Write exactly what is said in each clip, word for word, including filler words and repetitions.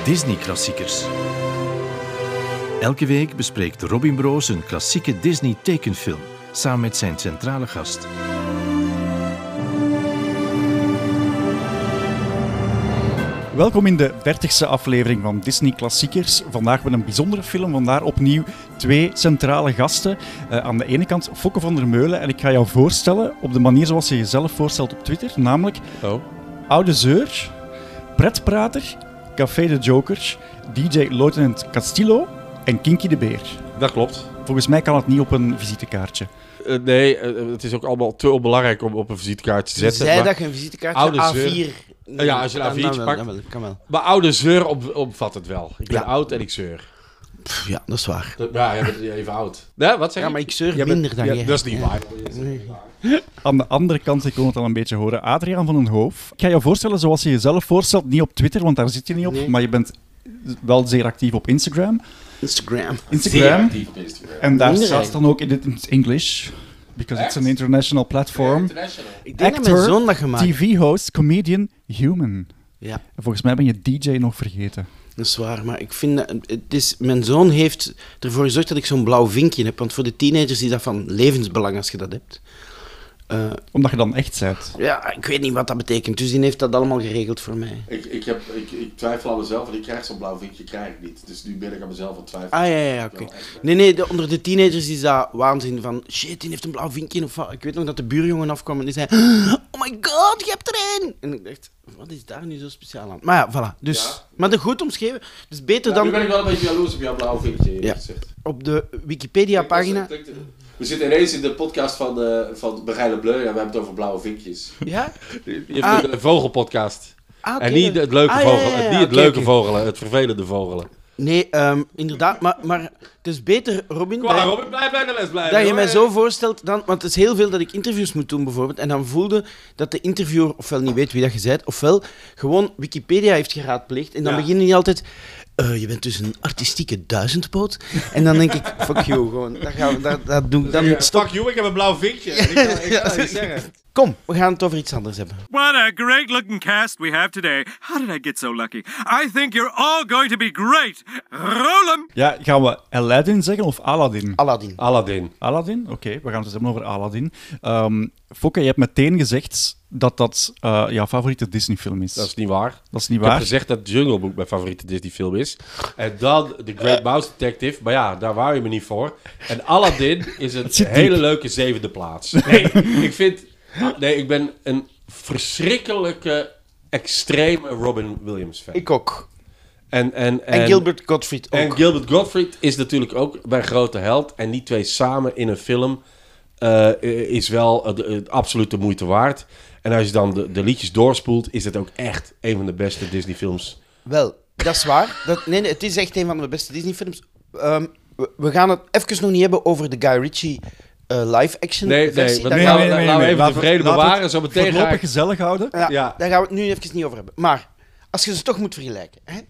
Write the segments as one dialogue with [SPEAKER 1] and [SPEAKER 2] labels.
[SPEAKER 1] Disney-klassiekers. Elke week bespreekt Robin Broos een klassieke Disney-tekenfilm samen met zijn centrale gast.
[SPEAKER 2] Welkom in de dertigste aflevering van Disney Klassiekers. Vandaag met een bijzondere film, vandaar opnieuw twee centrale gasten. Uh, aan de ene kant Fokke van der Meulen en ik ga jou voorstellen op de manier zoals je jezelf voorstelt op Twitter, namelijk
[SPEAKER 3] oh.
[SPEAKER 2] Oude Zeur, Pretprater, Café de Joker, D J Lieutenant Castillo en Kinky de Beer.
[SPEAKER 3] Dat klopt.
[SPEAKER 2] Volgens mij kan het niet op een visitekaartje.
[SPEAKER 3] Uh, nee, uh, het is ook allemaal te onbelangrijk om op een visitekaartje te zetten.
[SPEAKER 4] Zei
[SPEAKER 3] maar
[SPEAKER 4] dat je een visitekaartje A vier...
[SPEAKER 3] Uh, ja, als je een A viertje pakt.
[SPEAKER 4] Dan wel, kan wel.
[SPEAKER 3] Maar oude zeur op, opvat het wel. Ik ben
[SPEAKER 4] Ja.
[SPEAKER 3] oud en ik zeur.
[SPEAKER 4] Pff, ja, dat is waar.
[SPEAKER 3] Dat, ja, jij bent even oud. Nee, wat zeg
[SPEAKER 4] Ja,
[SPEAKER 3] je?
[SPEAKER 4] maar ik zeur
[SPEAKER 3] Jij bent-
[SPEAKER 4] minder dan
[SPEAKER 3] ja,
[SPEAKER 4] jij.
[SPEAKER 3] Dat is niet
[SPEAKER 4] Ja.
[SPEAKER 3] waar.
[SPEAKER 4] Nee.
[SPEAKER 2] Aan de andere kant, ik kon het al een beetje horen, Adriaan van den Hoof. Ik ga je voorstellen zoals je jezelf voorstelt, niet op Twitter, want daar zit je niet op,
[SPEAKER 4] Nee.
[SPEAKER 2] maar je bent wel zeer actief op Instagram.
[SPEAKER 4] Instagram.
[SPEAKER 2] Instagram.
[SPEAKER 3] Zeer actief op Instagram.
[SPEAKER 2] En daar
[SPEAKER 4] Minder
[SPEAKER 2] staat dan ook in het English, because it's an international platform.
[SPEAKER 3] International.
[SPEAKER 4] Ik denk dat
[SPEAKER 2] Actor,
[SPEAKER 4] mijn zoon dat gemaakt
[SPEAKER 2] T V-host, comedian, human.
[SPEAKER 4] Ja,
[SPEAKER 2] En volgens mij ben je D J nog vergeten.
[SPEAKER 4] dat is waar. Maar ik vind dat... Het is, mijn zoon heeft ervoor gezorgd dat ik zo'n blauw vinkje heb. Want voor de teenagers is dat van levensbelang als je dat hebt. Uh,
[SPEAKER 2] Omdat je dan echt bent.
[SPEAKER 4] ja, ik weet niet wat dat betekent. Dus die heeft dat allemaal geregeld voor mij.
[SPEAKER 3] Ik, ik, heb, ik, ik twijfel aan mezelf, want ik krijg zo'n blauw vinkje krijg ik niet. Dus nu ben ik aan mezelf aan het twijfelen.
[SPEAKER 4] Ah, ja, ja, ja, oké. Nee, nee, de, onder de teenagers is dat waanzin van... Shit, die heeft een blauw vinkje. Of wat. Ik weet nog dat de buurjongen afkwam en die zei... Oh my god, je hebt er één! En ik dacht, wat is daar nu zo speciaal aan? Maar ja, voilà. Dus,
[SPEAKER 3] Ja.
[SPEAKER 4] Maar de goed omschreven. Dus beter
[SPEAKER 3] Ja,
[SPEAKER 4] dan
[SPEAKER 3] nu ben ik wel een beetje jaloers op jouw blauw vinkje, eerlijk
[SPEAKER 4] Ja.
[SPEAKER 3] gezegd.
[SPEAKER 4] op de Wikipedia-pagina...
[SPEAKER 3] We zitten ineens in de podcast van, uh, van Begrijle Bleu en we hebben het over blauwe vinkjes.
[SPEAKER 4] Ja?
[SPEAKER 3] Je hebt
[SPEAKER 4] Ah.
[SPEAKER 3] een vogelpodcast.
[SPEAKER 4] Ah, oké.
[SPEAKER 3] En niet het leuke
[SPEAKER 4] Ah, ja, ja,
[SPEAKER 3] vogelen,
[SPEAKER 4] ja,
[SPEAKER 3] niet het
[SPEAKER 4] oké,
[SPEAKER 3] leuke
[SPEAKER 4] oké.
[SPEAKER 3] vogelen, het vervelende vogelen.
[SPEAKER 4] Nee, um, inderdaad. Maar, maar het is beter, Robin... dat-
[SPEAKER 3] Waarom? Ik blijf bij de les blijven.
[SPEAKER 4] Dat je
[SPEAKER 3] hoor.
[SPEAKER 4] mij zo voorstelt, dan, want het is heel veel dat ik interviews moet doen bijvoorbeeld, en dan voelde dat de interviewer ofwel niet weet wie dat je bent, ofwel gewoon Wikipedia heeft geraadpleegd, en dan
[SPEAKER 3] Ja.
[SPEAKER 4] beginnen die altijd, uh, je bent dus een artistieke duizendpoot, en dan denk ik, fuck you, gewoon, dat, gaan we, dat, dat doe ik dan.
[SPEAKER 3] Ja,
[SPEAKER 4] Stop.
[SPEAKER 3] fuck you, ik heb een blauw vinkje. Ik kan, ik kan het niet zeggen.
[SPEAKER 4] Kom, we gaan het over iets anders hebben.
[SPEAKER 5] What a great looking cast we have today. How did I get so lucky? I think you're all going to be great. Roll 'em!
[SPEAKER 2] Ja, gaan we Aladdin zeggen of Aladdin?
[SPEAKER 4] Aladdin.
[SPEAKER 3] Aladdin.
[SPEAKER 2] Aladdin? Oké, we gaan het dus hebben over Aladdin. Um, Fokke, je hebt meteen gezegd dat dat uh, jouw favoriete Disney-film is.
[SPEAKER 3] Dat is niet waar.
[SPEAKER 2] Dat is niet
[SPEAKER 3] Ik heb
[SPEAKER 2] waar.
[SPEAKER 3] gezegd dat Jungle Book mijn favoriete Disney-film is. En dan The Great Mouse Detective. Maar ja, daar wou je me niet voor. En Aladdin is een
[SPEAKER 2] zit
[SPEAKER 3] hele
[SPEAKER 2] diep.
[SPEAKER 3] leuke zevende plaats. Nee, ik vind... Nee, ik ben een verschrikkelijke, extreme Robin Williams fan.
[SPEAKER 4] Ik ook.
[SPEAKER 3] En, en, en,
[SPEAKER 4] En Gilbert Gottfried ook.
[SPEAKER 3] En Gilbert Gottfried is natuurlijk ook mijn grote held. En die twee samen in een film uh, is wel uh, uh, absoluut de moeite waard. En als je dan de, de liedjes doorspoelt, is het ook echt een van de beste Disney-films.
[SPEAKER 4] Wel, dat is waar. Dat, nee, nee, het is echt een van de beste Disney-films. Um, we, we gaan het even nog niet hebben over de Guy Ritchie uh, live-action
[SPEAKER 3] Nee, nee,
[SPEAKER 4] versie.
[SPEAKER 3] want
[SPEAKER 4] Daar
[SPEAKER 3] nee,
[SPEAKER 4] gaan
[SPEAKER 3] nee,
[SPEAKER 4] we-
[SPEAKER 3] nee, laten we even
[SPEAKER 2] Laten
[SPEAKER 3] de
[SPEAKER 2] we-
[SPEAKER 3] vrede
[SPEAKER 2] laten we het
[SPEAKER 3] bewaren. Zo meteen ga
[SPEAKER 2] Voorlopig
[SPEAKER 3] ik...
[SPEAKER 2] gezellig houden.
[SPEAKER 4] Ja,
[SPEAKER 3] Ja.
[SPEAKER 4] daar gaan we het nu even niet over hebben. Maar, als je ze toch moet vergelijken. Hè?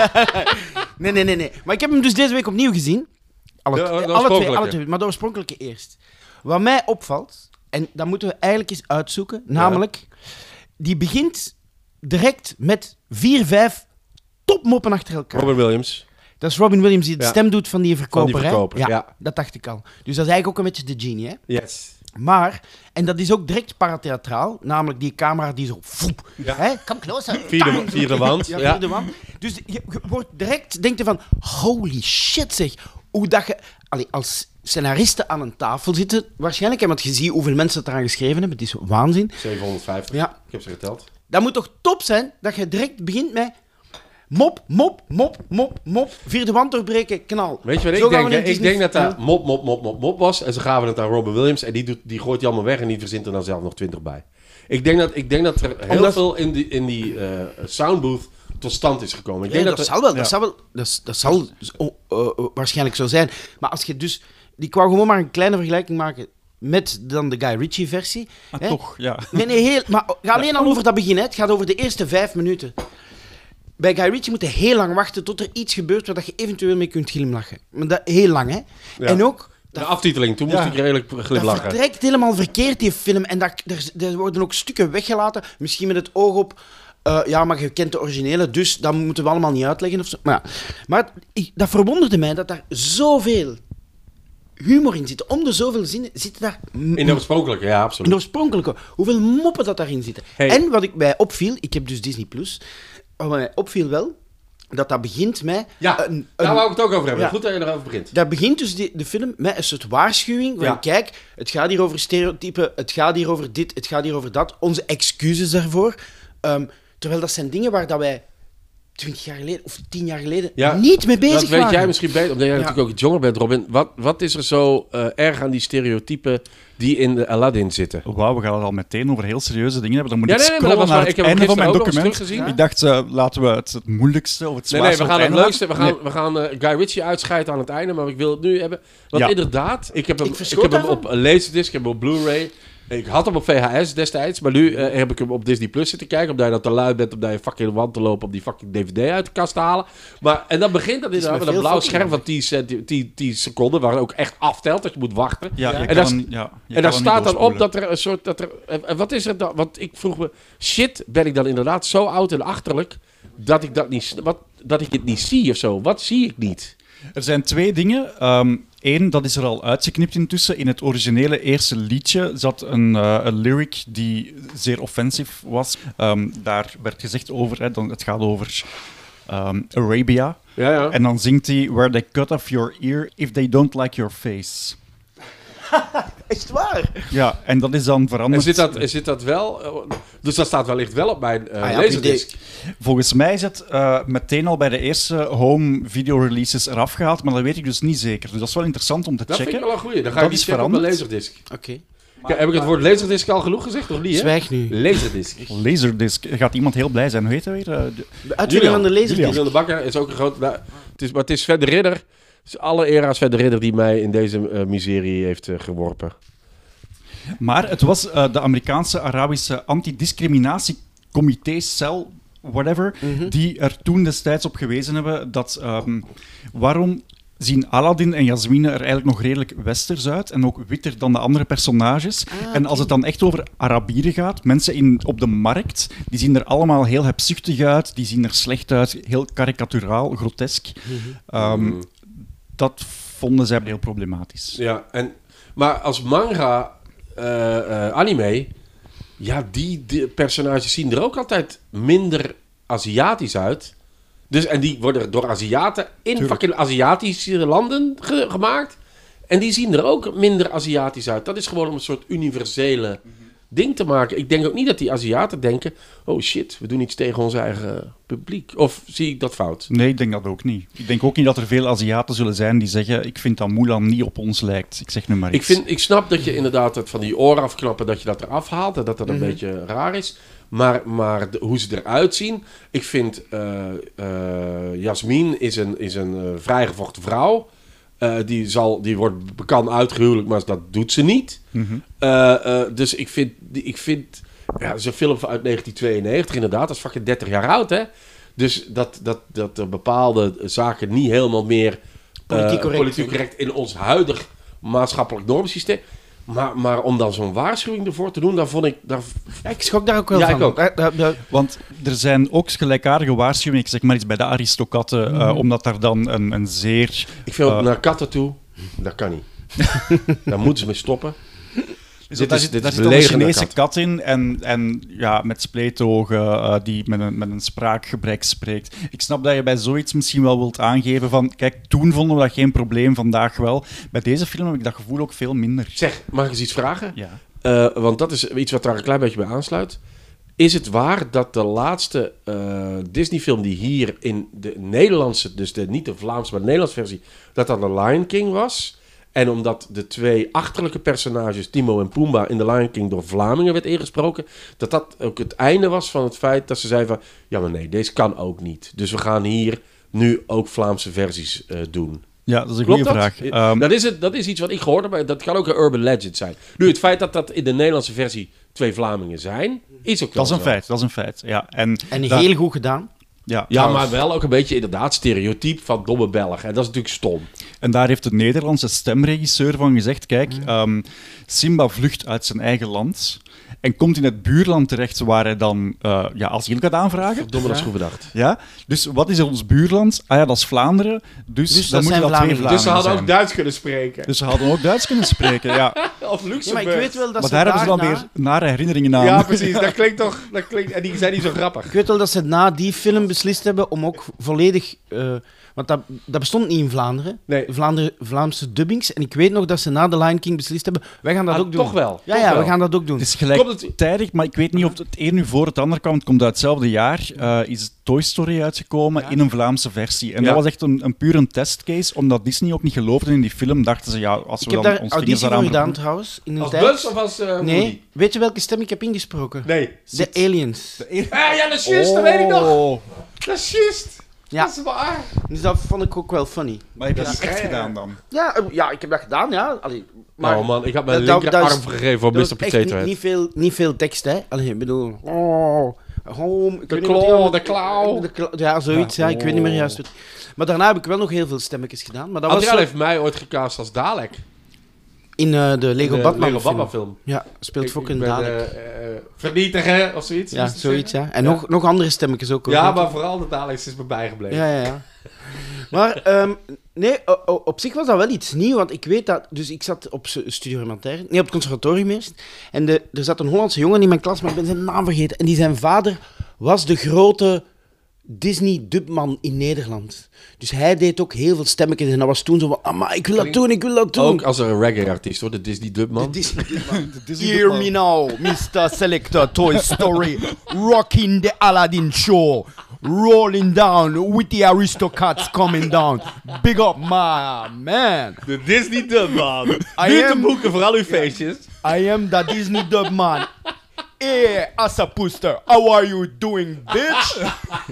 [SPEAKER 4] nee, nee, nee, nee. Maar ik heb hem dus deze week opnieuw gezien. Alle,
[SPEAKER 3] De- de
[SPEAKER 4] alle twee,
[SPEAKER 3] oorspronkelijke.
[SPEAKER 4] alle twee, maar de oorspronkelijke eerst. Wat mij opvalt, en dat moeten we eigenlijk eens uitzoeken, namelijk, die begint direct met vier, vijf topmoppen achter elkaar.
[SPEAKER 3] Robin Williams.
[SPEAKER 4] Dat is Robin Williams die de
[SPEAKER 3] Ja.
[SPEAKER 4] stem doet van die verkoper.
[SPEAKER 3] Van die verkoper,
[SPEAKER 4] hè?
[SPEAKER 3] ja.
[SPEAKER 4] Dat dacht ik al. Dus dat is eigenlijk ook een beetje de genie, hè?
[SPEAKER 3] Yes.
[SPEAKER 4] Maar, en dat is ook direct paratheatraal, namelijk die camera die zo... Voep,
[SPEAKER 3] Ja.
[SPEAKER 4] hè? Come closer.
[SPEAKER 3] Vierde,
[SPEAKER 4] Bang.
[SPEAKER 3] vierde wand.
[SPEAKER 4] Ja,
[SPEAKER 3] Ja.
[SPEAKER 4] vierde wand. Dus je, je wordt direct, denk je van, holy shit zeg. Hoe dat je, allee, als scenaristen aan een tafel zitten, waarschijnlijk, hè, want je ziet hoeveel mensen het eraan geschreven hebben, het is waanzin.
[SPEAKER 3] zevenhonderdvijftig.
[SPEAKER 4] Ja.
[SPEAKER 3] Ik heb ze geteld.
[SPEAKER 4] Dat moet toch top zijn, dat je direct begint met... Mop, mop, mop, mop, mop. Vierde wand doorbreken, knal.
[SPEAKER 3] Weet je wat
[SPEAKER 4] Zo
[SPEAKER 3] ik
[SPEAKER 4] gaan
[SPEAKER 3] denk?
[SPEAKER 4] we
[SPEAKER 3] hè?
[SPEAKER 4] het
[SPEAKER 3] Ik
[SPEAKER 4] dus
[SPEAKER 3] denk
[SPEAKER 4] niet-
[SPEAKER 3] dat dat mop, mop, mop, mop, mop was. En ze gaven het aan Robin Williams. En die, doet, die gooit die allemaal weg en die verzint er dan zelf nog twintig bij. Ik denk dat, ik denk dat er heel
[SPEAKER 4] Omdat-
[SPEAKER 3] veel in die, in die uh, soundbooth tot stand is gekomen. Ik
[SPEAKER 4] Nee,
[SPEAKER 3] denk
[SPEAKER 4] dat,
[SPEAKER 3] dat,
[SPEAKER 4] zal wel,
[SPEAKER 2] ja.
[SPEAKER 4] dat zal wel. Dat, is- dat zal oh, uh, uh, waarschijnlijk zo zijn. Maar als je dus... Ik wou gewoon maar een kleine vergelijking maken met dan de Guy Ritchie-versie.
[SPEAKER 2] Maar
[SPEAKER 4] hè.
[SPEAKER 2] toch, ja.
[SPEAKER 4] Nee, nee, heel... Maar ga alleen al over dat begin, hè. Het gaat over de eerste vijf minuten. Bij Guy Ritchie moet je heel lang wachten tot er iets gebeurt waar dat je eventueel mee kunt glimlachen. Maar dat heel lang, hè.
[SPEAKER 3] Ja.
[SPEAKER 4] En ook...
[SPEAKER 3] de aftiteling, toen moest
[SPEAKER 2] Ja.
[SPEAKER 3] ik redelijk
[SPEAKER 4] Dat
[SPEAKER 3] glimlachen.
[SPEAKER 4] vertrekt helemaal verkeerd, die film. En dat, er, er worden ook stukken weggelaten, misschien met het oog op Uh, ja, maar je kent de originele, dus dat moeten we allemaal niet uitleggen. Of zo. Maar, ja. maar ik, dat verwonderde mij dat daar zoveel humor in zit. Om de zoveel zinnen zitten daar...
[SPEAKER 3] In de oorspronkelijke, ja, absoluut.
[SPEAKER 4] In de oorspronkelijke. Hoeveel moppen dat daarin zitten.
[SPEAKER 3] Hey.
[SPEAKER 4] En wat ik mij opviel, ik heb dus Disney Plus, wat mij opviel wel, dat dat begint met...
[SPEAKER 3] Ja,
[SPEAKER 4] een,
[SPEAKER 3] daar
[SPEAKER 4] een,
[SPEAKER 3] wou ik het ook over hebben.
[SPEAKER 4] Ja.
[SPEAKER 3] Goed dat je erover begint.
[SPEAKER 4] Dat begint dus die, de film met een soort waarschuwing van,
[SPEAKER 3] Ja.
[SPEAKER 4] kijk, het gaat hier over stereotypen, het gaat hier over dit, het gaat hier over dat. Onze excuses daarvoor. Um, terwijl dat zijn dingen waar dat wij twintig jaar geleden of tien jaar geleden
[SPEAKER 3] Ja,
[SPEAKER 4] niet mee bezig
[SPEAKER 3] Dat weet
[SPEAKER 4] waren.
[SPEAKER 3] jij misschien beter, omdat jij
[SPEAKER 4] Ja.
[SPEAKER 3] natuurlijk ook iets jonger bent, Robin. Wat, wat is er zo uh, erg aan die stereotypen die in de Aladdin zitten?
[SPEAKER 2] Wauw, we gaan het al meteen over heel serieuze dingen hebben. Dan moet
[SPEAKER 3] Ja,
[SPEAKER 2] ik
[SPEAKER 3] nee, nee, maar dat
[SPEAKER 2] scrollen
[SPEAKER 3] was
[SPEAKER 2] naar
[SPEAKER 3] waar-
[SPEAKER 2] het
[SPEAKER 3] ik heb hem
[SPEAKER 2] einde van mijn
[SPEAKER 3] gisteren ook nog eens
[SPEAKER 2] document.
[SPEAKER 3] teruggezien.
[SPEAKER 2] Ik dacht, uh, laten we het, het moeilijkste of het
[SPEAKER 3] Nee, nee,
[SPEAKER 2] zwaarste
[SPEAKER 3] we gaan
[SPEAKER 2] op
[SPEAKER 3] het
[SPEAKER 2] einde
[SPEAKER 3] leukste. We gaan,
[SPEAKER 2] laten.
[SPEAKER 3] we gaan uh, Guy Ritchie uitscheiden aan het einde, maar ik wil het nu hebben. Want
[SPEAKER 2] Ja.
[SPEAKER 3] inderdaad, ik heb hem,
[SPEAKER 4] Ik
[SPEAKER 3] ik
[SPEAKER 4] verschoot
[SPEAKER 3] heb hem
[SPEAKER 4] daarvan.
[SPEAKER 3] op Laserdisc, ik heb hem op Blu-ray. Ik had hem op V H S destijds, maar nu uh, heb ik hem op Disney Plus zitten kijken. Omdat je dan te lui bent om daar je fucking wand te lopen om die fucking D V D uit de kast te halen. Maar, en dan begint dat inderdaad
[SPEAKER 4] met
[SPEAKER 3] met een
[SPEAKER 4] veel
[SPEAKER 3] blauw
[SPEAKER 4] fucking
[SPEAKER 3] scherm van tien, centi- tien, tien seconden, waar ook echt aftelt dat je moet wachten.
[SPEAKER 2] Ja, je
[SPEAKER 3] En
[SPEAKER 2] kan
[SPEAKER 3] daar
[SPEAKER 2] hem-
[SPEAKER 3] st-
[SPEAKER 2] ja, je
[SPEAKER 3] En
[SPEAKER 2] kan
[SPEAKER 3] daar
[SPEAKER 2] hem
[SPEAKER 3] staat
[SPEAKER 2] niet
[SPEAKER 3] dan op
[SPEAKER 2] doorspoelen.
[SPEAKER 3] dat er een soort... Dat er, en wat is er dan? Want ik vroeg me... Shit, ben ik dan inderdaad zo oud en achterlijk... dat ik, dat niet, s- wat, dat ik het niet zie of zo? Wat zie ik niet?
[SPEAKER 2] Er zijn twee dingen. Eén, dat is er al uitgeknipt intussen. In het originele eerste liedje zat een, uh, een lyric die zeer offensief was. Um, daar werd gezegd over, hè, dan, het gaat over um, Arabia.
[SPEAKER 3] Ja, ja.
[SPEAKER 2] En dan zingt hij, where they cut off your ear if they don't like your face.
[SPEAKER 4] Echt waar?
[SPEAKER 2] Ja, en dat is dan
[SPEAKER 3] En
[SPEAKER 2] veranderd.
[SPEAKER 3] zit dat, zit dat wel... uh, Dus dat staat wellicht wel op mijn uh,
[SPEAKER 4] Ah ja, op
[SPEAKER 3] laserdisc.
[SPEAKER 2] Volgens mij is het uh, meteen al bij de eerste home video releases eraf gehaald, maar dat weet ik dus niet zeker. Dus dat is wel interessant om te
[SPEAKER 3] Dat
[SPEAKER 2] checken.
[SPEAKER 3] vind ik wel een goeie. Dan ga
[SPEAKER 2] Dat
[SPEAKER 3] ik die
[SPEAKER 2] is
[SPEAKER 3] checken op mijn
[SPEAKER 2] veranderd.
[SPEAKER 3] laserdisc.
[SPEAKER 4] Oké.
[SPEAKER 3] Ja, heb ik het woord laserdisc al genoeg gezegd, of niet? Hè?
[SPEAKER 4] Zwijg nu.
[SPEAKER 3] Laserdisc.
[SPEAKER 2] Laserdisc. Gaat iemand heel blij zijn. Hoe heet dat weer? Uh, de-
[SPEAKER 4] De uitvinder van de
[SPEAKER 3] Julian
[SPEAKER 4] laserdisc.
[SPEAKER 3] de Bakker is ook een groot... Nou, het is, maar het is Sven de Ridder. Het is alle era's Sven de Ridder die mij in deze uh, miserie heeft uh, geworpen.
[SPEAKER 2] Maar het was uh, de Amerikaanse Arabische antidiscriminatiecomité-cel, whatever,
[SPEAKER 4] Mhm.
[SPEAKER 2] die er toen destijds op gewezen hebben dat um, waarom zien Aladdin en Jasmine er eigenlijk nog redelijk westers uit en ook witter dan de andere personages.
[SPEAKER 4] Ah,
[SPEAKER 2] en als het dan echt over Arabieren gaat, mensen in, op de markt, die zien er allemaal heel hebzuchtig uit, die zien er slecht uit, heel karikaturaal, grotesk. Um,
[SPEAKER 3] Mm.
[SPEAKER 2] Dat vonden zij heel problematisch.
[SPEAKER 3] Ja, en, maar als manga uh, uh, anime, ja, die, die personages zien er ook altijd minder Aziatisch uit. Dus, en die worden door Aziaten in
[SPEAKER 2] Tuurlijk.
[SPEAKER 3] fucking Aziatische landen ge- gemaakt. En die zien er ook minder Aziatisch uit. Dat is gewoon om een soort universele ding te maken. Ik denk ook niet dat die Aziaten denken... oh shit, we doen iets tegen ons eigen publiek. Of zie ik dat fout?
[SPEAKER 2] Nee, ik denk dat ook niet. Ik denk ook niet dat er veel Aziaten zullen zijn die zeggen ik vind dat Mulan niet op ons lijkt. Ik zeg nu maar
[SPEAKER 3] Ik,
[SPEAKER 2] iets.
[SPEAKER 3] vind, ik snap dat je inderdaad het van die oren afknappen... dat je dat eraf haalt en dat dat een
[SPEAKER 4] Mhm.
[SPEAKER 3] beetje raar is. Maar, maar de- hoe ze eruit zien... Ik vind... uh uh Jasmine is een, is een uh, vrijgevochten vrouw... Uh, die, zal, die wordt bekend uitgehuwelijk, maar dat doet ze niet.
[SPEAKER 2] Mhm.
[SPEAKER 3] Uh, uh, dus ik vind... Ik vind ja, dat is een film uit negentien tweeënnegentig, inderdaad. Dat is fucking dertig jaar oud, hè? Dus dat, dat, dat er bepaalde zaken niet helemaal meer... uh,
[SPEAKER 4] Politiek correct.
[SPEAKER 3] politiek correct in ons huidig maatschappelijk normensysteem... Maar, maar om dan zo'n waarschuwing ervoor te doen, daar vond ik... Daar...
[SPEAKER 4] Ja, ik schrok daar ook wel
[SPEAKER 3] Ja,
[SPEAKER 4] van.
[SPEAKER 3] ik ook.
[SPEAKER 4] Dat- dat- dat-
[SPEAKER 2] Want er zijn ook gelijkaardige waarschuwingen, ik zeg maar iets bij de Aristokatten,
[SPEAKER 3] Mhm.
[SPEAKER 2] uh, omdat daar dan een, een zeer...
[SPEAKER 3] Ik vind ook
[SPEAKER 2] Uh,
[SPEAKER 3] naar katten toe, dat kan niet. Daar moeten ze mee stoppen.
[SPEAKER 2] Dus
[SPEAKER 3] Dit
[SPEAKER 2] daar
[SPEAKER 3] is-
[SPEAKER 2] zit,
[SPEAKER 3] dit
[SPEAKER 2] daar
[SPEAKER 3] is
[SPEAKER 2] zit dan een
[SPEAKER 3] beledigende
[SPEAKER 2] Chinese
[SPEAKER 3] kat.
[SPEAKER 2] kat in en, en ja, met spleetogen uh, die met een, met een spraakgebrek spreekt. Ik snap dat je bij zoiets misschien wel wilt aangeven van kijk, toen vonden we dat geen probleem, vandaag wel. Bij deze film heb ik dat gevoel ook veel minder.
[SPEAKER 3] Zeg, mag ik eens iets vragen?
[SPEAKER 2] Ja.
[SPEAKER 3] Uh, want dat is iets wat daar een klein beetje bij aansluit. Is het waar dat de laatste uh, Disney-film die hier in de Nederlandse, dus de, niet de Vlaamse, maar de Nederlandse versie, dat dat The Lion King was? En omdat de twee achterlijke personages, Timo en Pumbaa, in The Lion King door Vlamingen werd ingesproken, dat dat ook het einde was van het feit dat ze zeiden van, ja maar nee, deze kan ook niet. Dus we gaan hier nu ook Vlaamse versies uh, doen.
[SPEAKER 2] Ja, dat is een
[SPEAKER 3] Klopt
[SPEAKER 2] goede
[SPEAKER 3] dat?
[SPEAKER 2] vraag. Um,
[SPEAKER 3] dat, is het, dat is iets wat ik gehoord heb, maar dat kan ook een urban legend zijn. Nu, het feit dat dat in de Nederlandse versie twee Vlamingen zijn, is ook wel
[SPEAKER 2] dat is een
[SPEAKER 3] zo.
[SPEAKER 2] feit, dat is een feit. Ja, en
[SPEAKER 4] En
[SPEAKER 2] dat-
[SPEAKER 4] heel goed gedaan.
[SPEAKER 2] Ja,
[SPEAKER 3] Ja,
[SPEAKER 2] trouwens.
[SPEAKER 3] maar wel ook een beetje inderdaad stereotyp van domme Belg. En dat is natuurlijk stom.
[SPEAKER 2] En daar heeft de Nederlandse stemregisseur van gezegd, kijk, um, Simba vlucht uit zijn eigen land en komt in het buurland terecht waar hij dan uh, ja, asiel gaat aanvragen.
[SPEAKER 3] Domme, dat is goed bedacht.
[SPEAKER 2] Ja? Dus wat is ons buurland? Ah ja, dat is Vlaanderen. Dus,
[SPEAKER 4] Dus
[SPEAKER 2] dan
[SPEAKER 4] dat
[SPEAKER 2] moeten
[SPEAKER 4] zijn
[SPEAKER 2] dat twee
[SPEAKER 4] Vlamingen.
[SPEAKER 2] Vlamingen
[SPEAKER 3] Dus ze hadden
[SPEAKER 2] zijn.
[SPEAKER 3] ook Duits kunnen spreken.
[SPEAKER 2] Dus ze hadden ook Duits kunnen spreken, ja.
[SPEAKER 3] Of
[SPEAKER 4] Ja, maar
[SPEAKER 3] Luxemburg.
[SPEAKER 4] ik weet wel dat
[SPEAKER 2] Maar
[SPEAKER 4] ze
[SPEAKER 2] daar hebben ze dan
[SPEAKER 4] daarna-
[SPEAKER 2] weer nare herinneringen aan.
[SPEAKER 3] Ja, precies. Dat klinkt toch... Dat klinkt, en die zijn niet zo grappig.
[SPEAKER 4] Ik weet wel dat ze na die film beslist hebben om ook volledig... uh, want dat, dat bestond niet in Vlaanderen.
[SPEAKER 3] Nee.
[SPEAKER 4] Vlaanderen, Vlaamse dubbings. En ik weet nog dat ze na The Lion King beslist hebben... Wij gaan dat
[SPEAKER 3] Ah,
[SPEAKER 4] ook doen.
[SPEAKER 3] toch wel.
[SPEAKER 4] Ja,
[SPEAKER 3] Toch
[SPEAKER 4] ja,
[SPEAKER 3] wel.
[SPEAKER 4] we gaan dat ook doen.
[SPEAKER 2] Het is
[SPEAKER 3] Komt het-
[SPEAKER 2] gelijktijdig, maar ik weet niet of het een nu voor het ander kwam. Het komt uit hetzelfde jaar. Uh, is Toy Story uitgekomen in een Vlaamse versie. En
[SPEAKER 3] Ja.
[SPEAKER 2] dat was echt een, een puur een testcase, omdat Disney ook niet geloofde in die film. Dachten ze, ja, als we
[SPEAKER 4] Ik heb
[SPEAKER 2] dan
[SPEAKER 4] daar
[SPEAKER 2] ons vingers
[SPEAKER 4] auditie voor
[SPEAKER 2] eraan
[SPEAKER 4] gedaan
[SPEAKER 2] verbranden-
[SPEAKER 4] trouwens. In een
[SPEAKER 3] Als
[SPEAKER 4] tijd.
[SPEAKER 3] Buzz of als uh,
[SPEAKER 4] Nee.
[SPEAKER 3] Woody?
[SPEAKER 4] Weet je welke stem ik heb ingesproken?
[SPEAKER 3] Nee.
[SPEAKER 4] De aliens.
[SPEAKER 3] Ah, ja, dat is juist. Dat weet ik nog.
[SPEAKER 2] Oh.
[SPEAKER 3] Dat is juist.
[SPEAKER 4] Ja.
[SPEAKER 3] Dat is waar.
[SPEAKER 4] Dus dat vond ik ook wel funny.
[SPEAKER 2] Maar heb je
[SPEAKER 3] Ja.
[SPEAKER 2] dat echt
[SPEAKER 3] Ja, ja.
[SPEAKER 2] gedaan dan?
[SPEAKER 4] Ja, uh, ja ik heb dat gedaan, ja. Allee, maar
[SPEAKER 3] oh man, ik had mijn
[SPEAKER 4] dat- dat- dat
[SPEAKER 3] linkerarm
[SPEAKER 4] is-
[SPEAKER 3] gegeven voor
[SPEAKER 4] dat
[SPEAKER 3] mister
[SPEAKER 4] was echt
[SPEAKER 3] Potato
[SPEAKER 4] niet,
[SPEAKER 3] Head.
[SPEAKER 4] niet, veel, niet veel tekst, hè. Allee, ik bedoel... Oh, home, ik
[SPEAKER 3] De
[SPEAKER 4] weet niet wat
[SPEAKER 3] claw,
[SPEAKER 4] die-
[SPEAKER 3] de klauw.
[SPEAKER 4] de kla- Ja, zoiets, ja. Ik weet niet meer juist. wat- Maar daarna heb ik wel nog heel veel stemmetjes gedaan. Maar dat was
[SPEAKER 3] Adriaan
[SPEAKER 4] zo
[SPEAKER 3] heeft mij ooit gecast als Dalek.
[SPEAKER 4] in uh, de Lego
[SPEAKER 3] de
[SPEAKER 4] Batman
[SPEAKER 3] Lego
[SPEAKER 4] film.
[SPEAKER 3] Batman film.
[SPEAKER 4] Ja, speelt
[SPEAKER 3] Ik-
[SPEAKER 4] fucking
[SPEAKER 3] ik ben,
[SPEAKER 4] Dalek.
[SPEAKER 3] eh, eh, vernietigen of zoiets.
[SPEAKER 4] Ja,
[SPEAKER 3] moest ik
[SPEAKER 4] zoiets,
[SPEAKER 3] zeggen.
[SPEAKER 4] ja. En Nog, nog andere stemmetjes ook. hoor,
[SPEAKER 3] Ja,
[SPEAKER 4] denk ik.
[SPEAKER 3] maar vooral de Dalek is me bijgebleven.
[SPEAKER 4] Ja, ja, ja. Maar ehm, nee, o- o- op zich was dat wel iets nieuws, want ik weet dat... Dus ik zat op s- Studio Elementaire, nee, op het conservatorium eerst, en de, er zat een Hollandse jongen in mijn klas, maar ik ben zijn naam vergeten, en die zijn vader was de grote Disney-dubman in Nederland. Dus hij deed ook heel veel stemmetjes, en dat was toen zo van, ah, maar ik wil dat doen, ik wil dat doen.
[SPEAKER 3] Ook als een reggae-artiest hoor, de Disney Dubman.
[SPEAKER 4] De Disney-dubman. Hear me now, mister Selector Toy Story, rocking the Aladdin show, rolling down with the Aristocats coming down. Big up, my man.
[SPEAKER 3] De Disney Dubman.
[SPEAKER 4] I
[SPEAKER 3] Nu te
[SPEAKER 4] am-
[SPEAKER 3] boeken voor al uw feestjes.
[SPEAKER 4] I am the Disney dub man. Hey, Assapuster, how are you doing, bitch?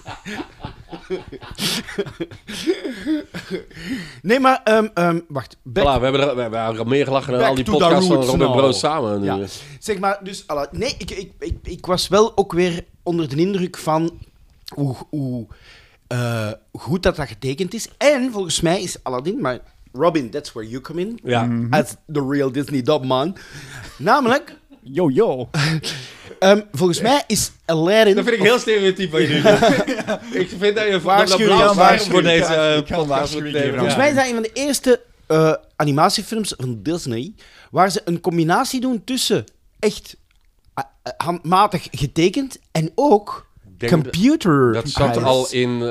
[SPEAKER 4] Nee, maar, um, um, wacht. Back,
[SPEAKER 3] Voilà, we hebben er we hebben er al meer gelachen dan
[SPEAKER 4] Back
[SPEAKER 3] al die
[SPEAKER 4] to the
[SPEAKER 3] podcasts van
[SPEAKER 4] roots
[SPEAKER 3] Robin
[SPEAKER 4] now.
[SPEAKER 3] Broos samen.
[SPEAKER 4] ja.
[SPEAKER 3] Nu.
[SPEAKER 4] Zeg maar, dus, alla, nee, ik, ik, ik, ik was wel ook weer onder de indruk van hoe, hoe uh, goed dat dat getekend is. En volgens mij is Aladdin, maar Robin, that's where you come in.
[SPEAKER 3] Ja.
[SPEAKER 4] As the real Disney dub man. Namelijk,
[SPEAKER 2] Yo, yo.
[SPEAKER 4] um, volgens mij is Aladdin...
[SPEAKER 3] Dat vind ik heel stereotyp wat je nu doet. Ik vind dat je voor
[SPEAKER 4] Waarschuwing,
[SPEAKER 3] dat
[SPEAKER 4] ja,
[SPEAKER 3] voor
[SPEAKER 2] waarschuwing.
[SPEAKER 3] deze
[SPEAKER 2] Ik ga-
[SPEAKER 3] eh,
[SPEAKER 2] ik ga een
[SPEAKER 3] podcast
[SPEAKER 2] waarschuwing
[SPEAKER 3] moet nemen.
[SPEAKER 2] geven.
[SPEAKER 4] Volgens mij is dat een van de eerste uh, animatiefilms van Disney waar ze een combinatie doen tussen echt uh, uh, handmatig getekend en ook
[SPEAKER 3] denk
[SPEAKER 4] computer.
[SPEAKER 3] Dat zat
[SPEAKER 4] eyes.
[SPEAKER 3] al in uh, uh,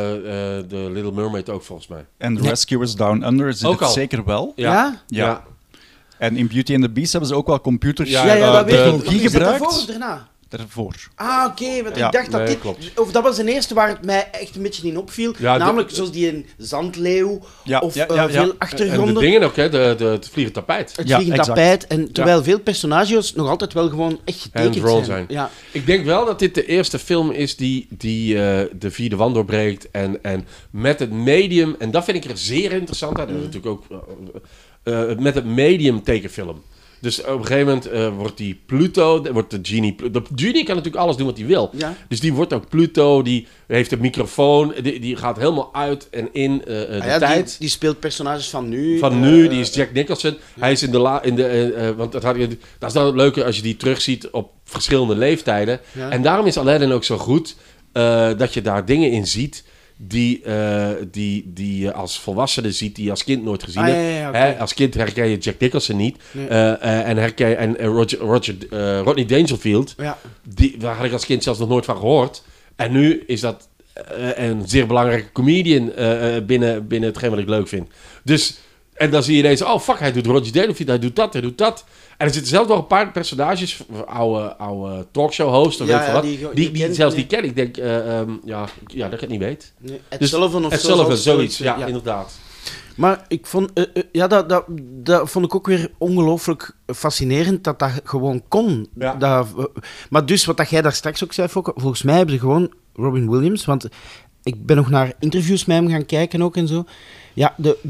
[SPEAKER 3] The Little Mermaid ook volgens mij.
[SPEAKER 2] En The Rescuers Down Under zit
[SPEAKER 3] Ook
[SPEAKER 2] het
[SPEAKER 3] al.
[SPEAKER 2] zeker wel.
[SPEAKER 4] Ja?
[SPEAKER 3] Ja.
[SPEAKER 2] Ja. En in Beauty and the Beast hebben ze ook wel computers
[SPEAKER 3] Ja,
[SPEAKER 4] Ja, ja,
[SPEAKER 3] uh,
[SPEAKER 4] dat weet ik.
[SPEAKER 2] technologie
[SPEAKER 4] Is dat
[SPEAKER 2] gebruikt.
[SPEAKER 4] daarvoor of daarna?
[SPEAKER 2] Daarvoor.
[SPEAKER 4] Ah, oké, want
[SPEAKER 2] Ja,
[SPEAKER 4] ik dacht dat
[SPEAKER 3] nee,
[SPEAKER 4] dit...
[SPEAKER 3] klopt.
[SPEAKER 4] Of dat was de eerste waar het mij echt een beetje in opviel.
[SPEAKER 3] Ja, de-
[SPEAKER 4] namelijk zoals die een zandleeuw
[SPEAKER 2] Ja,
[SPEAKER 4] of
[SPEAKER 2] ja,
[SPEAKER 4] uh,
[SPEAKER 2] ja, ja.
[SPEAKER 4] veel
[SPEAKER 3] En de
[SPEAKER 4] achtergronden.
[SPEAKER 3] dingen ook, hè, de, de, het vliegend tapijt.
[SPEAKER 4] Het
[SPEAKER 2] Ja,
[SPEAKER 4] vliegend
[SPEAKER 2] exact.
[SPEAKER 4] tapijt. En terwijl veel personages nog altijd wel gewoon echt getekend
[SPEAKER 3] drawn
[SPEAKER 4] zijn.
[SPEAKER 3] zijn.
[SPEAKER 4] Ja.
[SPEAKER 3] Ik denk wel dat dit de eerste film is die, die uh, de vierde wand doorbreekt. En, en met het medium, en dat vind ik er zeer interessant aan. Dat is natuurlijk ook uh, uh, met het medium tekenfilm. Dus op een gegeven moment uh, wordt die Pluto, wordt de genie... De genie kan natuurlijk alles doen wat hij wil.
[SPEAKER 4] Ja.
[SPEAKER 3] Dus die wordt ook Pluto, die heeft een microfoon, die, die gaat helemaal uit en in uh, de
[SPEAKER 4] Ah ja,
[SPEAKER 3] tijd.
[SPEAKER 4] Die, die speelt personages van nu.
[SPEAKER 3] Van
[SPEAKER 4] eh,
[SPEAKER 3] nu, die is Jack Nicholson. Hij is in de... La, in de uh, uh, want dat, had je, dat is dan het leuke als je die terugziet op verschillende leeftijden.
[SPEAKER 4] Ja.
[SPEAKER 3] En daarom is Aladdin ook zo goed uh, dat je daar dingen in ziet die, uh, die, die je als volwassene ziet, die je als kind nooit gezien
[SPEAKER 4] Ah, ja,
[SPEAKER 3] hebt.
[SPEAKER 4] ja, ja, oké.
[SPEAKER 3] Hè, als kind herken je Jack Nicholson niet.
[SPEAKER 4] Nee.
[SPEAKER 3] Uh, uh, en herken, en uh, Roger, Roger, uh, Rodney Dangerfield,
[SPEAKER 4] Ja.
[SPEAKER 3] die, daar had ik als kind zelfs nog nooit van gehoord. En nu is dat uh, een zeer belangrijke comedian uh, uh, binnen, binnen hetgeen wat ik leuk vind. Dus, en dan zie je deze, oh fuck, hij doet Roger Dangerfield, hij doet dat, hij doet dat. En er zitten zelfs nog een paar personages, oude, oude talkshow-host of
[SPEAKER 4] Ja,
[SPEAKER 3] weet ik
[SPEAKER 4] ja,
[SPEAKER 3] veel
[SPEAKER 4] die-
[SPEAKER 3] wat,
[SPEAKER 4] die
[SPEAKER 3] die, die,
[SPEAKER 4] kent-
[SPEAKER 3] zelfs
[SPEAKER 4] nee.
[SPEAKER 3] die ken. Ik denk, uh, um, ja, ja, dat ik het niet weet.
[SPEAKER 4] Nee, Ed
[SPEAKER 3] Dus
[SPEAKER 4] Sullivan of
[SPEAKER 3] Ed
[SPEAKER 4] zo,
[SPEAKER 3] Sullivan,
[SPEAKER 4] zal-
[SPEAKER 3] zoiets. Ja,
[SPEAKER 4] ja.
[SPEAKER 3] inderdaad.
[SPEAKER 4] Maar ik vond, uh, uh, ja, dat, dat, dat vond ik ook weer ongelooflijk fascinerend dat dat gewoon kon.
[SPEAKER 3] Ja.
[SPEAKER 4] Dat, uh, maar dus, wat dat jij daar straks ook zei, Fokke, volgens mij hebben ze gewoon Robin Williams, want ik ben nog naar interviews met hem gaan kijken ook en zo. Ja, de, de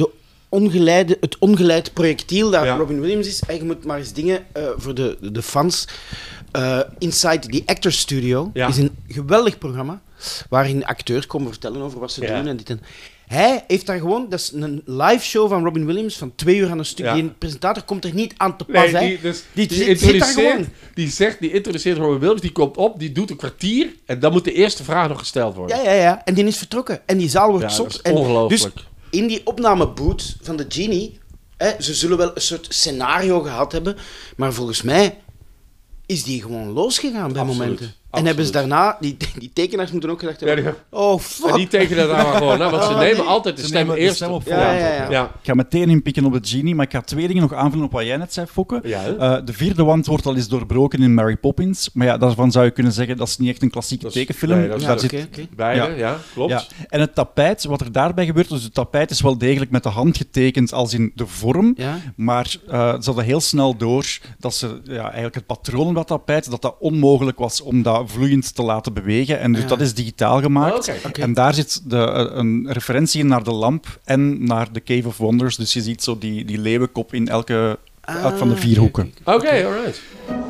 [SPEAKER 4] ongeleide, het ongeleid projectiel dat
[SPEAKER 3] Ja.
[SPEAKER 4] Robin Williams is. En je moet maar eens dingen uh, voor de, de, de fans. Uh, Inside the Actors Studio
[SPEAKER 3] Ja.
[SPEAKER 4] is een geweldig programma waarin acteurs komen vertellen over wat ze
[SPEAKER 3] Ja.
[SPEAKER 4] doen en dit en... Hij heeft daar gewoon, dat is een live show van Robin Williams van twee uur aan een stuk.
[SPEAKER 3] Ja.
[SPEAKER 4] Die presentator komt er niet aan te pas.
[SPEAKER 3] Nee,
[SPEAKER 4] hè.
[SPEAKER 3] die, dus,
[SPEAKER 4] Die
[SPEAKER 3] die,
[SPEAKER 4] zit- zit daar
[SPEAKER 3] introduceert,
[SPEAKER 4] gewoon.
[SPEAKER 3] die zegt, die introduceert Robin Williams, die komt op, die doet een kwartier en dan moet de eerste vraag nog gesteld worden.
[SPEAKER 4] Ja, ja, ja. En die is vertrokken. En die zaal wordt
[SPEAKER 3] Ja,
[SPEAKER 4] zot.
[SPEAKER 3] dat is
[SPEAKER 4] En
[SPEAKER 3] ongelooflijk.
[SPEAKER 4] Dus in die opnameboot van de Genie, hè, ze zullen wel een soort scenario gehad hebben, maar volgens mij is die gewoon losgegaan bij
[SPEAKER 3] Absoluut,
[SPEAKER 4] momenten. En
[SPEAKER 3] absoluut.
[SPEAKER 4] hebben ze daarna, die, die tekenaars moeten ook gedacht hebben,
[SPEAKER 3] Ja, die-
[SPEAKER 4] oh fuck.
[SPEAKER 3] En die tekenen daar maar gewoon, nou, want ze
[SPEAKER 4] Oh,
[SPEAKER 3] nemen
[SPEAKER 4] nee.
[SPEAKER 3] altijd de
[SPEAKER 2] Ze
[SPEAKER 3] stem
[SPEAKER 2] nemen de
[SPEAKER 3] eerst
[SPEAKER 2] stem op
[SPEAKER 4] Ja,
[SPEAKER 2] voorhand.
[SPEAKER 4] ja, ja.
[SPEAKER 3] Ja.
[SPEAKER 2] Ik ga meteen inpikken op de Genie, maar ik ga twee dingen nog aanvullen op wat jij net zei, Fokke.
[SPEAKER 3] Ja, hè?
[SPEAKER 2] Eh, de vierde wand wordt al eens doorbroken in Mary Poppins, maar ja, daarvan zou je kunnen zeggen dat is niet echt een klassieke
[SPEAKER 3] Dat is-
[SPEAKER 2] tekenfilm.
[SPEAKER 3] nee, dat is-
[SPEAKER 4] Ja,
[SPEAKER 2] Daar
[SPEAKER 4] oké,
[SPEAKER 2] zit-
[SPEAKER 4] oké.
[SPEAKER 3] Beide,
[SPEAKER 2] Ja.
[SPEAKER 3] ja, klopt.
[SPEAKER 2] Ja, en het tapijt, wat er daarbij gebeurt, dus het tapijt is wel degelijk met de hand getekend als in de vorm,
[SPEAKER 4] Ja.
[SPEAKER 2] maar eh, ze hadden heel snel door dat ze ja, eigenlijk het patroon op dat tapijt, dat dat onmogelijk was om dat vloeiend te laten bewegen. En dus
[SPEAKER 4] Ja.
[SPEAKER 2] dat is digitaal gemaakt.
[SPEAKER 3] Oké.
[SPEAKER 4] Oké.
[SPEAKER 2] En daar zit de, eh, een referentie in naar de lamp en naar de Cave of Wonders. Dus je ziet zo die, die leeuwenkop in elke, elk van de vier
[SPEAKER 4] oké,
[SPEAKER 2] hoeken.
[SPEAKER 3] Oké, alright.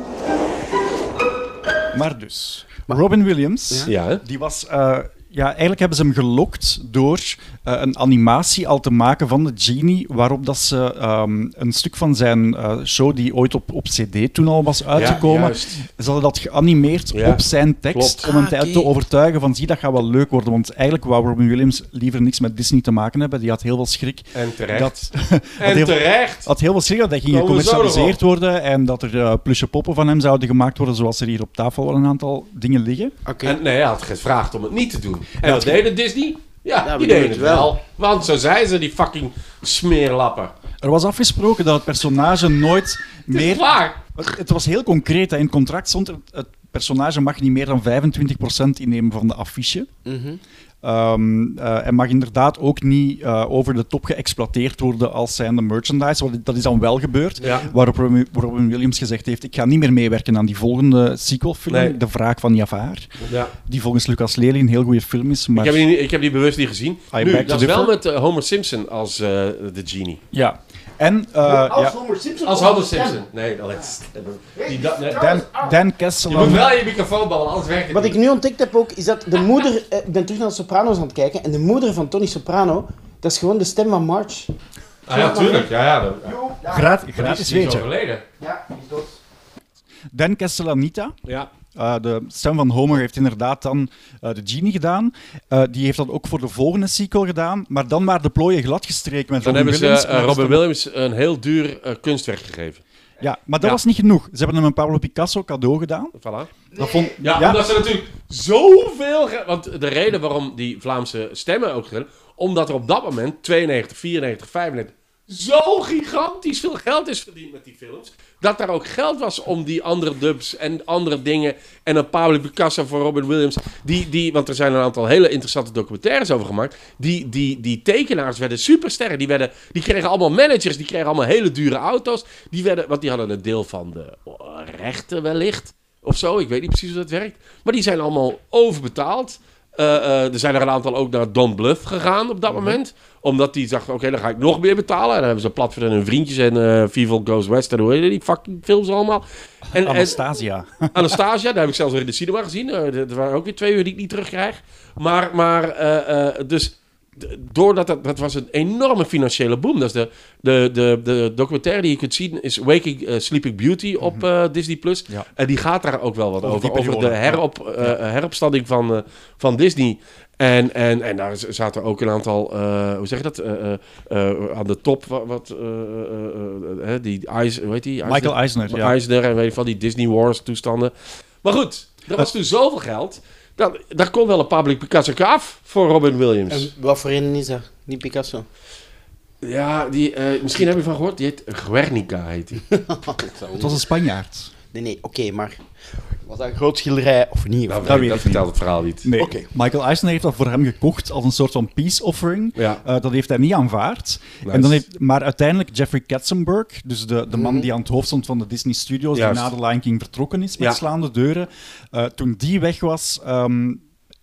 [SPEAKER 2] Maar dus, Robin Williams,
[SPEAKER 3] Ja, hè?
[SPEAKER 2] die was... eh, ja, eigenlijk hebben ze hem gelokt door eh, een animatie al te maken van de Genie, waarop dat ze ehm, een stuk van zijn eh, show, die ooit op, op cd toen al was uitgekomen,
[SPEAKER 3] juist.
[SPEAKER 2] ze hadden dat geanimeerd
[SPEAKER 3] Ja,
[SPEAKER 2] op zijn tekst,
[SPEAKER 3] klopt.
[SPEAKER 2] om hem
[SPEAKER 4] Ah,
[SPEAKER 2] te,
[SPEAKER 4] oké.
[SPEAKER 2] te overtuigen van, zie, dat gaat wel leuk worden, want eigenlijk wou Robin Williams liever niks met Disney te maken hebben. Die had heel veel schrik.
[SPEAKER 3] En terecht.
[SPEAKER 2] Dat,
[SPEAKER 3] en
[SPEAKER 2] heel-
[SPEAKER 3] terecht.
[SPEAKER 2] had heel veel schrik dat hij ging
[SPEAKER 3] Komen we zo
[SPEAKER 2] gecommercialiseerd worden en dat er uh, plusje poppen van hem zouden gemaakt worden, zoals er hier op tafel wel een aantal dingen liggen.
[SPEAKER 4] Oké.
[SPEAKER 3] En nee, hij had gevraagd om het niet te doen. En
[SPEAKER 2] Ja,
[SPEAKER 3] wat
[SPEAKER 2] het-
[SPEAKER 3] deden Disney? Ja,
[SPEAKER 4] Ja,
[SPEAKER 3] die
[SPEAKER 4] we doen
[SPEAKER 3] deden het
[SPEAKER 4] het
[SPEAKER 3] wel.
[SPEAKER 4] wel.
[SPEAKER 3] Want zo zijn ze, die fucking smeerlappen.
[SPEAKER 2] Er was afgesproken dat het personage nooit
[SPEAKER 3] Het is
[SPEAKER 2] meer...
[SPEAKER 3] waar.
[SPEAKER 2] Het, het was heel concreet. Hè. In het contract stond er, het personage mag niet meer dan vijfentwintig procent innemen van de affiche.
[SPEAKER 4] Mhm.
[SPEAKER 2] Um, uh, en mag inderdaad ook niet uh, over de top geëxploiteerd worden als zijnde merchandise. Want dat is dan wel gebeurd.
[SPEAKER 3] Ja.
[SPEAKER 2] Waarop Robin, Robin Williams gezegd heeft, ik ga niet meer meewerken aan die volgende sequelfilm,
[SPEAKER 3] Nee.
[SPEAKER 2] De Wraak van Jafar.
[SPEAKER 3] Ja.
[SPEAKER 2] Die volgens Lucas Lely een heel goede film is. Maar...
[SPEAKER 3] Ik, heb die, ik heb die bewust niet gezien.
[SPEAKER 2] I
[SPEAKER 3] Nu,
[SPEAKER 2] beg to
[SPEAKER 3] dat is wel
[SPEAKER 2] differ.
[SPEAKER 3] met eh, Homer Simpson als eh, de Genie.
[SPEAKER 2] Ja. En uh,
[SPEAKER 4] Als
[SPEAKER 2] ja,
[SPEAKER 4] Homer Simpson.
[SPEAKER 3] Als
[SPEAKER 4] of
[SPEAKER 3] Homer
[SPEAKER 4] Stan.
[SPEAKER 3] Simpson. Nee, dat is... Die, dat, nee.
[SPEAKER 2] Dan, Dan
[SPEAKER 3] Je
[SPEAKER 2] Castellan...
[SPEAKER 3] moet wel je microfoon babbelen, anders werkt het
[SPEAKER 4] Wat
[SPEAKER 3] niet.
[SPEAKER 4] ik nu ontdekt heb ook, is dat de moeder... eh, Ik ben terug naar de Sopranos aan het kijken. En de moeder van Tony Soprano, dat is gewoon de stem van Marge.
[SPEAKER 3] Ah, ja, tuurlijk. Ja, ja. Dat, ja.
[SPEAKER 2] Gratis,
[SPEAKER 3] Die
[SPEAKER 2] gratis
[SPEAKER 3] is die is
[SPEAKER 2] weetje.
[SPEAKER 3] overleden.
[SPEAKER 4] Ja, die is dood.
[SPEAKER 2] Dan Castellaneta,
[SPEAKER 3] Ja.
[SPEAKER 2] uh, de stem van Homer, heeft inderdaad dan uh, de Genie gedaan. Uh, die heeft dat ook voor de volgende sequel gedaan. Maar dan waren de plooien gladgestreken met
[SPEAKER 3] Dan
[SPEAKER 2] Robin
[SPEAKER 3] hebben ze
[SPEAKER 2] Williams.
[SPEAKER 3] eh,
[SPEAKER 2] Maar dat is
[SPEAKER 3] Robin
[SPEAKER 2] dan-
[SPEAKER 3] Williams een heel duur eh, kunstwerk gegeven.
[SPEAKER 2] Ja, maar dat
[SPEAKER 3] Ja.
[SPEAKER 2] was niet genoeg. Ze hebben hem een Pablo Picasso cadeau gedaan.
[SPEAKER 3] Voilà.
[SPEAKER 2] Dat vond...
[SPEAKER 3] Ja,
[SPEAKER 2] ja.
[SPEAKER 3] omdat ze natuurlijk zoveel... ge- Want de reden waarom die Vlaamse stemmen ook gedaan, omdat er op dat moment tweeënnegentig, vierennegentig, vijfennegentig zo gigantisch veel geld is verdiend met die films, dat daar ook geld was om die andere dubs en andere dingen en een Pablo Picasso voor Robin Williams, die, die, want er zijn een aantal hele interessante documentaires over gemaakt, die, die, die tekenaars werden supersterren, die, werden, die kregen allemaal managers, die kregen allemaal hele dure auto's, die werden, want die hadden een deel van de rechten wellicht, of zo, ik weet niet precies hoe dat werkt, maar die zijn allemaal overbetaald. Uh, uh, er zijn er een aantal ook naar Don Bluth gegaan op dat
[SPEAKER 2] Mhm.
[SPEAKER 3] moment. Omdat die dachten, oké, dan ga ik nog meer betalen. En dan hebben ze Platform en hun vriendjes en uh, Vival Goes West en hoe heet die fucking films allemaal. En,
[SPEAKER 2] Anastasia.
[SPEAKER 3] En, Anastasia, daar heb ik zelfs weer in de cinema gezien. Uh, er waren ook weer twee uur die ik niet terugkrijg. Maar, maar uh, uh, dus... Doordat dat, dat was een enorme financiële boom. Dat is de, de, de, de documentaire die je kunt zien is Waking uh, Sleeping Beauty op uh, Disney Plus.
[SPEAKER 2] Ja.
[SPEAKER 3] En die gaat daar ook wel wat
[SPEAKER 2] Over
[SPEAKER 3] over.
[SPEAKER 2] die
[SPEAKER 3] Over de
[SPEAKER 2] periode,
[SPEAKER 3] herop, uh, heropstanding van, uh, van Disney. En, en, en daar zaten ook een aantal, uh, hoe zeg je dat? Uh, uh, uh, aan de top, wat, wat uh, uh, uh, uh, die Eis, hoe heet die?
[SPEAKER 2] Michael Eisner, ja.
[SPEAKER 3] Eisner en weet je van die Disney Wars toestanden. Maar goed, er was toen zoveel geld. Dat, daar kon wel een Pablo Picasso af voor Robin Williams.
[SPEAKER 4] En wat voor een is dat? Die Picasso.
[SPEAKER 3] Ja, die, uh, misschien heb je van gehoord. Die heet Guernica, heet die.
[SPEAKER 2] Het was een Spanjaard.
[SPEAKER 4] Nee, nee, oké, okay, maar was dat een groot schilderij of niet?
[SPEAKER 3] Nou,
[SPEAKER 4] Of-
[SPEAKER 3] dat,
[SPEAKER 2] weet
[SPEAKER 3] dat
[SPEAKER 2] ik
[SPEAKER 3] vertelt het verhaal niet.
[SPEAKER 2] Nee,
[SPEAKER 4] Oké.
[SPEAKER 2] Michael Eisner heeft dat voor hem gekocht als een soort van peace offering.
[SPEAKER 3] Ja.
[SPEAKER 2] Uh, dat heeft hij niet aanvaard.
[SPEAKER 3] Nice.
[SPEAKER 2] En dan heeft, maar uiteindelijk Jeffrey Katzenberg, dus de, de man
[SPEAKER 4] Mhm.
[SPEAKER 2] die aan het hoofd stond van de Disney Studios,
[SPEAKER 3] Juist.
[SPEAKER 2] die na de Lion King vertrokken is met
[SPEAKER 3] Ja.
[SPEAKER 2] slaande deuren, uh, toen die weg was, um,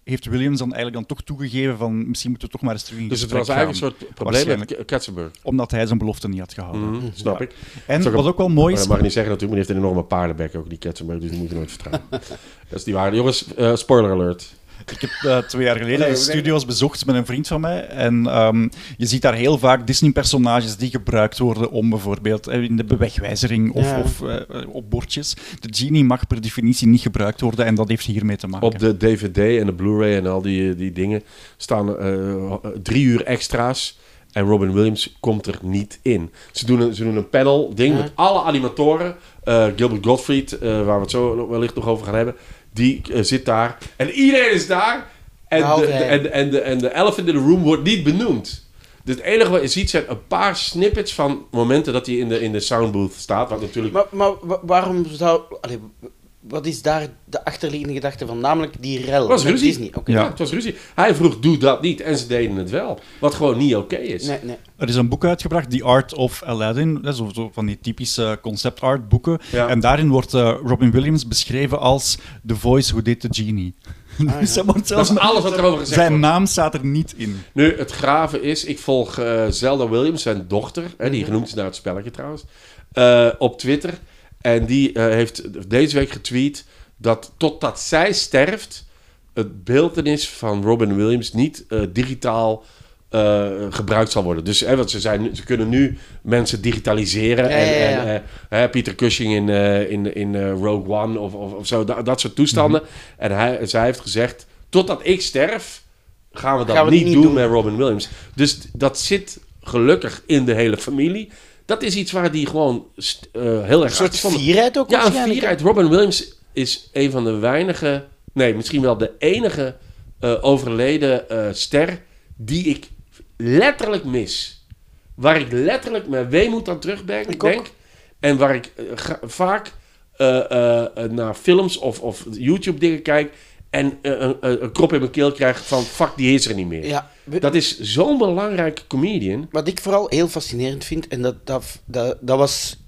[SPEAKER 2] heeft Williams dan eigenlijk dan toch toegegeven van misschien moeten we toch maar eens terug in
[SPEAKER 3] Dus het
[SPEAKER 2] gesprek
[SPEAKER 3] was eigenlijk
[SPEAKER 2] gaan.
[SPEAKER 3] een soort probleem met K- Katzenberg.
[SPEAKER 2] Omdat hij zijn belofte niet had gehouden.
[SPEAKER 3] Mm, snap
[SPEAKER 2] Ja.
[SPEAKER 3] ik.
[SPEAKER 2] En
[SPEAKER 3] Dat is
[SPEAKER 2] wat ook wel mooi
[SPEAKER 3] Maar
[SPEAKER 2] is...
[SPEAKER 3] dat mag je niet zeggen natuurlijk, maar die heeft een enorme paardenbek ook, die Katzenberg, dus die moet je nooit vertrouwen. Dat is niet waar. Jongens, uh, spoiler alert.
[SPEAKER 2] Ik heb uh, twee jaar geleden
[SPEAKER 3] Nee,
[SPEAKER 2] de
[SPEAKER 3] nee.
[SPEAKER 2] studio's bezocht met een vriend van mij. En um, je ziet daar heel vaak Disney-personages die gebruikt worden om bijvoorbeeld uh, in de bewegwijzering of,
[SPEAKER 4] Ja.
[SPEAKER 2] of uh, op bordjes. De genie mag per definitie niet gebruikt worden en dat heeft hiermee te maken.
[SPEAKER 3] Op de D V D en de Blu-ray en al die, die dingen staan uh, drie uur extra's. En Robin Williams komt er niet in. Ze doen een, ze doen een panel ding
[SPEAKER 4] Ja.
[SPEAKER 3] met alle animatoren. Uh, Gilbert Gottfried, uh, waar we het zo wellicht nog over gaan hebben. Die uh, zit daar. En iedereen is daar. En
[SPEAKER 4] Behalve
[SPEAKER 3] de, de,
[SPEAKER 4] hij.
[SPEAKER 3] en, de, en, de, en de elephant in the room wordt niet benoemd. Dus het enige wat je ziet zijn een paar snippets van momenten dat hij in de, in de soundbooth staat. Wat natuurlijk...
[SPEAKER 4] Maar, maar wa- waarom zou... Allee, wat is daar de achterliggende gedachte van? Namelijk die rel
[SPEAKER 3] Het was
[SPEAKER 4] met
[SPEAKER 3] ruzie.
[SPEAKER 4] Disney. Oké.
[SPEAKER 3] Ja, het was ruzie. Hij vroeg, doe dat niet. En ze deden het wel. Wat gewoon niet oké is.
[SPEAKER 4] Nee, nee.
[SPEAKER 2] Er is een boek uitgebracht, The Art of Aladdin. Dat is zo, zo van die typische concept art boeken.
[SPEAKER 3] Ja.
[SPEAKER 2] En daarin wordt uh, Robin Williams beschreven als The Voice Who Did the Genie.
[SPEAKER 4] ja.
[SPEAKER 2] Dus hij wordt
[SPEAKER 3] Dat
[SPEAKER 2] zelfs
[SPEAKER 3] is alles wat erover gezegd
[SPEAKER 2] zijn
[SPEAKER 3] wordt.
[SPEAKER 2] naam staat er niet in.
[SPEAKER 3] Nu, het grave is, ik volg uh, Zelda Williams, zijn dochter, hè, die genoemd is naar het spelletje trouwens, uh, op Twitter. En die uh, heeft deze week getweet dat totdat zij sterft, het beeltenis van Robin Williams niet uh, digitaal uh, gebruikt zal worden. Dus hè, want ze, zijn, ze kunnen nu mensen digitaliseren.
[SPEAKER 4] Ja,
[SPEAKER 3] en,
[SPEAKER 4] ja, ja.
[SPEAKER 3] en uh, hè, Peter Cushing in, uh, in, in uh, Rogue One of, of, of zo, dat, dat soort toestanden. Mm-hmm. En hij, zij heeft gezegd, totdat ik sterf, gaan we dat
[SPEAKER 4] Gaan we
[SPEAKER 3] niet,
[SPEAKER 4] niet
[SPEAKER 3] doen,
[SPEAKER 4] doen.
[SPEAKER 3] met Robin Williams. Dus dat zit gelukkig in de hele familie. Dat is iets waar die gewoon st- uh, heel erg
[SPEAKER 4] Een soort
[SPEAKER 3] achter stond.
[SPEAKER 4] fierheid ook
[SPEAKER 3] Ja, een
[SPEAKER 4] waarschijnlijk,
[SPEAKER 3] fierheid. Robin Williams is een van de weinige, nee, misschien wel de enige uh, overleden uh, ster die ik letterlijk mis. Waar ik letterlijk mijn weemoed aan terugdenk.
[SPEAKER 4] Ik ook.
[SPEAKER 3] denk, en waar ik uh, ga, vaak uh, uh, uh, naar films of, of YouTube dingen kijk en uh, uh, uh, een krop in mijn keel krijg van fuck, die is er niet meer.
[SPEAKER 4] Ja, we-
[SPEAKER 3] Dat is zo'n belangrijke comedian.
[SPEAKER 4] Wat ik vooral heel fascinerend vind, en dat, dat, dat, dat was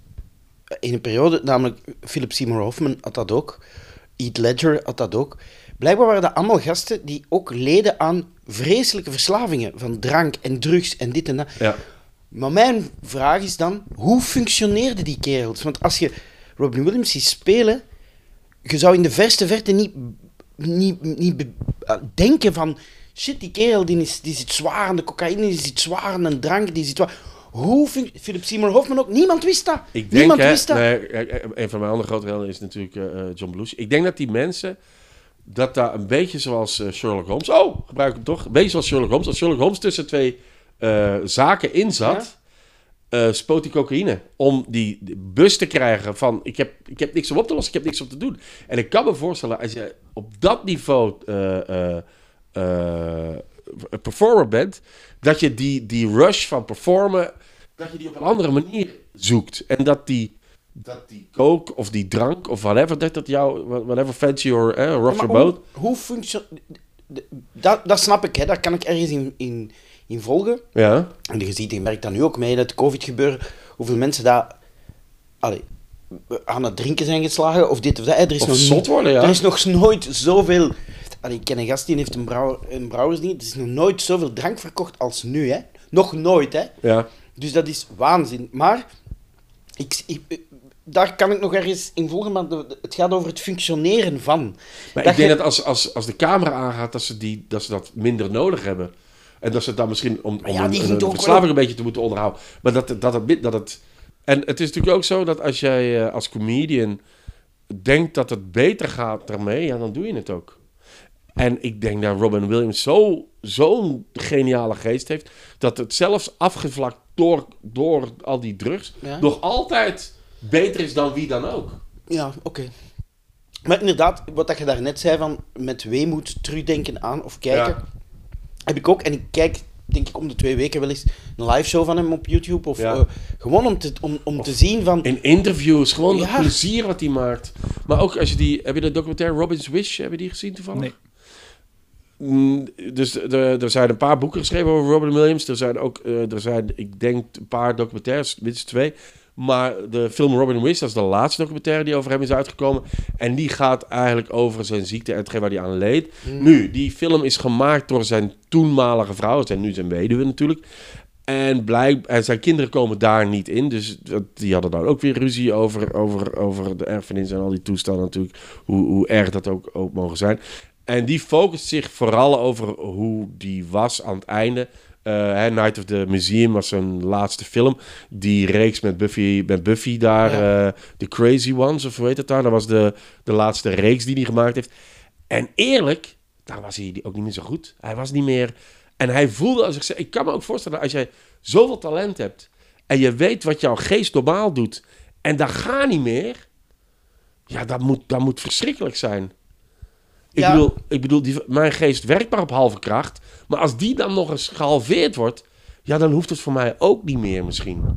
[SPEAKER 4] in een periode, namelijk Philip Seymour Hoffman had dat ook, Heath Ledger had dat ook. Blijkbaar waren dat allemaal gasten die ook leden aan vreselijke verslavingen van drank en drugs en dit en dat.
[SPEAKER 3] Ja.
[SPEAKER 4] Maar mijn vraag is dan, hoe functioneerden die kerels? Want als je Robin Williams ziet spelen, je zou in de verste verte niet, niet, niet be- uh, denken van, shit, die kerel die, is, die zit zwaar aan de cocaïne, die zit zwaar aan een drank, die zit zwaar... Hoe func- Philip Seymour Hoffman ook, niemand wist dat.
[SPEAKER 3] Ik denk,
[SPEAKER 4] niemand
[SPEAKER 3] hè,
[SPEAKER 4] wist dat.
[SPEAKER 3] nee, eh, een van mijn andere grote helden is natuurlijk uh, John Belushi. Ik denk dat die mensen, dat daar een beetje zoals uh, Sherlock Holmes... Oh, gebruik ik hem toch? Een beetje zoals Sherlock Holmes. Als Sherlock Holmes tussen twee uh, zaken in zat, ja. uh, spoot die cocaïne. Om die, die bus te krijgen van, ik heb, ik heb niks om op te lossen, ik heb niks om te doen. En ik kan me voorstellen, als je op dat niveau uh, uh, uh, performer bent, dat je die, die rush van performen, dat je die op een andere manier zoekt. En dat die, dat die coke of die drank of whatever, dat dat jou, whatever fancy or eh, rock
[SPEAKER 4] Maar
[SPEAKER 3] your boat.
[SPEAKER 4] hoe, hoe functioneert... Dat, dat snap ik, hè. Daar kan ik ergens in, in, in volgen.
[SPEAKER 3] Ja.
[SPEAKER 4] En je ziet, je merkt dat nu ook mee, dat COVID-gebeuren, hoeveel mensen daar allee, aan het drinken zijn geslagen, of dit of dat. Hè. Er is
[SPEAKER 3] Of
[SPEAKER 4] nog
[SPEAKER 3] zot
[SPEAKER 4] niet-
[SPEAKER 3] worden, ja.
[SPEAKER 4] Er is nog nooit zoveel... Allee, ik ken een gast die heeft een, brouwer, een brouwersding. Er is nog nooit zoveel drank verkocht als nu, hè. Nog nooit, hè.
[SPEAKER 3] Ja.
[SPEAKER 4] Dus dat is waanzin. Maar, ik, ik, daar kan ik nog ergens in volgen, maar de- de- het gaat over het functioneren van.
[SPEAKER 3] Maar
[SPEAKER 4] Dat
[SPEAKER 3] ik denk
[SPEAKER 4] je-
[SPEAKER 3] dat als, als, als de camera aangaat, dat ze, die, dat ze dat minder nodig hebben. En dat ze het dan misschien om, om
[SPEAKER 4] ja,
[SPEAKER 3] een,
[SPEAKER 4] die
[SPEAKER 3] een,
[SPEAKER 4] ging toch
[SPEAKER 3] verslaving
[SPEAKER 4] wel-
[SPEAKER 3] een beetje te moeten onderhouden. Maar dat, het- dat, het, dat het... En het is natuurlijk ook zo dat als jij uh, als comedian denkt dat het beter gaat daarmee, ja, dan doe je het ook. En ik denk dat Robin Williams zo, zo'n geniale geest heeft, dat het zelfs afgevlakt door, door al die drugs,
[SPEAKER 4] Ja.
[SPEAKER 3] nog altijd beter is dan wie dan ook.
[SPEAKER 4] Ja, oké. Maar inderdaad, wat dat je daarnet zei, van met weemoed terugdenken aan of kijken,
[SPEAKER 3] Ja.
[SPEAKER 4] heb ik ook. En ik kijk, denk ik, om de twee weken wel eens een live show van hem op YouTube. Of
[SPEAKER 3] Ja.
[SPEAKER 4] eh, gewoon om te, om, om te zien van...
[SPEAKER 3] In interviews, gewoon
[SPEAKER 4] Ja.
[SPEAKER 3] het plezier wat hij maakt. Maar ook als je die... Heb je de documentaire Robin's Wish, heb je die gezien toevallig?
[SPEAKER 2] Nee.
[SPEAKER 3] Mm, dus er, er zijn een paar boeken geschreven over Robin Williams. Er zijn ook, uh, er zijn, ik denk, een paar documentaires, minstens twee. Maar de film Robin Williams, dat is de laatste documentaire die over hem is uitgekomen. En die gaat eigenlijk over zijn ziekte en hetgeen waar hij aan leed. Mm. Nu, die film is gemaakt door zijn toenmalige vrouw. Zijn nu zijn weduwe natuurlijk. En, blijk, en zijn kinderen komen daar niet in. Dus die hadden dan ook weer ruzie over, over, over de erfenis en al die toestanden natuurlijk. Hoe, hoe erg dat ook, ook mogen zijn. En die focust zich vooral over hoe die was aan het einde. Uh, Night of the Museum was zijn laatste film. Die reeks met Buffy, met Buffy daar, ja. uh, The Crazy Ones, of hoe heet het daar? Dat was de, de laatste reeks die hij gemaakt heeft. En eerlijk, daar was hij ook niet meer zo goed. Hij was niet meer... En hij voelde als ik zei... Ik kan me ook voorstellen, als jij zoveel talent hebt... en je weet wat jouw geest normaal doet... en dat gaat niet meer... ja, dat moet, dat moet verschrikkelijk zijn. Ik ja. bedoel, ik bedoel die, mijn geest werkt maar op halve kracht... maar als die dan nog eens gehalveerd wordt... ja, dan hoeft het voor mij ook niet meer misschien.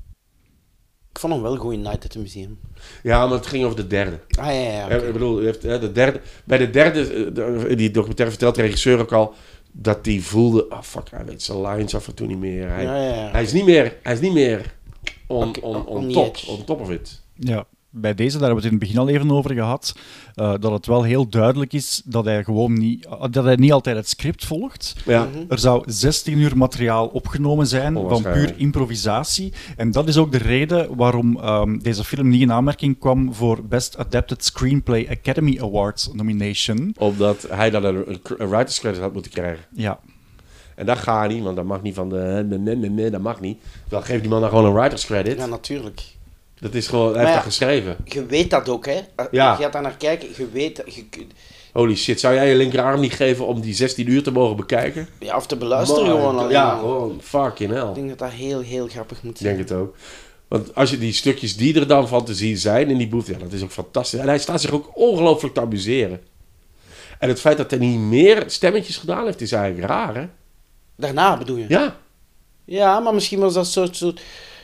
[SPEAKER 4] Ik vond hem wel goed in Night at the Museum.
[SPEAKER 3] Ja, maar het ging over de derde.
[SPEAKER 4] Ah, ja, ja. Okay.
[SPEAKER 3] Ik bedoel, de derde, bij de derde... die documentaire vertelt de regisseur ook al... dat die voelde... oh fuck, hij weet zijn lines af en toe niet meer. Hij, ja, ja, ja. hij is niet meer... Hij is niet meer on, okay, on, on, on, top, on top of it.
[SPEAKER 2] Ja. Bij deze, daar hebben we het in het begin al even over gehad, uh, dat het wel heel duidelijk is dat hij gewoon niet, dat hij niet altijd het script volgt.
[SPEAKER 3] Ja.
[SPEAKER 2] Er zou zestien uur materiaal opgenomen zijn van puur improvisatie. En dat is ook de reden waarom um, deze film niet in aanmerking kwam voor Best Adapted Screenplay Academy Awards nomination.
[SPEAKER 3] Omdat hij dan een, een writer's credit had moeten krijgen.
[SPEAKER 2] Ja.
[SPEAKER 3] En dat gaat niet, want dat mag niet van de... Nee, nee, nee, dat mag niet. Dan geeft die man dan gewoon een writer's credit.
[SPEAKER 4] Ja, natuurlijk.
[SPEAKER 3] Dat is gewoon, hij heeft
[SPEAKER 4] ja,
[SPEAKER 3] dat geschreven.
[SPEAKER 4] Je weet dat ook, hè?
[SPEAKER 3] Ja.
[SPEAKER 4] Je gaat daar naar kijken, je weet... Je...
[SPEAKER 3] Holy shit, zou jij je linkerarm niet geven om die zestien uur te mogen bekijken?
[SPEAKER 4] Ja, of te beluisteren
[SPEAKER 3] Man,
[SPEAKER 4] gewoon alleen.
[SPEAKER 3] Ja, gewoon fucking hell.
[SPEAKER 4] Ik denk dat dat heel, heel grappig moet zijn.
[SPEAKER 3] Ik denk het ook. Want als je die stukjes die er dan van te zien zijn in die boef, ja, dat is ook fantastisch. En hij staat zich ook ongelooflijk te amuseren. En het feit dat hij niet meer stemmetjes gedaan heeft, is eigenlijk raar, hè?
[SPEAKER 4] Daarna bedoel je?
[SPEAKER 3] Ja.
[SPEAKER 4] Ja, maar misschien was dat soort... soort...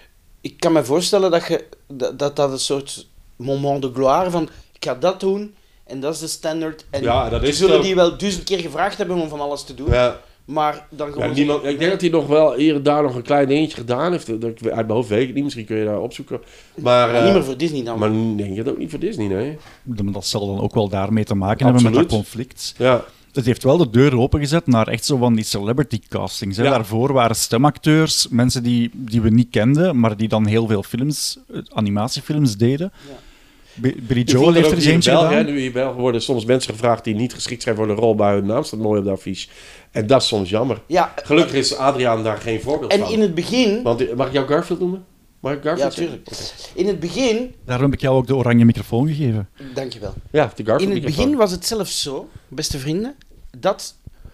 [SPEAKER 4] Ik kan me voorstellen dat, je, dat, dat dat een soort moment de gloire van... Ik ga dat doen en dat is de standaard. En
[SPEAKER 3] ja, dat is
[SPEAKER 4] zullen
[SPEAKER 3] ook...
[SPEAKER 4] die wel duizend keer gevraagd hebben om van alles te doen.
[SPEAKER 3] Ja.
[SPEAKER 4] Maar dan gewoon...
[SPEAKER 3] Ja, niemand, ik denk dat hij nog wel hier en daar nog een klein dingetje gedaan heeft. Dat ik, uit mijn hoofd weet ik het niet. Misschien kun je daar opzoeken. Maar,
[SPEAKER 4] uh, niet meer voor
[SPEAKER 3] dan.
[SPEAKER 4] Disney dan.
[SPEAKER 3] Maar denk je dat ook niet voor Disney, nee?
[SPEAKER 2] Dat zal dan ook wel daarmee te maken
[SPEAKER 3] Absoluut.
[SPEAKER 2] hebben met dat conflict.
[SPEAKER 3] Ja.
[SPEAKER 2] Het heeft wel de deur opengezet naar echt zo van die celebrity castings. Hè. Ja. Daarvoor waren stemacteurs, mensen die, die we niet kenden, maar die dan heel veel films, animatiefilms deden. Ja. Billy Joel heeft er eens eentje gedaan.
[SPEAKER 3] Ja, nu in België worden soms mensen gevraagd die niet geschikt zijn voor de rol, bij hun naam staat mooi op de affiche. En dat is soms jammer.
[SPEAKER 4] Ja,
[SPEAKER 3] Gelukkig is Adriaan daar geen voorbeeld
[SPEAKER 4] en
[SPEAKER 3] van.
[SPEAKER 4] En in het begin...
[SPEAKER 3] Want, mag ik jou Garfield noemen? Mag ik Garfield
[SPEAKER 4] Ja, tuurlijk. In het begin...
[SPEAKER 2] Daarom heb ik jou ook de oranje microfoon gegeven.
[SPEAKER 4] Dankjewel.
[SPEAKER 3] Ja, de Garfield
[SPEAKER 4] In het begin was het zelfs zo, beste vrienden, dat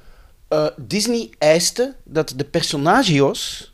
[SPEAKER 4] uh, Disney eiste dat de personages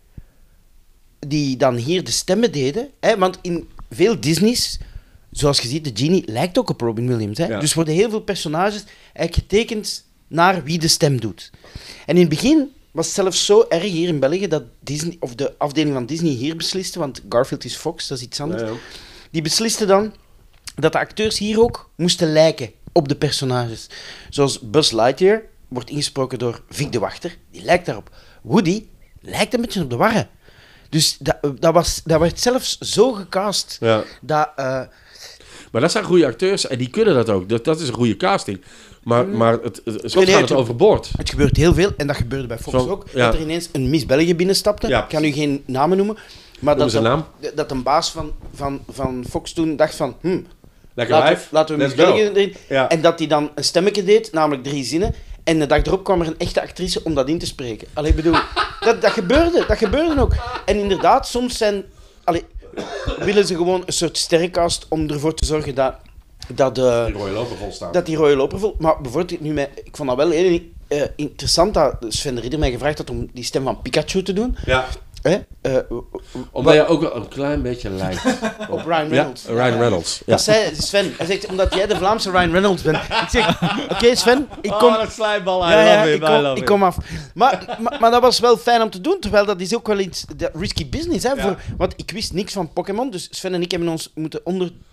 [SPEAKER 4] die dan hier de stemmen deden, hè, want in veel Disney's, zoals je ziet, de Genie lijkt ook op Robin Williams. Hè? Ja. Dus worden heel veel personages eigenlijk getekend naar wie de stem doet. En in het begin was het zelfs zo erg hier in België dat Disney, of de afdeling van Disney hier besliste, want Garfield is Fox, dat is iets anders. Ja, ja. Die besliste dan dat de acteurs hier ook moesten lijken op de personages. Zoals Buzz Lightyear wordt ingesproken door Vic de Wachter, die lijkt daarop. Woody lijkt een beetje op de Warre. Dus dat, dat, was, dat werd zelfs zo gecast.
[SPEAKER 3] Ja.
[SPEAKER 4] Dat, uh...
[SPEAKER 3] Maar dat zijn goede acteurs en die kunnen dat ook. Dat, dat is een goede casting. Maar, mm. maar het, het, soms nee, nee, gaat het, het overboord.
[SPEAKER 4] Het gebeurt heel veel en dat gebeurde bij Fox Zo, ook. Ja. Dat er ineens een Miss België binnenstapte. Ja. Ik kan nu geen namen noemen. Maar dat,
[SPEAKER 3] naam.
[SPEAKER 4] dat, dat een baas van, van, van Fox toen dacht van... Hmm,
[SPEAKER 3] Lekker
[SPEAKER 4] laten,
[SPEAKER 3] live.
[SPEAKER 4] laten we Miss België erin. Ja. En dat hij dan een stemmetje deed, namelijk drie zinnen. En de dag erop kwam er een echte actrice om dat in te spreken. Allee, bedoel, dat, dat gebeurde. Dat gebeurde ook. En inderdaad, soms zijn... Allee, willen ze gewoon een soort sterrencast om ervoor te zorgen dat... Dat, uh,
[SPEAKER 3] die rode loper vol staat.
[SPEAKER 4] Dat die rode loper vol... Maar bijvoorbeeld, nu met, ik vond dat wel heel uh, interessant dat Sven de Ridder mij gevraagd had om die stem van Pikachu te doen.
[SPEAKER 3] Ja.
[SPEAKER 4] Eh, uh,
[SPEAKER 3] omdat je ook een klein beetje lijkt
[SPEAKER 4] op, op Ryan Reynolds.
[SPEAKER 3] Ja, Ryan Reynolds. Ja.
[SPEAKER 4] Dat zei Sven. Hij zegt, omdat jij de Vlaamse Ryan Reynolds bent. Ik zeg, oké okay, Sven, ik kom...
[SPEAKER 3] Oh, dat slijmbal, I
[SPEAKER 4] ja, ja,
[SPEAKER 3] love
[SPEAKER 4] ik, kom, I love ik kom af. Maar, maar, maar dat was wel fijn om te doen, terwijl dat is ook wel iets... Risky business, hè. Ja. Voor, want ik wist niks van Pokémon, dus Sven en ik hebben ons moeten onder...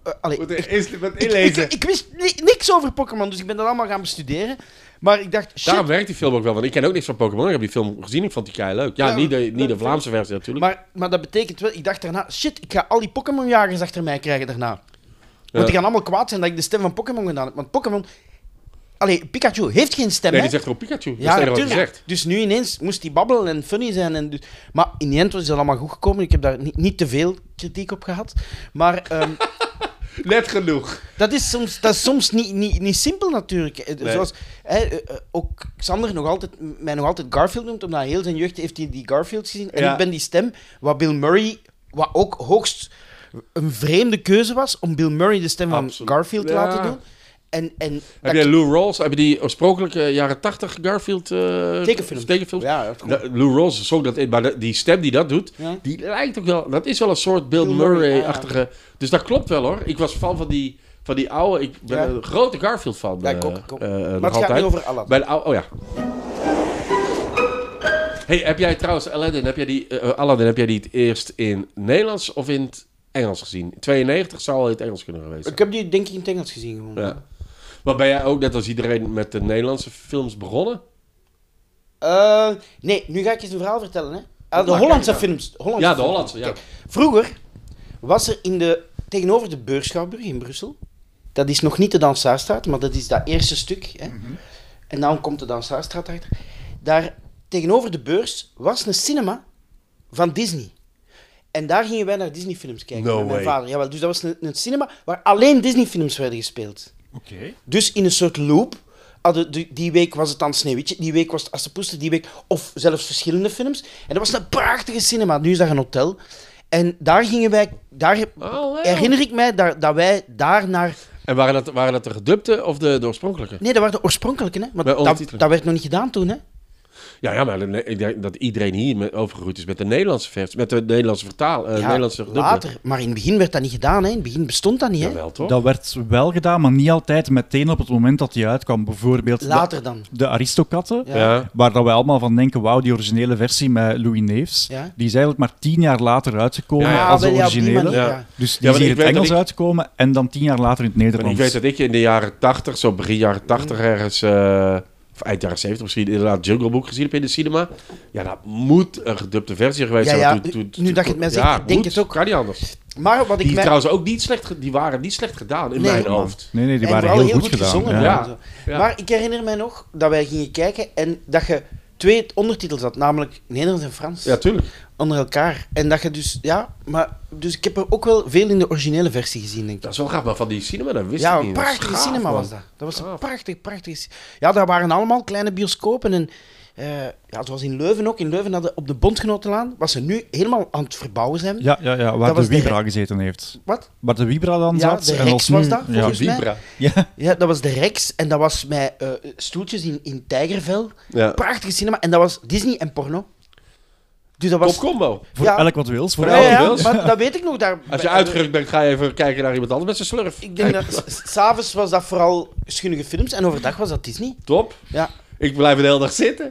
[SPEAKER 4] Uh, allee,
[SPEAKER 3] Moet
[SPEAKER 4] ik,
[SPEAKER 3] er eerst wat
[SPEAKER 4] ik,
[SPEAKER 3] inlezen.
[SPEAKER 4] ik, ik wist ni- niks over Pokémon, dus ik ben dat allemaal gaan bestuderen. Maar ik dacht, shit.
[SPEAKER 3] Daarom werkt die film ook wel, want ik ken ook niks van Pokémon. Ik heb die film gezien, ik vond die kei leuk. Ja,
[SPEAKER 4] Ja,
[SPEAKER 3] niet, de, niet de
[SPEAKER 4] leuk
[SPEAKER 3] Vlaamse versie natuurlijk.
[SPEAKER 4] Maar, maar dat betekent wel, ik dacht daarna, shit, ik ga al die Pokémon-jagers achter mij krijgen daarna. Want
[SPEAKER 3] Ja.
[SPEAKER 4] die gaan allemaal kwaad zijn dat ik de stem van Pokémon gedaan heb. Want Pokémon... Allee, Pikachu heeft geen stem,
[SPEAKER 3] Nee,
[SPEAKER 4] hè?
[SPEAKER 3] die zegt gewoon Pikachu. Dat is
[SPEAKER 4] Ja,
[SPEAKER 3] het enige wat
[SPEAKER 4] natuurlijk.
[SPEAKER 3] hij zegt.
[SPEAKER 4] Dus nu ineens moest hij babbelen en funny zijn. En dus... Maar in die end was het allemaal goed gekomen. Ik heb daar niet, niet te veel kritiek op gehad. Maar ehm,
[SPEAKER 3] Net genoeg.
[SPEAKER 4] dat is soms, dat is soms niet, niet, niet simpel natuurlijk. Eh,
[SPEAKER 3] Nee.
[SPEAKER 4] Zoals hè, eh, eh, ook Xander nog altijd, mij nog altijd Garfield noemt, omdat heel zijn jeugd heeft hij die Garfield gezien. En
[SPEAKER 3] Ja.
[SPEAKER 4] ik ben die stem, wat Bill Murray, wat ook hoogst een vreemde keuze was, om Bill Murray de stem van
[SPEAKER 3] Absoluut.
[SPEAKER 4] Garfield te
[SPEAKER 3] Ja.
[SPEAKER 4] laten doen. En, en
[SPEAKER 3] Heb
[SPEAKER 4] dat-
[SPEAKER 3] jij Lou Rawls, heb je die oorspronkelijke jaren tachtig Garfield uh,
[SPEAKER 4] Tekenfilms.
[SPEAKER 3] tekenfilms?
[SPEAKER 4] Ja, dat is goed.
[SPEAKER 3] Da- Lou Rawls zong dat in, maar de- die stem die dat doet,
[SPEAKER 4] Ja.
[SPEAKER 3] die lijkt ook wel... Dat is wel een soort Bill,
[SPEAKER 4] Bill Murray,
[SPEAKER 3] Murray-achtige... Dus dat klopt wel, hoor. Ik was fan van die, van die oude... Ik ben
[SPEAKER 4] Ja.
[SPEAKER 3] een grote Garfield-fan.
[SPEAKER 4] Ja,
[SPEAKER 3] eh,
[SPEAKER 4] ik ook, ik ook.
[SPEAKER 3] eh,
[SPEAKER 4] Maar
[SPEAKER 3] nog
[SPEAKER 4] het gaat
[SPEAKER 3] altijd.
[SPEAKER 4] niet over Aladdin.
[SPEAKER 3] Bij de oude... Oh ja. Hey, heb jij trouwens Aladdin, heb jij die, eh, Aladdin, heb jij die het eerst in Nederlands of in het Engels gezien? In tweeënnegentig zou al in het Engels kunnen geweest zijn.
[SPEAKER 4] Ik heb die denk ik in het Engels gezien gewoon.
[SPEAKER 3] Ja. Maar ben jij ook, net als iedereen, met de Nederlandse films begonnen?
[SPEAKER 4] Eh, nee, nu ga ik je een verhaal vertellen. Hè. Ah, de
[SPEAKER 3] Maar
[SPEAKER 4] Hollandse
[SPEAKER 3] kijk, ja.
[SPEAKER 4] films. de Hollandse
[SPEAKER 3] Ja, de
[SPEAKER 4] films.
[SPEAKER 3] Hollandse, ja.
[SPEAKER 4] Kijk, vroeger was er in de, tegenover de Beurschouwburg in Brussel, dat is nog niet de Dansaarstraat, maar dat is dat eerste stuk. Hè. En dan komt de Dansaarstraat achter. Daar tegenover de beurs was een cinema van Disney. En daar gingen wij naar Disney-films kijken
[SPEAKER 3] No
[SPEAKER 4] met mijn
[SPEAKER 3] way.
[SPEAKER 4] vader. Jawel, dus dat was een, een cinema waar alleen Disney-films werden gespeeld.
[SPEAKER 2] Oké.
[SPEAKER 4] Dus in een soort loop. Hadden die, die week was het dan Sneeuwwitje, die week was het Assepoester, die week... Of zelfs verschillende films. En dat was een prachtige cinema. Nu is dat een hotel. En daar gingen wij... Daar
[SPEAKER 3] Oh,
[SPEAKER 4] herinner ik mij dat, dat wij daar naar...
[SPEAKER 3] En waren dat, waren dat de gedubte of de, de oorspronkelijke?
[SPEAKER 4] Nee, dat waren de oorspronkelijke, hè. Want
[SPEAKER 3] Met
[SPEAKER 4] dat,
[SPEAKER 3] ondertiteling.
[SPEAKER 4] dat werd nog niet gedaan toen, hè.
[SPEAKER 3] Ja, ja, maar de- ik denk dat iedereen hier met, overgegroeid is met de Nederlandse versie, met de Nederlandse vertaal, eh
[SPEAKER 4] Ja,
[SPEAKER 3] Nederlandse gedubte.
[SPEAKER 4] later. Maar in het begin werd dat niet gedaan, hè. In het begin bestond dat niet, hè.
[SPEAKER 3] Jawel, toch?
[SPEAKER 2] Dat werd wel gedaan, maar niet altijd meteen op het moment dat die uitkwam. Bijvoorbeeld de-
[SPEAKER 4] Later dan.
[SPEAKER 2] de Aristokatten,
[SPEAKER 4] Ja.
[SPEAKER 3] Ja.
[SPEAKER 2] waar dat wij allemaal van denken, wauw, die originele versie met Louis Neefs,
[SPEAKER 4] Ja.
[SPEAKER 2] die is eigenlijk maar tien jaar later uitgekomen
[SPEAKER 3] Ja, ja.
[SPEAKER 2] als de
[SPEAKER 4] wel, ja, op die
[SPEAKER 2] originele.
[SPEAKER 4] manier,
[SPEAKER 3] Ja.
[SPEAKER 4] ja.
[SPEAKER 2] Dus die
[SPEAKER 3] Ja,
[SPEAKER 2] is
[SPEAKER 3] want
[SPEAKER 2] hier
[SPEAKER 3] ik
[SPEAKER 2] in het
[SPEAKER 3] weet dat
[SPEAKER 2] Engels
[SPEAKER 3] ik-
[SPEAKER 2] uitgekomen en dan tien jaar later in het
[SPEAKER 3] Maar
[SPEAKER 2] Nederlands.
[SPEAKER 3] ik weet dat ik in de jaren tachtig, zo begin jaren tachtig ergens, eh, of eind jaren zeventig misschien, inderdaad Jungle Book gezien heb in de cinema. Ja, dat moet een gedubte versie geweest
[SPEAKER 4] Ja,
[SPEAKER 3] zijn.
[SPEAKER 4] ja,
[SPEAKER 3] want toen- toen-
[SPEAKER 4] nu dat je het mij zegt,
[SPEAKER 3] ja,
[SPEAKER 4] ik denk
[SPEAKER 3] moet.
[SPEAKER 4] het ook.
[SPEAKER 3] Kan niet anders.
[SPEAKER 4] Maar wat ik
[SPEAKER 3] Die,
[SPEAKER 4] mij...
[SPEAKER 3] trouwens ook niet slecht, ge- die waren niet slecht gedaan in
[SPEAKER 4] Nee,
[SPEAKER 3] mijn
[SPEAKER 4] man.
[SPEAKER 3] hoofd.
[SPEAKER 2] Nee, nee, die
[SPEAKER 4] en
[SPEAKER 2] waren
[SPEAKER 4] vooral
[SPEAKER 2] heel goed, gedaan.
[SPEAKER 4] gezongen.
[SPEAKER 2] ja.
[SPEAKER 3] Ja.
[SPEAKER 4] en zo.
[SPEAKER 3] Ja.
[SPEAKER 4] Maar ik herinner mij nog dat wij gingen kijken en dat je twee ondertitels had, namelijk Nederlands en Frans,
[SPEAKER 3] Ja, tuurlijk.
[SPEAKER 4] onder elkaar. En dat je dus, ja, maar... Dus ik heb er ook wel veel in de originele versie gezien, denk ik.
[SPEAKER 3] Dat is wel gaaf, maar van die cinema, dat wist
[SPEAKER 4] Ja,
[SPEAKER 3] ik
[SPEAKER 4] een
[SPEAKER 3] niet. Dat is
[SPEAKER 4] prachtige
[SPEAKER 3] gaaf,
[SPEAKER 4] cinema
[SPEAKER 3] man.
[SPEAKER 4] was dat. Dat was een
[SPEAKER 3] Gaaf.
[SPEAKER 4] prachtig, prachtig... c- Ja, daar waren allemaal kleine bioscopen en... eh, ja, zoals in Leuven ook. In Leuven hadden op de Bondgenotenlaan, was ze nu helemaal aan het verbouwen zijn.
[SPEAKER 2] Ja, ja, ja, waar
[SPEAKER 4] Dat
[SPEAKER 2] de
[SPEAKER 4] was de
[SPEAKER 2] Vibra
[SPEAKER 4] re-
[SPEAKER 2] gezeten heeft.
[SPEAKER 4] Wat?
[SPEAKER 2] Waar de Vibra dan
[SPEAKER 4] Ja,
[SPEAKER 2] zat.
[SPEAKER 4] de
[SPEAKER 2] en
[SPEAKER 4] Rex
[SPEAKER 2] als
[SPEAKER 4] was
[SPEAKER 2] nu-
[SPEAKER 4] dat,
[SPEAKER 2] ja.
[SPEAKER 4] volgens mij.
[SPEAKER 3] Vibra.
[SPEAKER 2] Ja.
[SPEAKER 4] Ja, dat was de Rex en dat was met eh, stoeltjes in, in tijgervel.
[SPEAKER 3] Ja.
[SPEAKER 4] Prachtige cinema. En dat was Disney en porno. Dus dat was...
[SPEAKER 3] Top combo.
[SPEAKER 2] Voor
[SPEAKER 4] Ja.
[SPEAKER 2] elk wat wils. Voor
[SPEAKER 3] Ja,
[SPEAKER 4] Ja,
[SPEAKER 2] elk
[SPEAKER 3] elke
[SPEAKER 4] ja,
[SPEAKER 3] wils.
[SPEAKER 4] maar dat weet ik nog. Daar,
[SPEAKER 3] Als je uitgerukt bent, ga je even kijken naar iemand anders met zijn slurf.
[SPEAKER 4] Ik denk dat... s- S'avonds was dat vooral schunnige films en overdag was dat Disney.
[SPEAKER 3] Top.
[SPEAKER 4] Ja.
[SPEAKER 3] Ik blijf de hele dag zitten.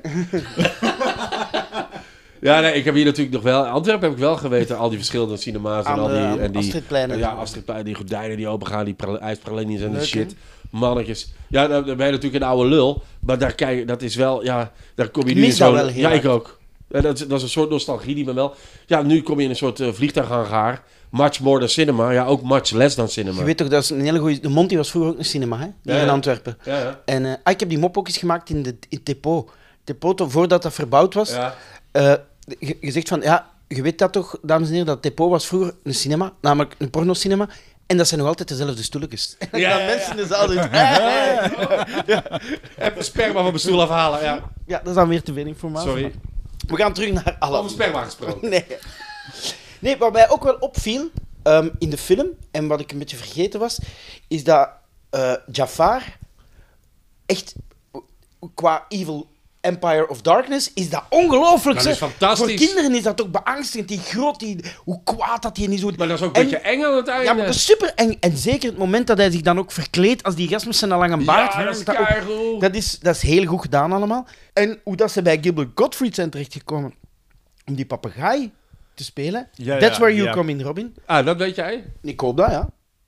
[SPEAKER 3] Ja, nee, ik heb hier natuurlijk nog wel... In Antwerpen heb ik wel geweten, al die verschillende cinema's en
[SPEAKER 4] Aan
[SPEAKER 3] al
[SPEAKER 4] de-
[SPEAKER 3] die...
[SPEAKER 4] aan
[SPEAKER 3] en die
[SPEAKER 4] Astridplein en
[SPEAKER 3] Ja,
[SPEAKER 4] zo.
[SPEAKER 3] Astridplein, die gordijnen die opengaan, die pra- ijspralinies en die
[SPEAKER 4] Leuk,
[SPEAKER 3] shit. Mannetjes. Ja, dan, dan ben je natuurlijk een oude lul. Maar daar kijk, dat is wel... Ja, daar kom je
[SPEAKER 4] Ik
[SPEAKER 3] nu in
[SPEAKER 4] mis dat
[SPEAKER 3] zo'n...
[SPEAKER 4] wel heel
[SPEAKER 3] Ja, ik
[SPEAKER 4] erg.
[SPEAKER 3] ook. Ja, dat, is, dat is een soort nostalgie die me wel... Ja, nu kom je in een soort uh, vliegtuighangaar. Much more than cinema. Ja, ook much less dan cinema.
[SPEAKER 4] Je weet toch, dat is een hele goede... De Monty was vroeger ook een cinema, hè? Hier
[SPEAKER 3] Ja, ja.
[SPEAKER 4] in Antwerpen.
[SPEAKER 3] Ja, ja.
[SPEAKER 4] En eh, ah, ik heb die mop ook eens gemaakt in, de, in het depot. Het depot, toch, voordat dat verbouwd was.
[SPEAKER 3] Ja.
[SPEAKER 4] Eh, je, je zegt van, ja, je weet dat toch, dames en heren, dat het depot was vroeger een cinema, namelijk een pornocinema. En dat zijn nog altijd dezelfde stoeltjes. En dan
[SPEAKER 3] Ja,
[SPEAKER 4] gaan
[SPEAKER 3] ja,
[SPEAKER 4] mensen in de zaal doen. Ja.
[SPEAKER 3] Even sperma van mijn stoel afhalen, ja.
[SPEAKER 4] Ja, dat is dan weer te veel informatie.
[SPEAKER 3] Sorry.
[SPEAKER 4] maar We gaan terug naar
[SPEAKER 3] Over
[SPEAKER 4] Aladdin.
[SPEAKER 3] sperma gesproken.
[SPEAKER 4] Nee. Nee, wat mij ook wel opviel ehm, in de film, en wat ik een beetje vergeten was, is dat eh, Jafar echt qua evil Empire of Darkness is dat ongelooflijk.
[SPEAKER 3] Dat is
[SPEAKER 4] zeg.
[SPEAKER 3] fantastisch.
[SPEAKER 4] Voor kinderen is dat ook beangstigend, die groot, die, hoe kwaad dat hij niet zo...
[SPEAKER 3] Maar dat is ook een
[SPEAKER 4] En-
[SPEAKER 3] beetje eng aan het einde.
[SPEAKER 4] Ja, maar dat is super eng. En zeker het moment dat hij zich dan ook verkleedt als die gast met zijn lange baard.
[SPEAKER 3] Ja, dat is
[SPEAKER 4] dat, ook-
[SPEAKER 3] keigoed.
[SPEAKER 4] dat, is, dat is heel goed gedaan allemaal. En hoe dat ze bij Gilbert Gottfried zijn terechtgekomen om die papegaai te spelen.
[SPEAKER 2] Ja,
[SPEAKER 4] That's
[SPEAKER 2] ja,
[SPEAKER 4] where you
[SPEAKER 2] ja.
[SPEAKER 4] come in, Robin.
[SPEAKER 3] Ah, dat weet jij?
[SPEAKER 4] Ik hoop dat, ja.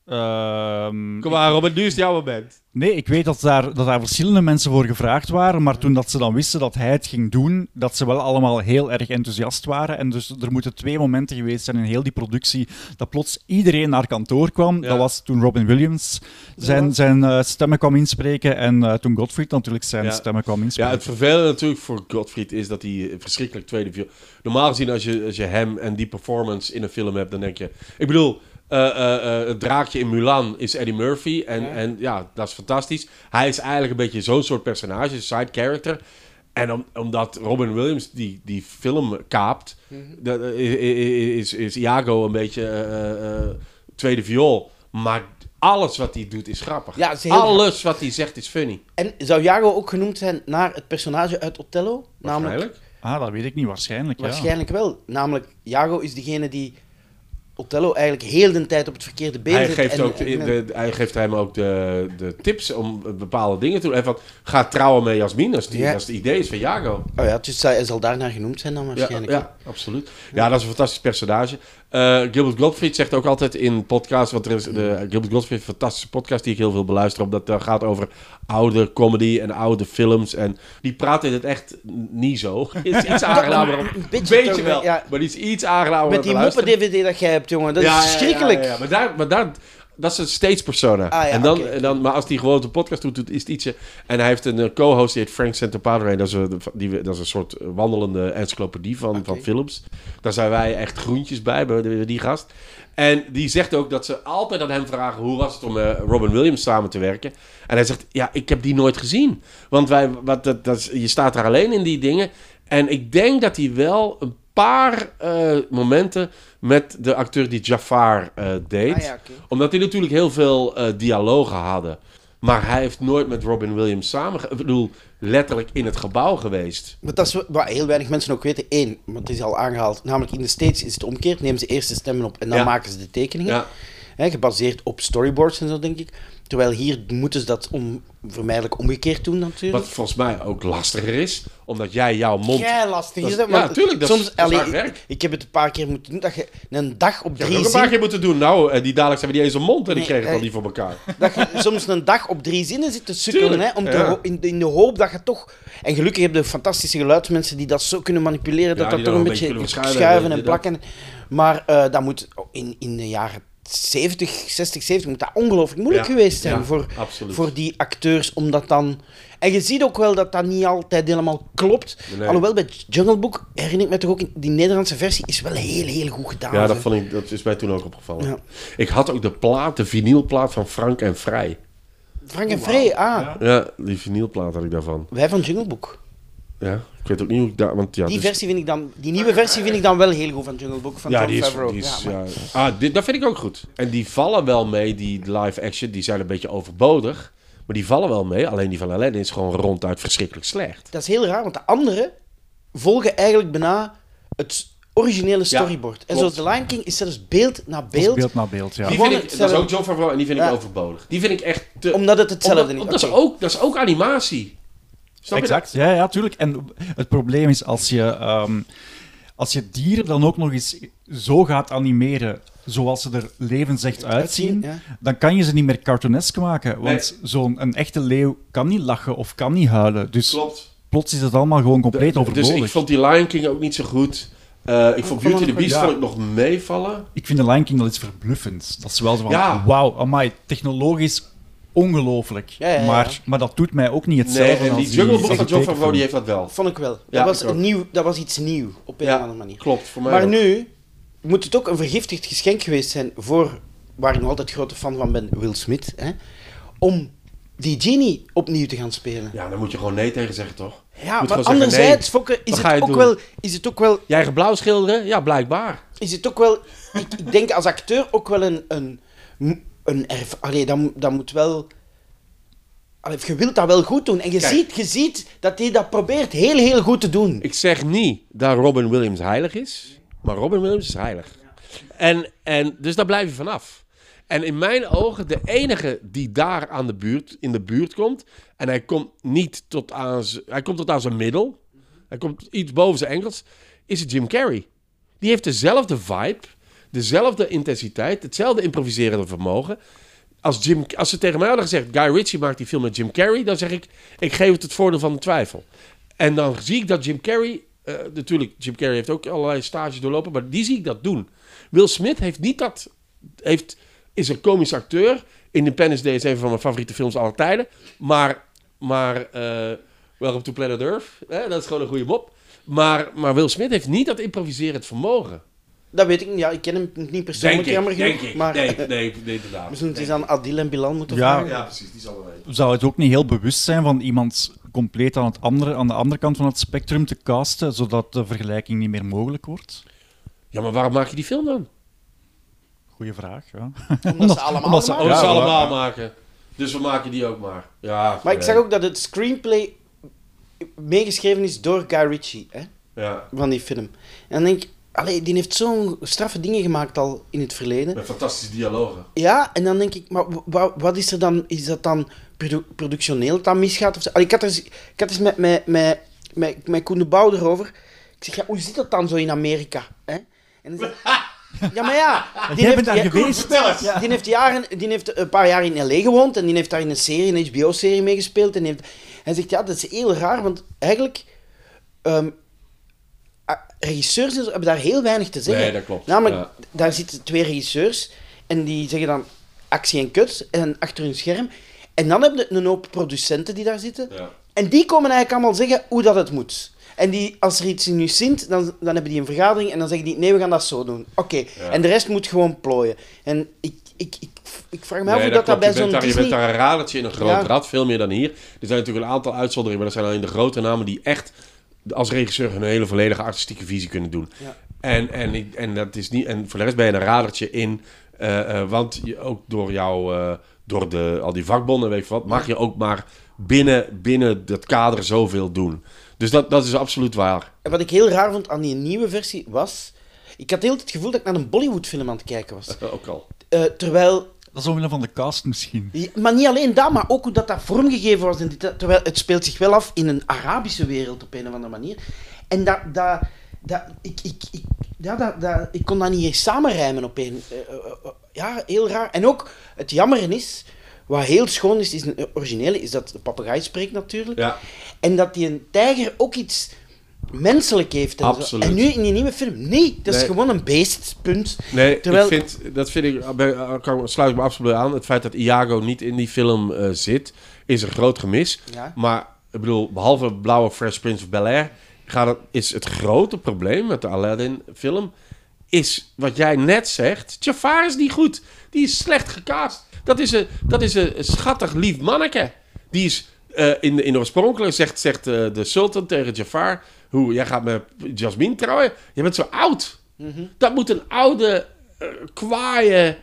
[SPEAKER 2] Ehm,
[SPEAKER 3] Kom maar, Robin, nu is het jouw moment.
[SPEAKER 2] Nee, ik weet dat daar, dat daar verschillende mensen voor gevraagd waren, maar toen dat ze dan wisten dat hij het ging doen, dat ze wel allemaal heel erg enthousiast waren. En dus er moeten twee momenten geweest zijn in heel die productie dat plots iedereen naar kantoor kwam.
[SPEAKER 3] Ja.
[SPEAKER 2] Dat was toen Robin Williams zijn,
[SPEAKER 3] Ja.
[SPEAKER 2] zijn uh, stemmen kwam inspreken en uh, toen Gottfried natuurlijk zijn
[SPEAKER 3] Ja.
[SPEAKER 2] stemmen kwam
[SPEAKER 3] Ja,
[SPEAKER 2] inspreken.
[SPEAKER 3] het vervelende natuurlijk voor Gottfried is dat hij verschrikkelijk tweede viool... Normaal gezien, als je, als je hem en die performance in een film hebt, dan denk je... Ik bedoel, uh, uh, uh, het draakje in Mulan is Eddie Murphy. En
[SPEAKER 4] Ja.
[SPEAKER 3] ja. en ja, dat is fantastisch. Hij is eigenlijk een beetje zo'n soort personage, een side character. En om, omdat Robin Williams die, die film kaapt,
[SPEAKER 4] Mm-hmm.
[SPEAKER 3] dat, uh, is, is Iago een beetje uh, uh, tweede viool. Maar alles wat hij doet is grappig.
[SPEAKER 4] Ja, het is heel
[SPEAKER 3] alles wat hij zegt is funny.
[SPEAKER 4] En zou Iago ook genoemd zijn naar het personage uit Othello? Namelijk,
[SPEAKER 3] Waarschijnlijk.
[SPEAKER 2] Ah, dat weet ik niet, waarschijnlijk. Ja.
[SPEAKER 4] waarschijnlijk wel. Namelijk, Iago is degene die Othello eigenlijk heel de tijd op het verkeerde been
[SPEAKER 3] Hij
[SPEAKER 4] zet.
[SPEAKER 3] geeft,
[SPEAKER 4] en-
[SPEAKER 3] ook de,
[SPEAKER 4] en-
[SPEAKER 3] de, hij geeft hem ook de, de tips om bepaalde dingen te doen. En van, ga trouwen met Jasmin, als, die,
[SPEAKER 4] Ja.
[SPEAKER 3] als het idee is van Iago.
[SPEAKER 4] Oh ja, dus hij zal daarnaar genoemd zijn dan
[SPEAKER 3] Ja,
[SPEAKER 4] waarschijnlijk.
[SPEAKER 3] ja, absoluut. Ja, dat is een fantastisch personage. Uh, Gilbert Gottfried zegt ook altijd in podcasts, want er is de Gilbert Gottfried een fantastische podcast die ik heel veel beluister, omdat het gaat over oude comedy en oude films. En die praat in het echt niet zo. Is iets aangenamer om.
[SPEAKER 4] Een beetje toch,
[SPEAKER 3] wel,
[SPEAKER 4] ja.
[SPEAKER 3] maar die is iets aangenamer
[SPEAKER 4] Met
[SPEAKER 3] om te
[SPEAKER 4] die
[SPEAKER 3] luisteren.
[SPEAKER 4] moppen-D V D dat jij hebt, jongen. Dat is
[SPEAKER 3] Ja, ja, ja,
[SPEAKER 4] verschrikkelijk.
[SPEAKER 3] Ja, ja, Maar, daar, maar daar, dat is een stage persona.
[SPEAKER 4] Ah, ja,
[SPEAKER 3] en dan,
[SPEAKER 4] oké.
[SPEAKER 3] en dan, maar als hij gewoon een podcast doet, doet, is het ietsje... En hij heeft een eh, co-host, die heet Frank Santopadre. Dat is een, die, dat is een soort wandelende encyclopedie van,
[SPEAKER 4] Oké.
[SPEAKER 3] van films. Daar zijn wij echt groentjes bij, bij die, die gast. En die zegt ook dat ze altijd aan hem vragen... hoe was het om uh, Robin Williams samen te werken? En hij zegt, ja, ik heb die nooit gezien. Want wij, wat, dat, dat is, je staat daar alleen in die dingen. En ik denk dat hij wel een paar uh, momenten met de acteur die Jafar uh, deed.
[SPEAKER 4] Ah, ja, oké.
[SPEAKER 3] Omdat die natuurlijk heel veel uh, dialogen hadden. Maar hij heeft nooit met Robin Williams samen... Ik bedoel, letterlijk in het gebouw geweest.
[SPEAKER 4] Maar dat is wat heel weinig mensen ook weten. Eén, want het is al aangehaald. Namelijk in de States is het omgekeerd. Nemen ze eerst de stemmen op en dan
[SPEAKER 3] Ja.
[SPEAKER 4] maken ze de tekeningen.
[SPEAKER 3] Ja.
[SPEAKER 4] Hè, gebaseerd op storyboards en zo, denk ik. Terwijl hier moeten ze dat onvermijdelijk omgekeerd doen, natuurlijk.
[SPEAKER 3] Wat volgens mij ook lastiger is. Omdat jij jouw mond...
[SPEAKER 4] Kei lastig
[SPEAKER 3] Dat
[SPEAKER 4] is
[SPEAKER 3] is-
[SPEAKER 4] dat?
[SPEAKER 3] ja,
[SPEAKER 4] want
[SPEAKER 3] tuurlijk, dat is-
[SPEAKER 4] soms,
[SPEAKER 3] dat is
[SPEAKER 4] allee,
[SPEAKER 3] hard
[SPEAKER 4] ik-
[SPEAKER 3] werk.
[SPEAKER 4] Ik heb het een paar keer moeten doen, dat je een dag op
[SPEAKER 3] Je hebt
[SPEAKER 4] drie
[SPEAKER 3] ook een paar
[SPEAKER 4] zinnen...
[SPEAKER 3] keer moeten doen. Nou, en die dadelijk zijn we niet eens een mond en die
[SPEAKER 4] Nee,
[SPEAKER 3] kregen het al
[SPEAKER 4] eh,
[SPEAKER 3] niet voor elkaar.
[SPEAKER 4] Dat je soms een dag op drie zinnen zit te sukkelen,
[SPEAKER 3] Tuurlijk,
[SPEAKER 4] hè, om te
[SPEAKER 3] ja.
[SPEAKER 4] ho- in, in de hoop dat je toch... En gelukkig heb je fantastische geluidsmensen die dat zo kunnen manipuleren,
[SPEAKER 3] Ja,
[SPEAKER 4] dat dat
[SPEAKER 3] die
[SPEAKER 4] toch
[SPEAKER 3] dan
[SPEAKER 4] een
[SPEAKER 3] een beetje
[SPEAKER 4] beetje
[SPEAKER 3] kunnen
[SPEAKER 4] schuiven,
[SPEAKER 3] verschuiven,
[SPEAKER 4] en
[SPEAKER 3] inderdaad.
[SPEAKER 4] plakken. Maar eh, dat moet in, in de jaren zeventig, zestig, zeventig moet dat ongelooflijk moeilijk
[SPEAKER 3] Ja,
[SPEAKER 4] geweest zijn
[SPEAKER 3] ja,
[SPEAKER 4] voor,
[SPEAKER 3] absoluut.
[SPEAKER 4] voor die acteurs, om dat dan... En je ziet ook wel dat dat niet altijd helemaal klopt.
[SPEAKER 3] Nee.
[SPEAKER 4] Alhoewel, bij Jungle Book, herinner ik me toch ook, in die Nederlandse versie is wel heel, heel goed gedaan.
[SPEAKER 3] Ja, dat,
[SPEAKER 4] hè.
[SPEAKER 3] vond ik, dat is mij toen ook opgevallen.
[SPEAKER 4] Ja.
[SPEAKER 3] Ik had ook de plaat, de vinylplaat van Frank en Vrij.
[SPEAKER 4] Frank en Vree, ah.
[SPEAKER 2] Ja.
[SPEAKER 3] Ja, die vinylplaat had ik daarvan.
[SPEAKER 4] Wij van Jungle Book.
[SPEAKER 3] Ja, ik weet ook niet hoe ik daar... Want ja,
[SPEAKER 4] Die
[SPEAKER 3] dus-
[SPEAKER 4] versie vind ik dan, die nieuwe versie vind ik dan wel heel goed van Jungle Book van
[SPEAKER 3] ja,
[SPEAKER 4] Jon
[SPEAKER 3] die is,
[SPEAKER 4] Favreau.
[SPEAKER 3] die is,
[SPEAKER 4] Ja, maar-
[SPEAKER 3] ja. Ah, dit, dat vind ik ook goed. En die vallen wel mee, die live action. Die zijn een beetje overbodig. Maar die vallen wel mee. Alleen die van Aladdin is gewoon ronduit verschrikkelijk slecht.
[SPEAKER 4] Dat is heel raar, want de anderen volgen eigenlijk bijna het originele storyboard. en
[SPEAKER 3] klopt.
[SPEAKER 4] zoals The Lion King is zelfs beeld na
[SPEAKER 2] Dat is
[SPEAKER 4] beeld,
[SPEAKER 2] beeld na beeld, ja.
[SPEAKER 3] Die
[SPEAKER 4] Gewoon
[SPEAKER 3] vind ik, dat is
[SPEAKER 4] hetzelfde.
[SPEAKER 3] ook John Favreau en die vind ik
[SPEAKER 4] Ja.
[SPEAKER 3] overbodig. Die vind ik echt te...
[SPEAKER 4] omdat het hetzelfde
[SPEAKER 3] omdat-
[SPEAKER 4] is.
[SPEAKER 3] dat, is
[SPEAKER 4] Oké.
[SPEAKER 3] ook, dat is ook animatie. Snap je
[SPEAKER 2] Exact, ja, ja, tuurlijk. En het probleem is, als je, ehm, als je dieren dan ook nog eens zo gaat animeren zoals ze er levensecht uitzien,
[SPEAKER 4] ja.
[SPEAKER 2] dan kan je ze niet meer cartoonesk maken. Want zo'n een echte leeuw kan niet lachen of kan niet huilen. Dus
[SPEAKER 3] dat? Klopt.
[SPEAKER 2] plots is het allemaal gewoon compleet
[SPEAKER 3] Dus
[SPEAKER 2] overbodig.
[SPEAKER 3] ik vond die Lion King ook niet zo goed. Uh, ik vond Beauty and the Beast
[SPEAKER 2] ja.
[SPEAKER 3] vond ik nog meevallen.
[SPEAKER 2] Ik vind de Lion King wel iets verbluffends. Dat is wel zo van,
[SPEAKER 3] Ja.
[SPEAKER 2] wauw, amai, technologisch ongelooflijk.
[SPEAKER 4] Ja, ja, ja.
[SPEAKER 2] Maar, maar dat doet mij ook niet hetzelfde
[SPEAKER 3] Nee, en
[SPEAKER 2] als
[SPEAKER 3] die Jungle Book
[SPEAKER 2] als
[SPEAKER 3] van
[SPEAKER 2] die
[SPEAKER 3] John Favreau, die
[SPEAKER 2] tekenfilm.
[SPEAKER 3] heeft dat wel.
[SPEAKER 4] Vond ik wel. Dat,
[SPEAKER 3] Ja,
[SPEAKER 4] was
[SPEAKER 3] ik ook.
[SPEAKER 4] een nieuw, dat was iets nieuw, op een of andere manier.
[SPEAKER 3] klopt, voor mij
[SPEAKER 4] Maar
[SPEAKER 3] ook.
[SPEAKER 4] nu moet het ook een vergiftigd geschenk geweest zijn voor, waar ik nog altijd grote fan van ben, Will Smith, hè, om die Genie opnieuw te gaan spelen.
[SPEAKER 3] Ja, dan moet je gewoon nee tegen zeggen, toch?
[SPEAKER 4] Ja,
[SPEAKER 3] Moet
[SPEAKER 4] maar
[SPEAKER 3] gewoon zeggen,
[SPEAKER 4] anderzijds,
[SPEAKER 3] nee.
[SPEAKER 4] Fokke, is
[SPEAKER 3] Wat ga
[SPEAKER 4] het,
[SPEAKER 3] je
[SPEAKER 4] ook
[SPEAKER 3] doen?
[SPEAKER 4] wel, is het ook wel...
[SPEAKER 3] Jij eigen blauw schilderen? Ja, blijkbaar.
[SPEAKER 4] Is het ook wel... Ik, ik denk als acteur ook wel een... een, een erv, allee, dat, moet- dat moet wel... Allee, je wilt dat wel goed doen. En je,
[SPEAKER 3] Kijk.
[SPEAKER 4] ziet, je ziet dat hij dat probeert heel, heel goed te doen.
[SPEAKER 3] Ik zeg niet dat Robin Williams heilig is, maar Robin Williams is heilig. En, en, dus daar blijf je vanaf. En in mijn ogen, de enige die daar aan de buurt, in de buurt komt, en hij komt niet tot aan, z- hij komt tot aan zijn middel, hij komt iets boven zijn enkels, is het Jim Carrey. Die heeft dezelfde vibe, dezelfde intensiteit, hetzelfde improviserende vermogen. Als, Jim, als ze tegen mij hadden gezegd, Guy Ritchie maakt die film met Jim Carrey, dan zeg ik, ik geef het het voordeel van de twijfel. En dan zie ik dat Jim Carrey, uh, natuurlijk, Jim Carrey heeft ook allerlei stages doorlopen, maar die zie ik dat doen. Will Smith heeft niet dat, heeft, is een komisch acteur. Independence Day is een van mijn favoriete films aller tijden. Maar, maar uh, Welcome to Planet Earth, hè, dat is gewoon een goede mop. Maar, maar Will Smith heeft niet dat improviserend vermogen.
[SPEAKER 4] Dat weet ik niet. Ja, ik ken hem niet persoonlijk,
[SPEAKER 3] Denk ik,
[SPEAKER 4] jammer
[SPEAKER 3] denk
[SPEAKER 4] genoeg.
[SPEAKER 3] ik.
[SPEAKER 4] Maar
[SPEAKER 3] Nee, nee, nee, inderdaad.
[SPEAKER 4] we zullen het eens aan Adil en Bilal moeten
[SPEAKER 2] Ja.
[SPEAKER 4] vragen.
[SPEAKER 3] Ja, precies, die zal er weten.
[SPEAKER 2] Zou het ook niet heel bewust zijn van iemand compleet aan, het andere, aan de andere kant van het spectrum te casten, zodat de vergelijking niet meer mogelijk wordt?
[SPEAKER 3] Ja, maar waarom maak je die film dan?
[SPEAKER 2] Goeie vraag, ja.
[SPEAKER 4] Omdat ze allemaal
[SPEAKER 2] omdat ze-
[SPEAKER 4] maken.
[SPEAKER 3] Oh, dat
[SPEAKER 2] Ja,
[SPEAKER 3] ze
[SPEAKER 2] voilà.
[SPEAKER 3] allemaal maken. Dus we maken die ook maar. Ja,
[SPEAKER 4] Maar ik
[SPEAKER 3] nee.
[SPEAKER 4] zag ook dat het screenplay meegeschreven is door Guy Ritchie, hè,
[SPEAKER 3] Ja,
[SPEAKER 4] van die film. En dan denk ik, allee, die heeft zo'n straffe dingen gemaakt al in het verleden.
[SPEAKER 3] met fantastische dialogen.
[SPEAKER 4] Ja, en dan denk ik, maar wa- wat is er dan? Is dat dan produ- productioneel dat dat misgaat? Of zo? Allee, ik had er eens, ik had eens met, met, met, met, met Koen de Bouw erover. Ik zeg, ja, hoe zit dat dan zo in Amerika? Hè? En dan zeg ik, ja, maar ja. Die
[SPEAKER 2] Jij
[SPEAKER 4] heeft,
[SPEAKER 2] bent daar
[SPEAKER 4] ja,
[SPEAKER 2] geweest.
[SPEAKER 3] Vertel eens.
[SPEAKER 4] Ja, die, heeft jaren, die heeft een paar jaar in L A gewoond en die heeft daar in een serie, een H B O-serie meegespeeld. En die heeft, hij zegt, ja, dat is heel raar, want eigenlijk... ehm, ah, regisseurs en zo hebben daar heel weinig te zeggen.
[SPEAKER 3] Nee, dat klopt.
[SPEAKER 4] Namelijk,
[SPEAKER 3] Ja.
[SPEAKER 4] daar zitten twee regisseurs en die zeggen dan actie en kut en achter hun scherm. En dan hebben we een hoop producenten die daar zitten.
[SPEAKER 3] Ja.
[SPEAKER 4] En die komen eigenlijk allemaal zeggen hoe dat het moet. En die, als er iets in u zint, dan, dan hebben die een vergadering en dan zeggen die, nee, we gaan dat zo doen. Oké.
[SPEAKER 3] Ja.
[SPEAKER 4] En de rest moet gewoon plooien. En ik, ik, ik, ik vraag me af
[SPEAKER 3] Nee,
[SPEAKER 4] hoe dat, dat
[SPEAKER 3] klopt.
[SPEAKER 4] bij
[SPEAKER 3] je, bent
[SPEAKER 4] zo'n
[SPEAKER 3] daar, je
[SPEAKER 4] Disney...
[SPEAKER 3] bent daar een radertje in een groot
[SPEAKER 4] Ja.
[SPEAKER 3] rad, veel meer dan hier. Er zijn natuurlijk een aantal uitzonderingen, maar dat zijn alleen de grote namen die echt als regisseur een hele volledige artistieke visie kunnen doen.
[SPEAKER 4] Ja.
[SPEAKER 3] En, en, ik- en, dat is niet, en voor de rest ben je een radertje in, uh, uh, want je, ook door jou, uh, door de, al die vakbonden, weet je wat, mag je ook maar binnen, binnen dat kader zoveel doen. Dus dat, dat is absoluut waar.
[SPEAKER 4] En wat ik heel raar vond aan die nieuwe versie was... Ik had heel het gevoel dat ik naar een Bollywood-film aan het kijken was.
[SPEAKER 3] Uh, ook al.
[SPEAKER 4] Uh, terwijl...
[SPEAKER 2] Dat is omwille van de cast misschien.
[SPEAKER 4] Ja, maar niet alleen dat, maar ook hoe dat, dat vormgegeven was. En dit, terwijl het speelt zich wel af in een Arabische wereld op een of andere manier. En dat... dat, dat ik, ik, ik, ja, dat, dat, ik kon dat niet eens samenrijmen op een... Uh, uh, uh, ja, heel raar. En ook, het jammeren is... Wat heel schoon is, is een originele, is dat de papegaai spreekt natuurlijk.
[SPEAKER 3] Ja.
[SPEAKER 4] En dat die een tijger ook iets menselijk heeft. En, zo.
[SPEAKER 3] Absoluut.
[SPEAKER 4] En nu in die nieuwe film, nee, dat is
[SPEAKER 3] Nee.
[SPEAKER 4] gewoon een beest, punt.
[SPEAKER 3] Nee,
[SPEAKER 4] Terwijl-
[SPEAKER 3] ik vind, dat vind ik, bij- kan, sluit ik me absoluut aan. Het feit dat Iago niet in die film uh, zit, is een groot gemis.
[SPEAKER 4] Ja.
[SPEAKER 3] Maar, ik bedoel, behalve Blauwe Fresh Prince of Bel-Air, gaat het, is het grote probleem met de Aladdin-film, is wat jij net zegt, Jafar is niet goed. Die is slecht gecast. Dat is een, dat is een schattig lief manneke. Die is, uh, in, de, in de oorspronkelijke zegt, zegt uh, de sultan tegen Jafar, hoe, jij gaat met Jasmine trouwen? Je bent zo oud.
[SPEAKER 4] Mm-hmm.
[SPEAKER 3] Dat moet een oude, uh, kwaaie...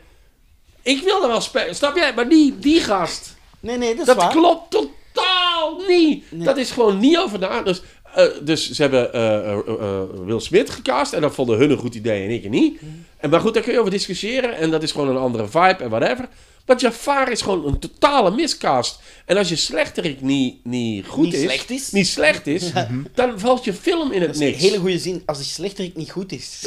[SPEAKER 3] Ik wil er wel spelen, snap jij? Maar die, die gast,
[SPEAKER 4] Nee, nee, dat is
[SPEAKER 3] dat
[SPEAKER 4] waar.
[SPEAKER 3] klopt totaal niet.
[SPEAKER 4] Nee.
[SPEAKER 3] Dat is gewoon niet over na. Dus, uh, dus ze hebben uh, uh, uh, Will Smith gecast en dat vonden hun een goed idee en ik niet.
[SPEAKER 4] Mm-hmm.
[SPEAKER 3] En, maar goed, daar kun je over discussiëren en dat is gewoon een andere vibe en whatever. Maar Jafar is gewoon een totale miscast. En als je slechterik niet, niet goed
[SPEAKER 4] Niet
[SPEAKER 3] is,
[SPEAKER 4] slecht is.
[SPEAKER 3] niet slecht is, dan valt je film in het
[SPEAKER 4] Dat is een
[SPEAKER 3] niks.
[SPEAKER 4] hele goede zin, als de slechterik niet goed is.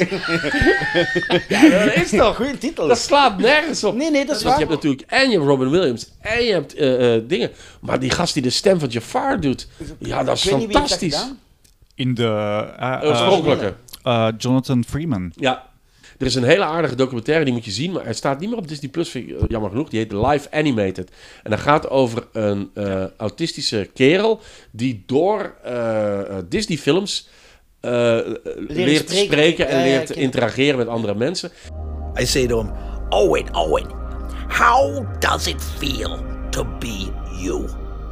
[SPEAKER 3] Ja, dat is toch.
[SPEAKER 4] Goeie titel.
[SPEAKER 3] Dat slaat nergens op.
[SPEAKER 4] Nee, nee, dat is
[SPEAKER 3] Want je
[SPEAKER 4] waar.
[SPEAKER 3] hebt natuurlijk en je hebt Robin Williams en je hebt uh, uh, dingen. Maar die gast die de stem van Jafar doet, ja, dat is
[SPEAKER 4] Ik weet niet wie heeft dat
[SPEAKER 3] fantastisch.
[SPEAKER 4] gedaan.
[SPEAKER 2] In de... uh, uh,
[SPEAKER 3] Oorspronkelijke.
[SPEAKER 2] uh, Jonathan Freeman.
[SPEAKER 3] Ja. Er is een hele aardige documentaire, die moet je zien, maar hij staat niet meer op Disney Plus, vind ik, uh, jammer genoeg. Die heet Live Animated. En dat gaat over een uh, autistische kerel die door uh, uh, Disney films uh, leert
[SPEAKER 4] spreken.
[SPEAKER 3] spreken en
[SPEAKER 4] Ja, ja,
[SPEAKER 3] leert
[SPEAKER 4] ik ken-
[SPEAKER 3] interageren met andere mensen.
[SPEAKER 6] I say to him, Owen, Owen, how does it feel to be you?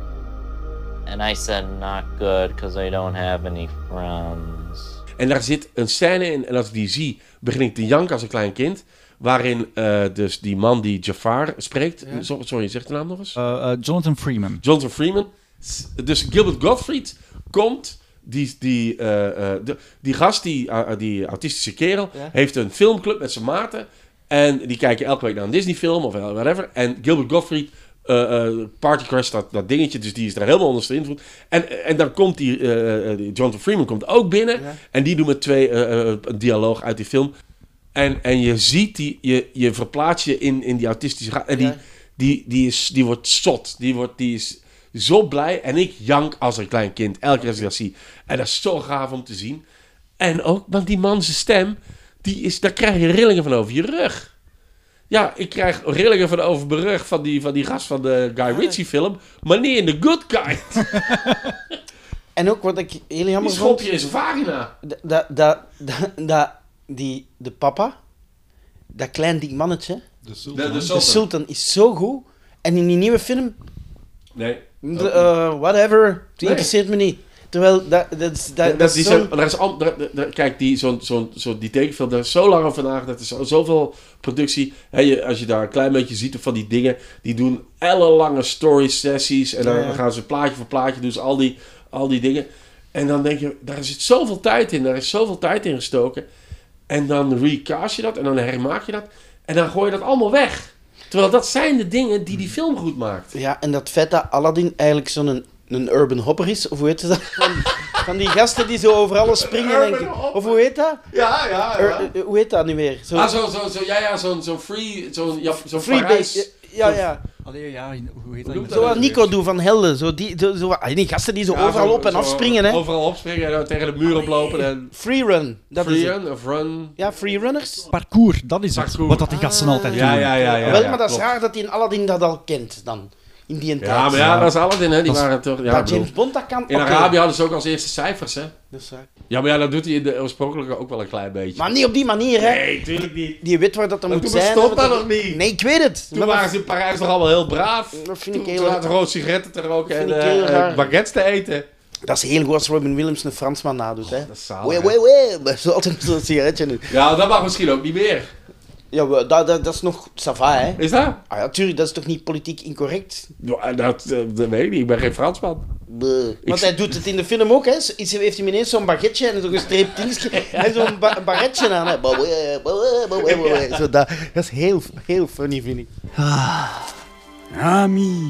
[SPEAKER 7] And I said, not good, because I don't have any friends.
[SPEAKER 3] En daar zit een scène in, en als ik die zie, begin ik te janken als een klein kind. Waarin uh, dus die man die Jafar spreekt...
[SPEAKER 4] Ja.
[SPEAKER 3] So- sorry, zeg de naam nog eens?
[SPEAKER 2] Uh, uh, Jonathan Freeman.
[SPEAKER 3] Jonathan Freeman. S- Dus Gilbert Gottfried komt... Die, die, uh, uh, de, die gast, die, uh, die autistische kerel...
[SPEAKER 4] Ja.
[SPEAKER 3] heeft een filmclub met zijn maten. En die kijken elke week naar een Disney-film of whatever. En Gilbert Gottfried... Uh, uh, Party Crush, dat, dat dingetje, dus die is daar helemaal onder de invloed. En, en dan komt die, uh, uh, die Jonathan Freeman komt ook binnen.
[SPEAKER 4] Ja.
[SPEAKER 3] En die doen met twee uh, uh, een dialoog uit die film. En, en je ziet die, je, je verplaatst je in, in die autistische gasten. En die,
[SPEAKER 4] Ja.
[SPEAKER 3] die, die, is, die wordt zot. Die, wordt, die is zo blij. En ik jank als een klein kind. Elke keer als ik dat zie. En dat is zo gaaf om te zien. En ook, want die man zijn stem, die is, daar krijg je rillingen van over je rug. Ja, ik krijg rillingen van over mijn rug van die, van die gast van de Guy Ritchie film. Maar niet in The Good Kind.
[SPEAKER 4] En ook wat ik heel jammer
[SPEAKER 3] Die
[SPEAKER 4] vond...
[SPEAKER 3] schopt je in zijn vagina.
[SPEAKER 4] Dat, dat, dat, dat, dat- die, de papa, dat klein dik mannetje,
[SPEAKER 2] De
[SPEAKER 3] De,
[SPEAKER 2] Sultan.
[SPEAKER 3] de
[SPEAKER 4] de
[SPEAKER 3] Sultan.
[SPEAKER 4] Sultan, is zo goed. En in die nieuwe film,
[SPEAKER 3] Nee.
[SPEAKER 4] de, eh, whatever, het
[SPEAKER 3] Nee.
[SPEAKER 4] interesseert me niet. Terwijl, dat, dat, is- dat,
[SPEAKER 3] Dat,
[SPEAKER 4] dat
[SPEAKER 3] die
[SPEAKER 4] is
[SPEAKER 3] zijn,
[SPEAKER 4] zo'n...
[SPEAKER 3] er is al, er- er- kijk, die, zo'n, zo'n, zo'n, die tekenfilm, daar is zo lang over nagedacht. Dat is zo- zoveel productie. Hè, je, als je daar een klein beetje ziet van die dingen, die doen ellenlange story sessies. En dan
[SPEAKER 4] Ja, ja.
[SPEAKER 3] gaan ze plaatje voor plaatje, doen ze al die, al die dingen. En dan denk je, daar zit zoveel tijd in, daar is zoveel tijd in gestoken. En dan recast je dat en dan hermaak je dat. En dan gooi je dat allemaal weg. Terwijl dat zijn de dingen die die film goed maakt.
[SPEAKER 4] Ja, en dat feit dat Aladdin eigenlijk zo'n een, een urban hopper is, of hoe heet dat? Van, van die gasten die zo over alles springen.
[SPEAKER 3] Urban
[SPEAKER 4] En,
[SPEAKER 3] hopper.
[SPEAKER 4] of hoe heet dat?
[SPEAKER 3] Ja, ja,
[SPEAKER 4] Ur- eh, hoe heet dat nu weer? Zo,
[SPEAKER 3] Ah, zo, zo, zo, ja, ja, zo'n zo free, zo'n ja, zo
[SPEAKER 4] free
[SPEAKER 3] Parijs.
[SPEAKER 4] base. Ja, ja.
[SPEAKER 2] Allee, ja, hoe heet
[SPEAKER 3] Hoe
[SPEAKER 2] dat?
[SPEAKER 3] noemt
[SPEAKER 4] Zo wat Nico doet van Helden. Zo die, zo, zo, ah, die gasten die zo
[SPEAKER 3] Ja,
[SPEAKER 4] overal
[SPEAKER 3] zo-
[SPEAKER 4] op en
[SPEAKER 3] zo
[SPEAKER 4] af springen, hè.
[SPEAKER 3] Overal opspringen en dan tegen de muur oplopen en...
[SPEAKER 4] Freerun. Dat is
[SPEAKER 3] Free
[SPEAKER 4] het.
[SPEAKER 3] run of run.
[SPEAKER 4] Ja, freerunners.
[SPEAKER 2] Parcours, dat is het.
[SPEAKER 3] Parcours.
[SPEAKER 2] Wat dat die gasten altijd doen.
[SPEAKER 3] Ja, ja, ja. ja,
[SPEAKER 4] Wel,
[SPEAKER 3] ja,
[SPEAKER 4] maar dat is
[SPEAKER 3] klopt.
[SPEAKER 4] raar dat hij in Aladdin dat al kent dan. In die tijd.
[SPEAKER 3] Ja, maar ja, dat is Aladdin, hè. Die
[SPEAKER 2] Dat is-
[SPEAKER 3] waren toch... Ja,
[SPEAKER 4] maar
[SPEAKER 3] ik bedoel,
[SPEAKER 4] James Bond, dat kan
[SPEAKER 3] in
[SPEAKER 4] oké.
[SPEAKER 3] Arabië hadden ze ook als eerste cijfers, hè.
[SPEAKER 4] Dat is raar.
[SPEAKER 3] Ja, maar ja, dat doet hij in de oorspronkelijke ook wel een klein beetje.
[SPEAKER 4] Maar niet op die manier, hè.
[SPEAKER 3] Nee, tuurlijk niet.
[SPEAKER 4] Die weet waar dat dan
[SPEAKER 3] Maar
[SPEAKER 4] moet
[SPEAKER 3] toen
[SPEAKER 4] zijn.
[SPEAKER 3] bestond
[SPEAKER 4] hè,
[SPEAKER 3] dat nog niet.
[SPEAKER 4] Nee, ik weet het.
[SPEAKER 3] Toen
[SPEAKER 4] Maar
[SPEAKER 3] waren
[SPEAKER 4] dat,
[SPEAKER 3] ze in Parijs nog allemaal heel braaf.
[SPEAKER 4] dat vind ik
[SPEAKER 3] Toen
[SPEAKER 4] heel
[SPEAKER 3] zaten
[SPEAKER 4] raar.
[SPEAKER 3] gewoon sigaretten te roken en
[SPEAKER 4] vind ik heel
[SPEAKER 3] eh,
[SPEAKER 4] raar.
[SPEAKER 3] eh, baguettes te eten.
[SPEAKER 4] Dat is heel goed als Robin Williams een Fransman nadoet, hè.
[SPEAKER 3] Dat is zalig,
[SPEAKER 4] Wee,
[SPEAKER 3] hè.
[SPEAKER 4] wee, wee. Maar zo altijd zo'n sigaretje nu.
[SPEAKER 3] Ja, dat mag misschien ook niet meer.
[SPEAKER 4] Ja, we- dat, dat, dat is nog ça va, hè.
[SPEAKER 3] Is dat?
[SPEAKER 4] Ah ja, tuurlijk, dat is toch niet politiek incorrect?
[SPEAKER 3] Ja, dat, eh, dat weet ik niet. Ik ben geen Fransman.
[SPEAKER 4] Bleh. Want hij doet het in de film ook, hè. Iets heeft hij ineens zo'n baguetje en zo'n gestreept dingetje. En zo'n ba barretje aan, hè. Bah, wee, bah, wee, bah, wee, bah, wee. Zo dat, dat is heel, heel funny, vind ik.
[SPEAKER 8] Ami,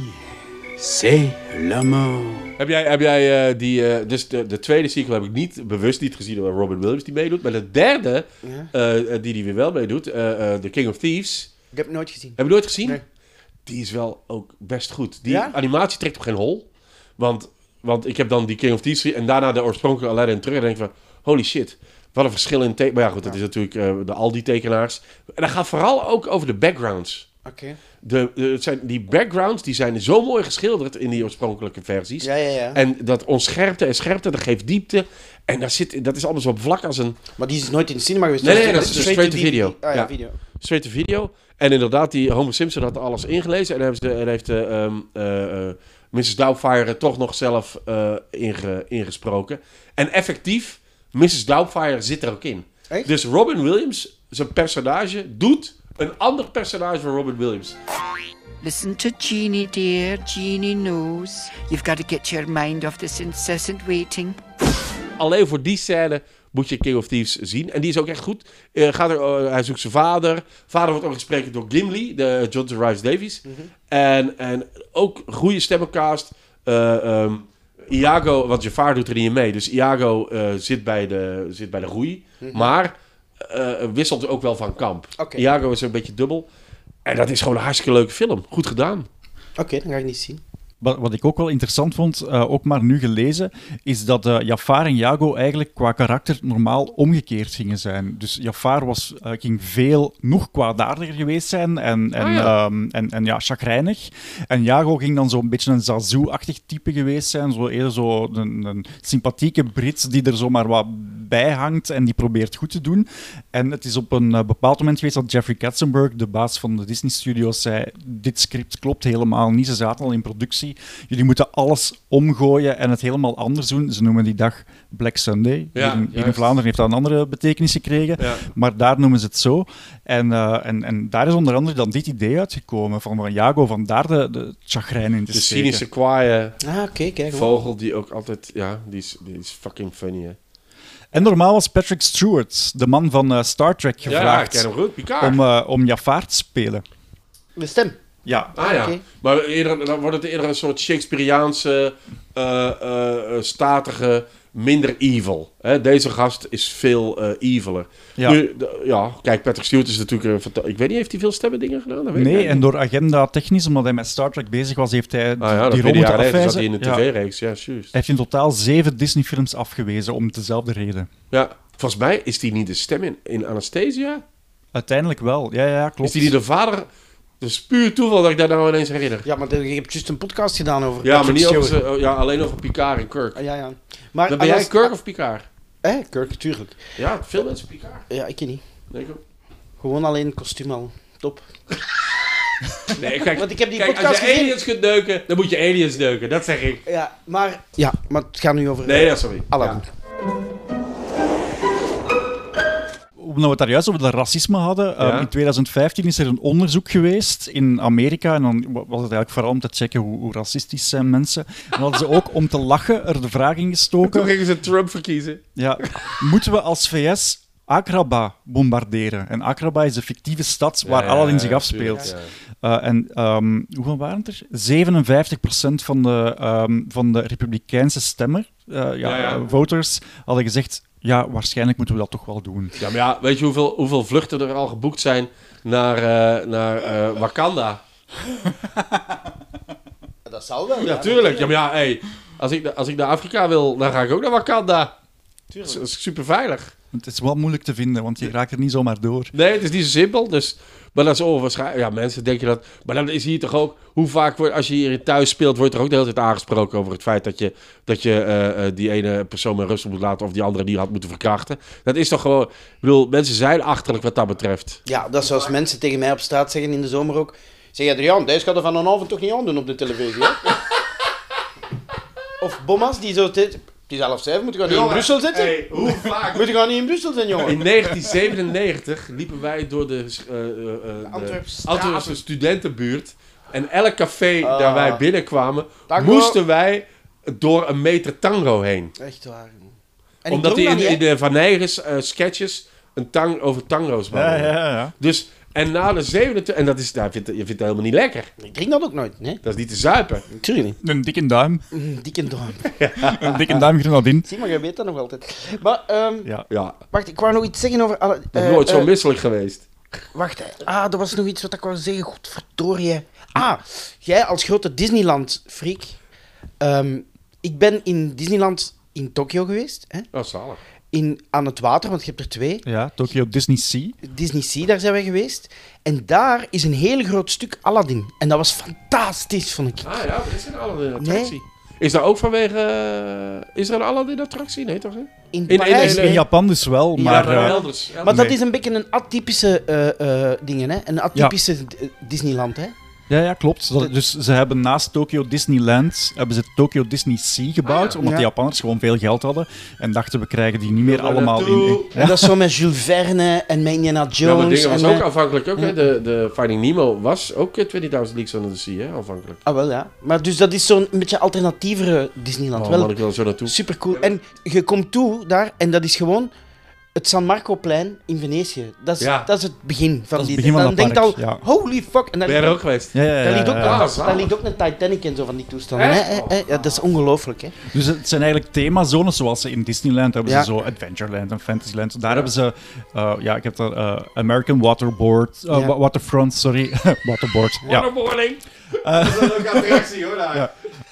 [SPEAKER 8] c'est l'amour.
[SPEAKER 3] Heb jij, heb jij uh, die... Uh, dus de, de tweede sequel heb ik niet, bewust niet gezien door Robin Williams die meedoet. Maar de derde,
[SPEAKER 4] Ja.
[SPEAKER 3] uh, die die weer wel meedoet, uh, uh, The King of Thieves.
[SPEAKER 4] Ik heb het nooit gezien.
[SPEAKER 3] Heb je nooit gezien?
[SPEAKER 4] Nee.
[SPEAKER 3] Die is wel ook best goed. Die
[SPEAKER 4] Ja?
[SPEAKER 3] animatie trekt op geen hol. Want, want ik heb dan die King of Thieves gezien en daarna de oorspronkelijke Aladdin terug. En denk ik van, holy shit. Wat een verschil in teken. Maar ja goed, dat is natuurlijk uh, de Aldi-tekenaars. En dat gaat vooral ook over de backgrounds.
[SPEAKER 4] Oké. Okay.
[SPEAKER 3] De, de, het zijn, die backgrounds die zijn zo mooi geschilderd in die oorspronkelijke versies.
[SPEAKER 4] Ja, ja, ja.
[SPEAKER 3] En dat onscherpte en scherpte, dat geeft diepte. En daar zit, dat is allemaal zo vlak als een
[SPEAKER 4] Maar die is nooit in de cinema geweest.
[SPEAKER 3] Nee,
[SPEAKER 4] dus
[SPEAKER 3] nee,
[SPEAKER 4] die-
[SPEAKER 3] dat is een
[SPEAKER 4] straight
[SPEAKER 3] straight to
[SPEAKER 4] to
[SPEAKER 3] video.
[SPEAKER 4] Ah ja,
[SPEAKER 3] Ja.
[SPEAKER 4] video.
[SPEAKER 3] straight to video. En inderdaad, die Homer Simpson had alles ingelezen. En hebben ze, en heeft uh, um, uh, uh, missus Doubtfire er toch nog zelf uh, inge, ingesproken. En effectief, missus Doubtfire zit er ook in.
[SPEAKER 4] Echt?
[SPEAKER 3] Dus Robin Williams, zijn personage, doet een ander personage van Robin Williams.
[SPEAKER 9] Listen to Jeannie, dear. Jeannie knows. You've got to get your mind off this incessant waiting.
[SPEAKER 3] Alleen voor die scène moet je King of Thieves zien. En die is ook echt goed. Uh, gaat er, uh, hij zoekt zijn vader. Vader wordt ook gesproken door Gimli, de John Rhys Davies. Mm-hmm. En, en ook goede stemmencast. Uh, um, Iago, want Jafar doet er niet in mee. Dus Iago uh, zit, bij de, zit bij de roei. Mm-hmm. Maar uh, wisselt ook wel van kamp.
[SPEAKER 4] Okay.
[SPEAKER 3] Iago is een beetje dubbel. En dat is gewoon een hartstikke leuke film. Goed gedaan.
[SPEAKER 4] Oké, okay, dan ga ik niet zien.
[SPEAKER 2] Wat, wat ik ook wel interessant vond, uh, ook maar nu gelezen, is dat uh, Jafar en Iago eigenlijk qua karakter normaal omgekeerd gingen zijn. Dus Jafar was, uh, ging veel nog kwaadaardiger geweest zijn en, en, oh ja. Um, en, en ja, chagrijnig. En Iago ging dan zo'n beetje een Zazu-achtig type geweest zijn. Zo eerder zo een, een sympathieke Brit die er zomaar wat bij hangt en die probeert goed te doen. En het is op een uh, bepaald moment geweest dat Jeffrey Katzenberg, de baas van de Disney Studios, zei: dit script klopt helemaal niet, ze zaten al in productie. Jullie moeten alles omgooien en het helemaal anders doen. Ze noemen die dag Black Sunday.
[SPEAKER 3] Ja,
[SPEAKER 2] hier, in, hier in Vlaanderen heeft dat een andere betekenis gekregen. Ja. Maar daar noemen ze het zo. En, uh, en, en daar is onder andere dan dit idee uitgekomen van, van Iago, van daar de, de chagrijn in te
[SPEAKER 3] de
[SPEAKER 2] steken.
[SPEAKER 3] De cynische, kwaaie
[SPEAKER 4] ah, okay, kijk,
[SPEAKER 3] vogel die ook altijd... Ja, die is, die is fucking funny, hè.
[SPEAKER 2] En normaal was Patrick Stewart, de man van uh, Star Trek, gevraagd
[SPEAKER 3] ja, goed.
[SPEAKER 2] om, uh, om Jafar te spelen.
[SPEAKER 4] De stem?
[SPEAKER 2] Ja.
[SPEAKER 3] Ah ja,
[SPEAKER 4] Oké.
[SPEAKER 3] maar eerder, dan wordt het eerder een soort Shakespeareaanse, uh, uh, statige, minder evil. Hè? Deze gast is veel uh, eviler.
[SPEAKER 2] Ja.
[SPEAKER 3] Nu, de, ja, kijk, Patrick Stewart is natuurlijk... Uh, fanta- ik weet niet, heeft hij veel stemmen dingen gedaan? Dat weet ik
[SPEAKER 2] Nee,
[SPEAKER 3] niet.
[SPEAKER 2] en door agenda technisch, omdat hij met Star Trek bezig was, heeft hij
[SPEAKER 3] Ah ja,
[SPEAKER 2] die
[SPEAKER 3] dat
[SPEAKER 2] rol moeten
[SPEAKER 3] jaren zat
[SPEAKER 2] afwijzen.
[SPEAKER 3] hij in de
[SPEAKER 2] Ja.
[SPEAKER 3] tv-reeks, ja, juist.
[SPEAKER 2] Hij heeft in totaal zeven Disney-films afgewezen om dezelfde reden.
[SPEAKER 3] Ja, volgens mij is hij niet de stem in, in Anastasia.
[SPEAKER 2] Uiteindelijk wel, ja, ja, klopt.
[SPEAKER 3] Is hij niet de vader... Het is puur toeval dat ik daar nou ineens herinner.
[SPEAKER 4] Ja, maar je hebt juist een podcast gedaan over
[SPEAKER 3] Ja, maar
[SPEAKER 4] Patrick
[SPEAKER 3] niet over
[SPEAKER 4] Stewart.
[SPEAKER 3] ze, oh, ja, alleen over Picard en Kirk.
[SPEAKER 4] Ah, ja, ja. Maar
[SPEAKER 3] Dan ben jij
[SPEAKER 4] als-
[SPEAKER 3] Kirk of Picard?
[SPEAKER 4] Eh, Kirk, tuurlijk.
[SPEAKER 3] Ja, veel mensen Picard.
[SPEAKER 4] Ja, ik ken niet.
[SPEAKER 3] Nee, ik ook.
[SPEAKER 4] Gewoon alleen kostuum al. Top.
[SPEAKER 3] Nee, kijk,
[SPEAKER 4] Want ik heb die
[SPEAKER 3] kijk
[SPEAKER 4] podcast
[SPEAKER 3] als je
[SPEAKER 4] gezien.
[SPEAKER 3] aliens kunt neuken, dan moet je aliens neuken. Dat zeg ik.
[SPEAKER 4] Ja, maar... Ja, maar het gaat nu over...
[SPEAKER 3] Nee, ja, sorry.
[SPEAKER 4] Aladdin.
[SPEAKER 3] Ja.
[SPEAKER 2] Omdat we het daar juist over het racisme hadden.
[SPEAKER 3] Ja.
[SPEAKER 2] Um, in twintig vijftien is er een onderzoek geweest in Amerika. En dan was het eigenlijk vooral om te checken hoe, hoe racistisch zijn mensen. En dan hadden ze ook om te lachen er de vraag in gestoken.
[SPEAKER 3] Toen gingen ze Trump verkiezen.
[SPEAKER 2] Ja, moeten we als V S Aqaba bombarderen? En Aqaba is de fictieve stad waar
[SPEAKER 3] Ja, ja,
[SPEAKER 2] Aladdin zich
[SPEAKER 3] ja,
[SPEAKER 2] afspeelt.
[SPEAKER 3] tuurlijk, ja.
[SPEAKER 2] Uh, en um, hoeveel waren het er? zevenenvijftig procent van de, um, van de republikeinse stemmer, uh, ja,
[SPEAKER 3] Ja, ja.
[SPEAKER 2] uh, voters, hadden gezegd, ja, waarschijnlijk moeten we dat toch wel doen.
[SPEAKER 3] Ja, maar ja, weet je hoeveel, hoeveel vluchten er al geboekt zijn naar, uh, naar uh, Wakanda?
[SPEAKER 4] Dat zal wel.
[SPEAKER 3] Ja, tuurlijk. Ja, maar ja, hey, als, ik, als ik naar Afrika wil, dan ga ik ook naar Wakanda.
[SPEAKER 4] Tuurlijk.
[SPEAKER 3] Dat is super veilig.
[SPEAKER 2] Het is wel moeilijk te vinden, want je raakt er niet zomaar door.
[SPEAKER 3] Nee, het is niet zo simpel. Dus, maar dat is onwaarschijnlijk. Ja, mensen denken dat. Maar dan is hier toch ook. Hoe vaak wordt, als je hier thuis speelt, wordt er ook de hele tijd aangesproken over het feit dat je, dat je uh, uh, die ene persoon met rust moet laten of die andere die had moeten verkrachten. Dat is toch gewoon. Ik bedoel, mensen zijn achterlijk wat dat betreft.
[SPEAKER 4] Ja, dat is zoals mensen tegen mij op straat zeggen in de zomer ook. Zeg Adriaan, deze gaat er van een avond toch niet aan doen op de televisie, hè? Of bommas die zo... Te... Het is half zeven, moet je gaan niet in Brussel zitten?
[SPEAKER 3] Hey, hoe vaak?
[SPEAKER 4] Moet je gaan niet in Brussel zijn, jongen?
[SPEAKER 3] In negentien zevenennegentig liepen wij door de, uh, uh, uh, de
[SPEAKER 4] Antwerpse
[SPEAKER 3] Antwerpse studentenbuurt. En elk café
[SPEAKER 4] Ah.
[SPEAKER 3] daar wij binnenkwamen,
[SPEAKER 4] Tango.
[SPEAKER 3] moesten wij door een meter tango heen.
[SPEAKER 4] Echt waar, jongen. En ik
[SPEAKER 3] Omdat
[SPEAKER 4] doe
[SPEAKER 3] hij in,
[SPEAKER 4] dat
[SPEAKER 3] in
[SPEAKER 4] niet, hè?
[SPEAKER 3] de Van Nijgens uh, sketches een tang over tango's
[SPEAKER 2] Ja,
[SPEAKER 3] babbelde.
[SPEAKER 2] ja, ja.
[SPEAKER 3] Dus, en na de zevenentwintig... En dat is, nou, je, vindt, je vindt het helemaal niet lekker.
[SPEAKER 4] Ik drink dat ook nooit, nee?
[SPEAKER 3] Dat is niet te zuipen.
[SPEAKER 4] Natuurlijk niet.
[SPEAKER 2] Een dikke duim.
[SPEAKER 4] Mm, dikke duim.
[SPEAKER 2] Een dikke duim grenadine.
[SPEAKER 4] Zie, maar je weet dat nog altijd. Maar, ehm
[SPEAKER 2] Ja.
[SPEAKER 3] Ja,
[SPEAKER 4] wacht, ik wou nog iets zeggen over... alle-
[SPEAKER 3] ik ben
[SPEAKER 4] eh,
[SPEAKER 3] nooit zo
[SPEAKER 4] eh,
[SPEAKER 3] misselijk geweest.
[SPEAKER 4] Wacht, hè. Ah, er was nog iets wat ik wou zeggen. Godverdorie. Ah, jij als grote Disneyland-freak. ehm, ik ben in Disneyland in Tokio geweest. Hè?
[SPEAKER 3] Oh, zalig.
[SPEAKER 4] In, aan het water, want je hebt er twee.
[SPEAKER 2] Ja, Tokyo Disney Sea.
[SPEAKER 4] Disney Sea, daar zijn we geweest. En daar is een heel groot stuk Aladdin. En dat was fantastisch, vond ik.
[SPEAKER 3] Ah ja, is er een Aladdin-attractie? Is daar ook vanwege... uh, is er een Aladdin-attractie? Nee, toch? Hè?
[SPEAKER 4] In
[SPEAKER 3] in-
[SPEAKER 4] Parijs.
[SPEAKER 3] in-
[SPEAKER 2] In Japan dus wel,
[SPEAKER 4] Ja,
[SPEAKER 2] maar...
[SPEAKER 3] maar
[SPEAKER 2] eh,
[SPEAKER 3] elders.
[SPEAKER 4] Maar dat
[SPEAKER 2] Nee.
[SPEAKER 4] is een beetje een atypische eh, eh, dingen, hè? Een atypische eh, Disneyland, hè?
[SPEAKER 2] Ja, ja, klopt. Dat- dus ze hebben naast Tokyo Disneyland hebben ze Tokyo Disney Sea gebouwd,
[SPEAKER 3] Ah, ja.
[SPEAKER 2] omdat
[SPEAKER 4] Ja.
[SPEAKER 2] de Japanners gewoon veel geld hadden en dachten we krijgen die niet meer
[SPEAKER 3] Wil er
[SPEAKER 2] allemaal in.
[SPEAKER 3] naartoe?
[SPEAKER 2] in-
[SPEAKER 4] En dat is zo met Jules Verne en met Indiana Jones.
[SPEAKER 3] Ja, maar dingen was
[SPEAKER 4] en
[SPEAKER 3] ook
[SPEAKER 4] met-
[SPEAKER 3] aanvankelijk ook,
[SPEAKER 4] Ja.
[SPEAKER 3] hè. De, de Finding Nemo was ook uh, twintigduizend Leagues Under the Sea, hè, aanvankelijk.
[SPEAKER 4] Ah, wel ja. Maar dus dat is zo'n een beetje alternatievere Disneyland.
[SPEAKER 3] Oh,
[SPEAKER 4] wel
[SPEAKER 3] man, ik wil er zo naartoe.
[SPEAKER 4] super cool. En je komt toe daar en dat is gewoon het San Marco-plein in Venetië. Dat is,
[SPEAKER 3] Ja.
[SPEAKER 4] dat is het begin van
[SPEAKER 2] is
[SPEAKER 4] die.
[SPEAKER 2] het begin
[SPEAKER 4] en
[SPEAKER 2] van
[SPEAKER 4] dan
[SPEAKER 2] dat
[SPEAKER 4] denkt
[SPEAKER 2] park,
[SPEAKER 4] al,
[SPEAKER 2] ja.
[SPEAKER 4] holy fuck. En daar,
[SPEAKER 3] Ben je er ook geweest?
[SPEAKER 2] Ja, ja, ja,
[SPEAKER 4] daar, ligt ook
[SPEAKER 2] ja,
[SPEAKER 4] een,
[SPEAKER 2] ja.
[SPEAKER 3] Ah, zalig.
[SPEAKER 4] daar ligt ook een Titanic en zo van die toestanden. Hè?
[SPEAKER 3] Echt?
[SPEAKER 4] Hè? Hè? Ja, dat is ongelooflijk. Hè?
[SPEAKER 2] Dus het zijn eigenlijk themazones zoals ze in Disneyland hebben
[SPEAKER 4] Ja.
[SPEAKER 2] ze zo Adventureland en Fantasyland. Daar hebben ze, uh, ja, ik heb daar uh, American Waterboard, uh,
[SPEAKER 4] Ja.
[SPEAKER 2] wa- Waterfront, sorry, Waterboard. Ja.
[SPEAKER 3] Waterboarding! Dat is een leuke attractie, hoor, daar.
[SPEAKER 2] Ja.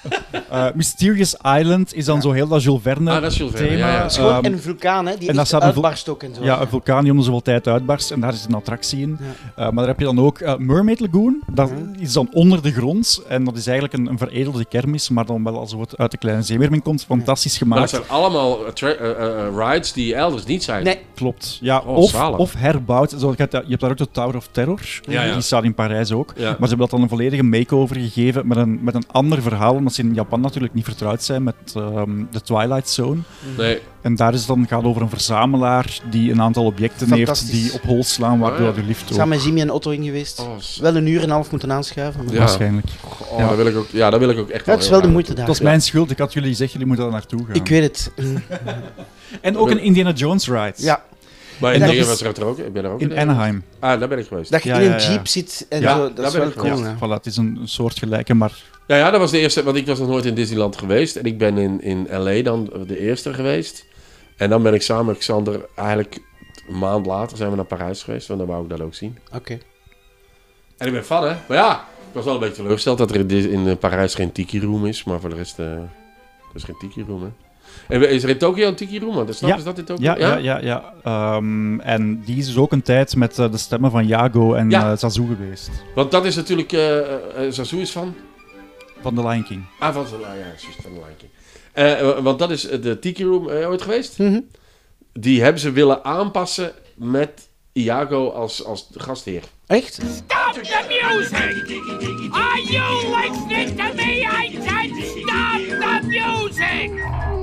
[SPEAKER 2] Uh, Mysterious Island is dan zo heel dat Jules Verne
[SPEAKER 3] Ah, dat is Jules Verne,
[SPEAKER 2] thema.
[SPEAKER 3] ja, ja.
[SPEAKER 4] Het is gewoon
[SPEAKER 2] Um,
[SPEAKER 4] een vulkaan, hè, die
[SPEAKER 2] en daar
[SPEAKER 4] echt
[SPEAKER 2] staat een vul-
[SPEAKER 4] uitbarst ook en zo.
[SPEAKER 2] Ja, een vulkaan die om de zoveel tijd uitbarst en daar is een attractie in. Uh, maar daar heb je dan ook uh, Mermaid Lagoon, dat is dan onder de grond en dat is eigenlijk een, een veredelde kermis, maar dan wel als het uit de kleine zeemermin komt, fantastisch
[SPEAKER 3] Maar dat
[SPEAKER 2] gemaakt.
[SPEAKER 3] zijn allemaal attra- uh, uh, rides die elders niet zijn.
[SPEAKER 4] Nee,
[SPEAKER 2] Klopt, ja,
[SPEAKER 3] Oh,
[SPEAKER 2] of,
[SPEAKER 3] zalig.
[SPEAKER 2] of herbouwd. Zo, je, hebt, je hebt daar ook de Tower of Terror,
[SPEAKER 3] Ja, ja.
[SPEAKER 2] die staat in Parijs ook.
[SPEAKER 3] Ja.
[SPEAKER 2] Maar ze hebben dat dan een volledige make-over gegeven met een, met een ander verhaal, omdat ze in Japan natuurlijk niet vertrouwd zijn met um, de Twilight Zone.
[SPEAKER 3] Nee.
[SPEAKER 2] En daar is het dan gaat over een verzamelaar die een aantal objecten heeft
[SPEAKER 4] Fantastisch.
[SPEAKER 2] die op hol slaan, waardoor
[SPEAKER 3] Ah, ja.
[SPEAKER 2] de lift ook...
[SPEAKER 4] samen met Jimmy en Otto in geweest.
[SPEAKER 3] Oh, s-
[SPEAKER 4] Wel een uur en een half moeten aanschuiven. Maar
[SPEAKER 3] Ja.
[SPEAKER 2] Waarschijnlijk.
[SPEAKER 3] oh, daar wil ik ook, ja, daar wil ik ook echt
[SPEAKER 4] Ja, het is wel de moeite daar.
[SPEAKER 2] Dat is mijn schuld, ik had jullie gezegd, jullie moeten daar naartoe gaan.
[SPEAKER 4] Ik weet het. Mm.
[SPEAKER 2] En ook een Indiana Jones ride.
[SPEAKER 4] Ja.
[SPEAKER 3] Maar in
[SPEAKER 2] En dat
[SPEAKER 3] dingen
[SPEAKER 2] is-
[SPEAKER 3] was er ook. Ik ben er ook
[SPEAKER 2] In Anaheim.
[SPEAKER 3] Ah, daar ben ik geweest.
[SPEAKER 4] Dat je
[SPEAKER 2] Ja,
[SPEAKER 4] in
[SPEAKER 2] ja,
[SPEAKER 4] een
[SPEAKER 2] ja.
[SPEAKER 4] jeep zit en
[SPEAKER 3] Ja,
[SPEAKER 4] zo,
[SPEAKER 3] daar
[SPEAKER 4] dat is
[SPEAKER 3] ben
[SPEAKER 4] wel
[SPEAKER 3] ik
[SPEAKER 4] cool.
[SPEAKER 3] geweest.
[SPEAKER 4] hè.
[SPEAKER 2] Voilà, het is een, een soort gelijke, maar...
[SPEAKER 3] Ja, ja, dat was de eerste, want ik was nog nooit in Disneyland geweest. En ik ben in, in L A dan de eerste geweest. En dan ben ik samen met Xander eigenlijk een maand later zijn we naar Parijs geweest. Want dan wou ik dat ook zien.
[SPEAKER 4] Oké.
[SPEAKER 3] En ik ben fan, hè. Maar ja, ik was wel een beetje teleurgesteld dat er in, Dis- in Parijs geen tiki room is. Maar voor de rest, uh, er is geen tiki room, hè. En is er in Tokio een tiki room? Want snap
[SPEAKER 2] Ja.
[SPEAKER 3] is dat in Tokio?
[SPEAKER 2] Ja, ja, ja. ja. Um, en die is dus ook een tijd met uh, de stemmen van Yago en
[SPEAKER 3] Ja.
[SPEAKER 2] uh, Zazu geweest.
[SPEAKER 3] Want dat is natuurlijk... Uh, uh, Zazu is van...
[SPEAKER 2] Van The Lion King.
[SPEAKER 3] Ah, van... Ah, ja, juist, van de Lion King. Uh, want dat is de tiki room uh, ooit geweest.
[SPEAKER 4] Mm-hmm.
[SPEAKER 3] Die hebben ze willen aanpassen met Iago als, als gastheer.
[SPEAKER 4] Echt?
[SPEAKER 10] Stop the music! Are you listening to me? I said stop the music!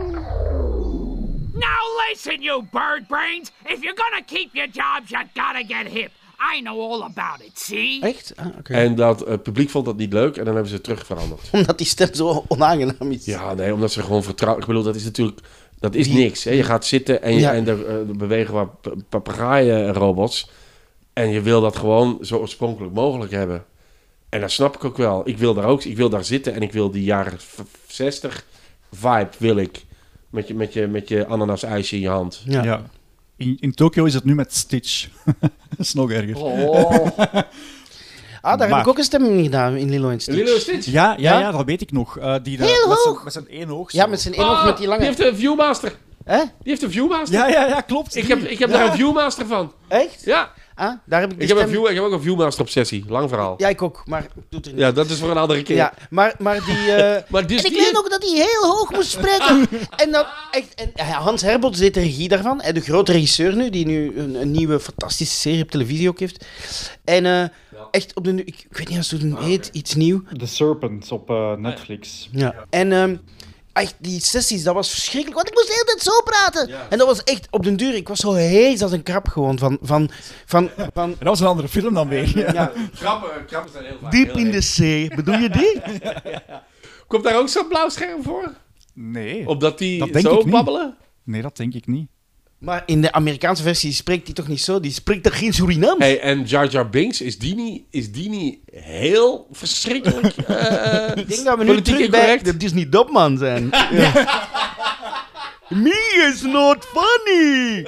[SPEAKER 10] Now listen, you bird brains! If you're gonna keep your jobs, you gotta get hip. I know all about it, see?
[SPEAKER 4] Echt? Ah, oké.
[SPEAKER 3] En dat uh, publiek vond dat niet leuk en dan hebben ze het terug veranderd.
[SPEAKER 4] Omdat die stem zo onaangenaam is.
[SPEAKER 3] Ja, nee, omdat ze gewoon vertrouwen... Ik bedoel, dat is natuurlijk... Dat is niks. Hè? Je gaat zitten en, je,
[SPEAKER 4] Ja.
[SPEAKER 3] en er uh, bewegen wat pa- papegaaien-robots. En je wil dat gewoon zo oorspronkelijk mogelijk hebben. En dat snap ik ook wel. Ik wil daar ook... Ik wil daar zitten en ik wil die jaren zestig vibe wil ik. Met je, met je, met je ananas-ijsje in je hand.
[SPEAKER 4] Ja.
[SPEAKER 2] Ja. In, in Tokio is het nu met Stitch. Dat is nog erger.
[SPEAKER 3] Oh.
[SPEAKER 4] Ah, daar
[SPEAKER 2] Maar-
[SPEAKER 4] heb ik ook een stemming in gedaan in Lilo en Stitch.
[SPEAKER 3] Lilo en Stitch?
[SPEAKER 2] Ja, ja,
[SPEAKER 4] Ja?
[SPEAKER 2] ja, dat weet ik nog. Uh, die de,
[SPEAKER 4] Heel
[SPEAKER 2] met zijn-
[SPEAKER 4] hoog.
[SPEAKER 2] Met zijn één oog.
[SPEAKER 4] Ja,
[SPEAKER 2] zo.
[SPEAKER 4] met zijn één oog met die lange...
[SPEAKER 3] Die heeft een Viewmaster.
[SPEAKER 4] Hè?
[SPEAKER 3] Die heeft een Viewmaster.
[SPEAKER 2] Ja, ja, ja, klopt.
[SPEAKER 3] Ik heb, ik heb
[SPEAKER 2] Ja.
[SPEAKER 3] daar een Viewmaster van.
[SPEAKER 4] Echt?
[SPEAKER 3] Ja.
[SPEAKER 4] Ah, daar heb ik die
[SPEAKER 3] Ik heb, een
[SPEAKER 4] stem...
[SPEAKER 3] view, ik heb ook een Viewmaster-obsessie. Lang verhaal.
[SPEAKER 4] Ja, ik ook, maar doet er niet.
[SPEAKER 3] Ja, dat is voor een andere keer.
[SPEAKER 4] Ja, maar, maar die... eh,
[SPEAKER 3] Maar dus
[SPEAKER 4] en ik
[SPEAKER 3] die-
[SPEAKER 4] weet ook dat hij heel hoog moest spreken. en dat echt... En, ja, Hans Herbold deed de regie daarvan. En de grote regisseur nu, die nu een, een nieuwe fantastische serie op televisie ook heeft. En eh, echt op de... Ik, ik weet niet of het heet, iets nieuw.
[SPEAKER 2] The Serpent op uh, Netflix.
[SPEAKER 4] Ja. En ehm, echt, die sessies, dat was verschrikkelijk. Want ik moest de hele tijd zo praten.
[SPEAKER 3] Ja.
[SPEAKER 4] En dat was echt op den duur. Ik was zo hees als een krab gewoon. Van, van, van, van,
[SPEAKER 2] En dat was een andere film dan weer. Ja.
[SPEAKER 4] ja,
[SPEAKER 3] Grappen, grappen zijn heel vaak.
[SPEAKER 4] diep
[SPEAKER 3] heel
[SPEAKER 4] in de
[SPEAKER 3] heet.
[SPEAKER 4] zee. Bedoel je die?
[SPEAKER 3] Komt daar ook zo'n blauw scherm voor?
[SPEAKER 2] Nee.
[SPEAKER 3] Opdat die
[SPEAKER 2] Dat denk
[SPEAKER 3] zo
[SPEAKER 2] ik niet.
[SPEAKER 3] babbelen?
[SPEAKER 2] Nee, dat denk ik niet.
[SPEAKER 4] Maar in de Amerikaanse versie spreekt hij toch niet zo? Die spreekt toch geen Surinaams?
[SPEAKER 3] Hey, en Jar Jar Binks, is die niet, is die niet heel verschrikkelijk? Uh,
[SPEAKER 4] Ik denk dat we nu
[SPEAKER 3] politiek
[SPEAKER 4] terug bij
[SPEAKER 3] incorrect?
[SPEAKER 4] de Disney Dopman zijn. Ja. Me is not funny.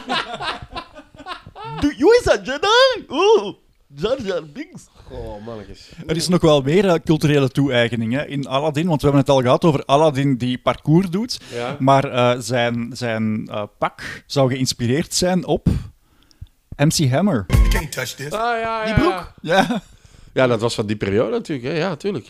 [SPEAKER 4] Do you is a Jedi? Oh, Jar Jar Binks.
[SPEAKER 3] Oh, mannetjes.
[SPEAKER 2] Er is nog wel meer uh, culturele toe-eigening hè, in Aladdin, want we hebben het al gehad over Aladdin die parcours doet.
[SPEAKER 3] Ja.
[SPEAKER 2] Maar uh, zijn, zijn uh, pak zou geïnspireerd zijn op M C Hammer.
[SPEAKER 3] Ah, ja, ja,
[SPEAKER 4] Die broek.
[SPEAKER 2] Ja.
[SPEAKER 3] Ja, dat was van die periode natuurlijk. Hè? Ja, natuurlijk.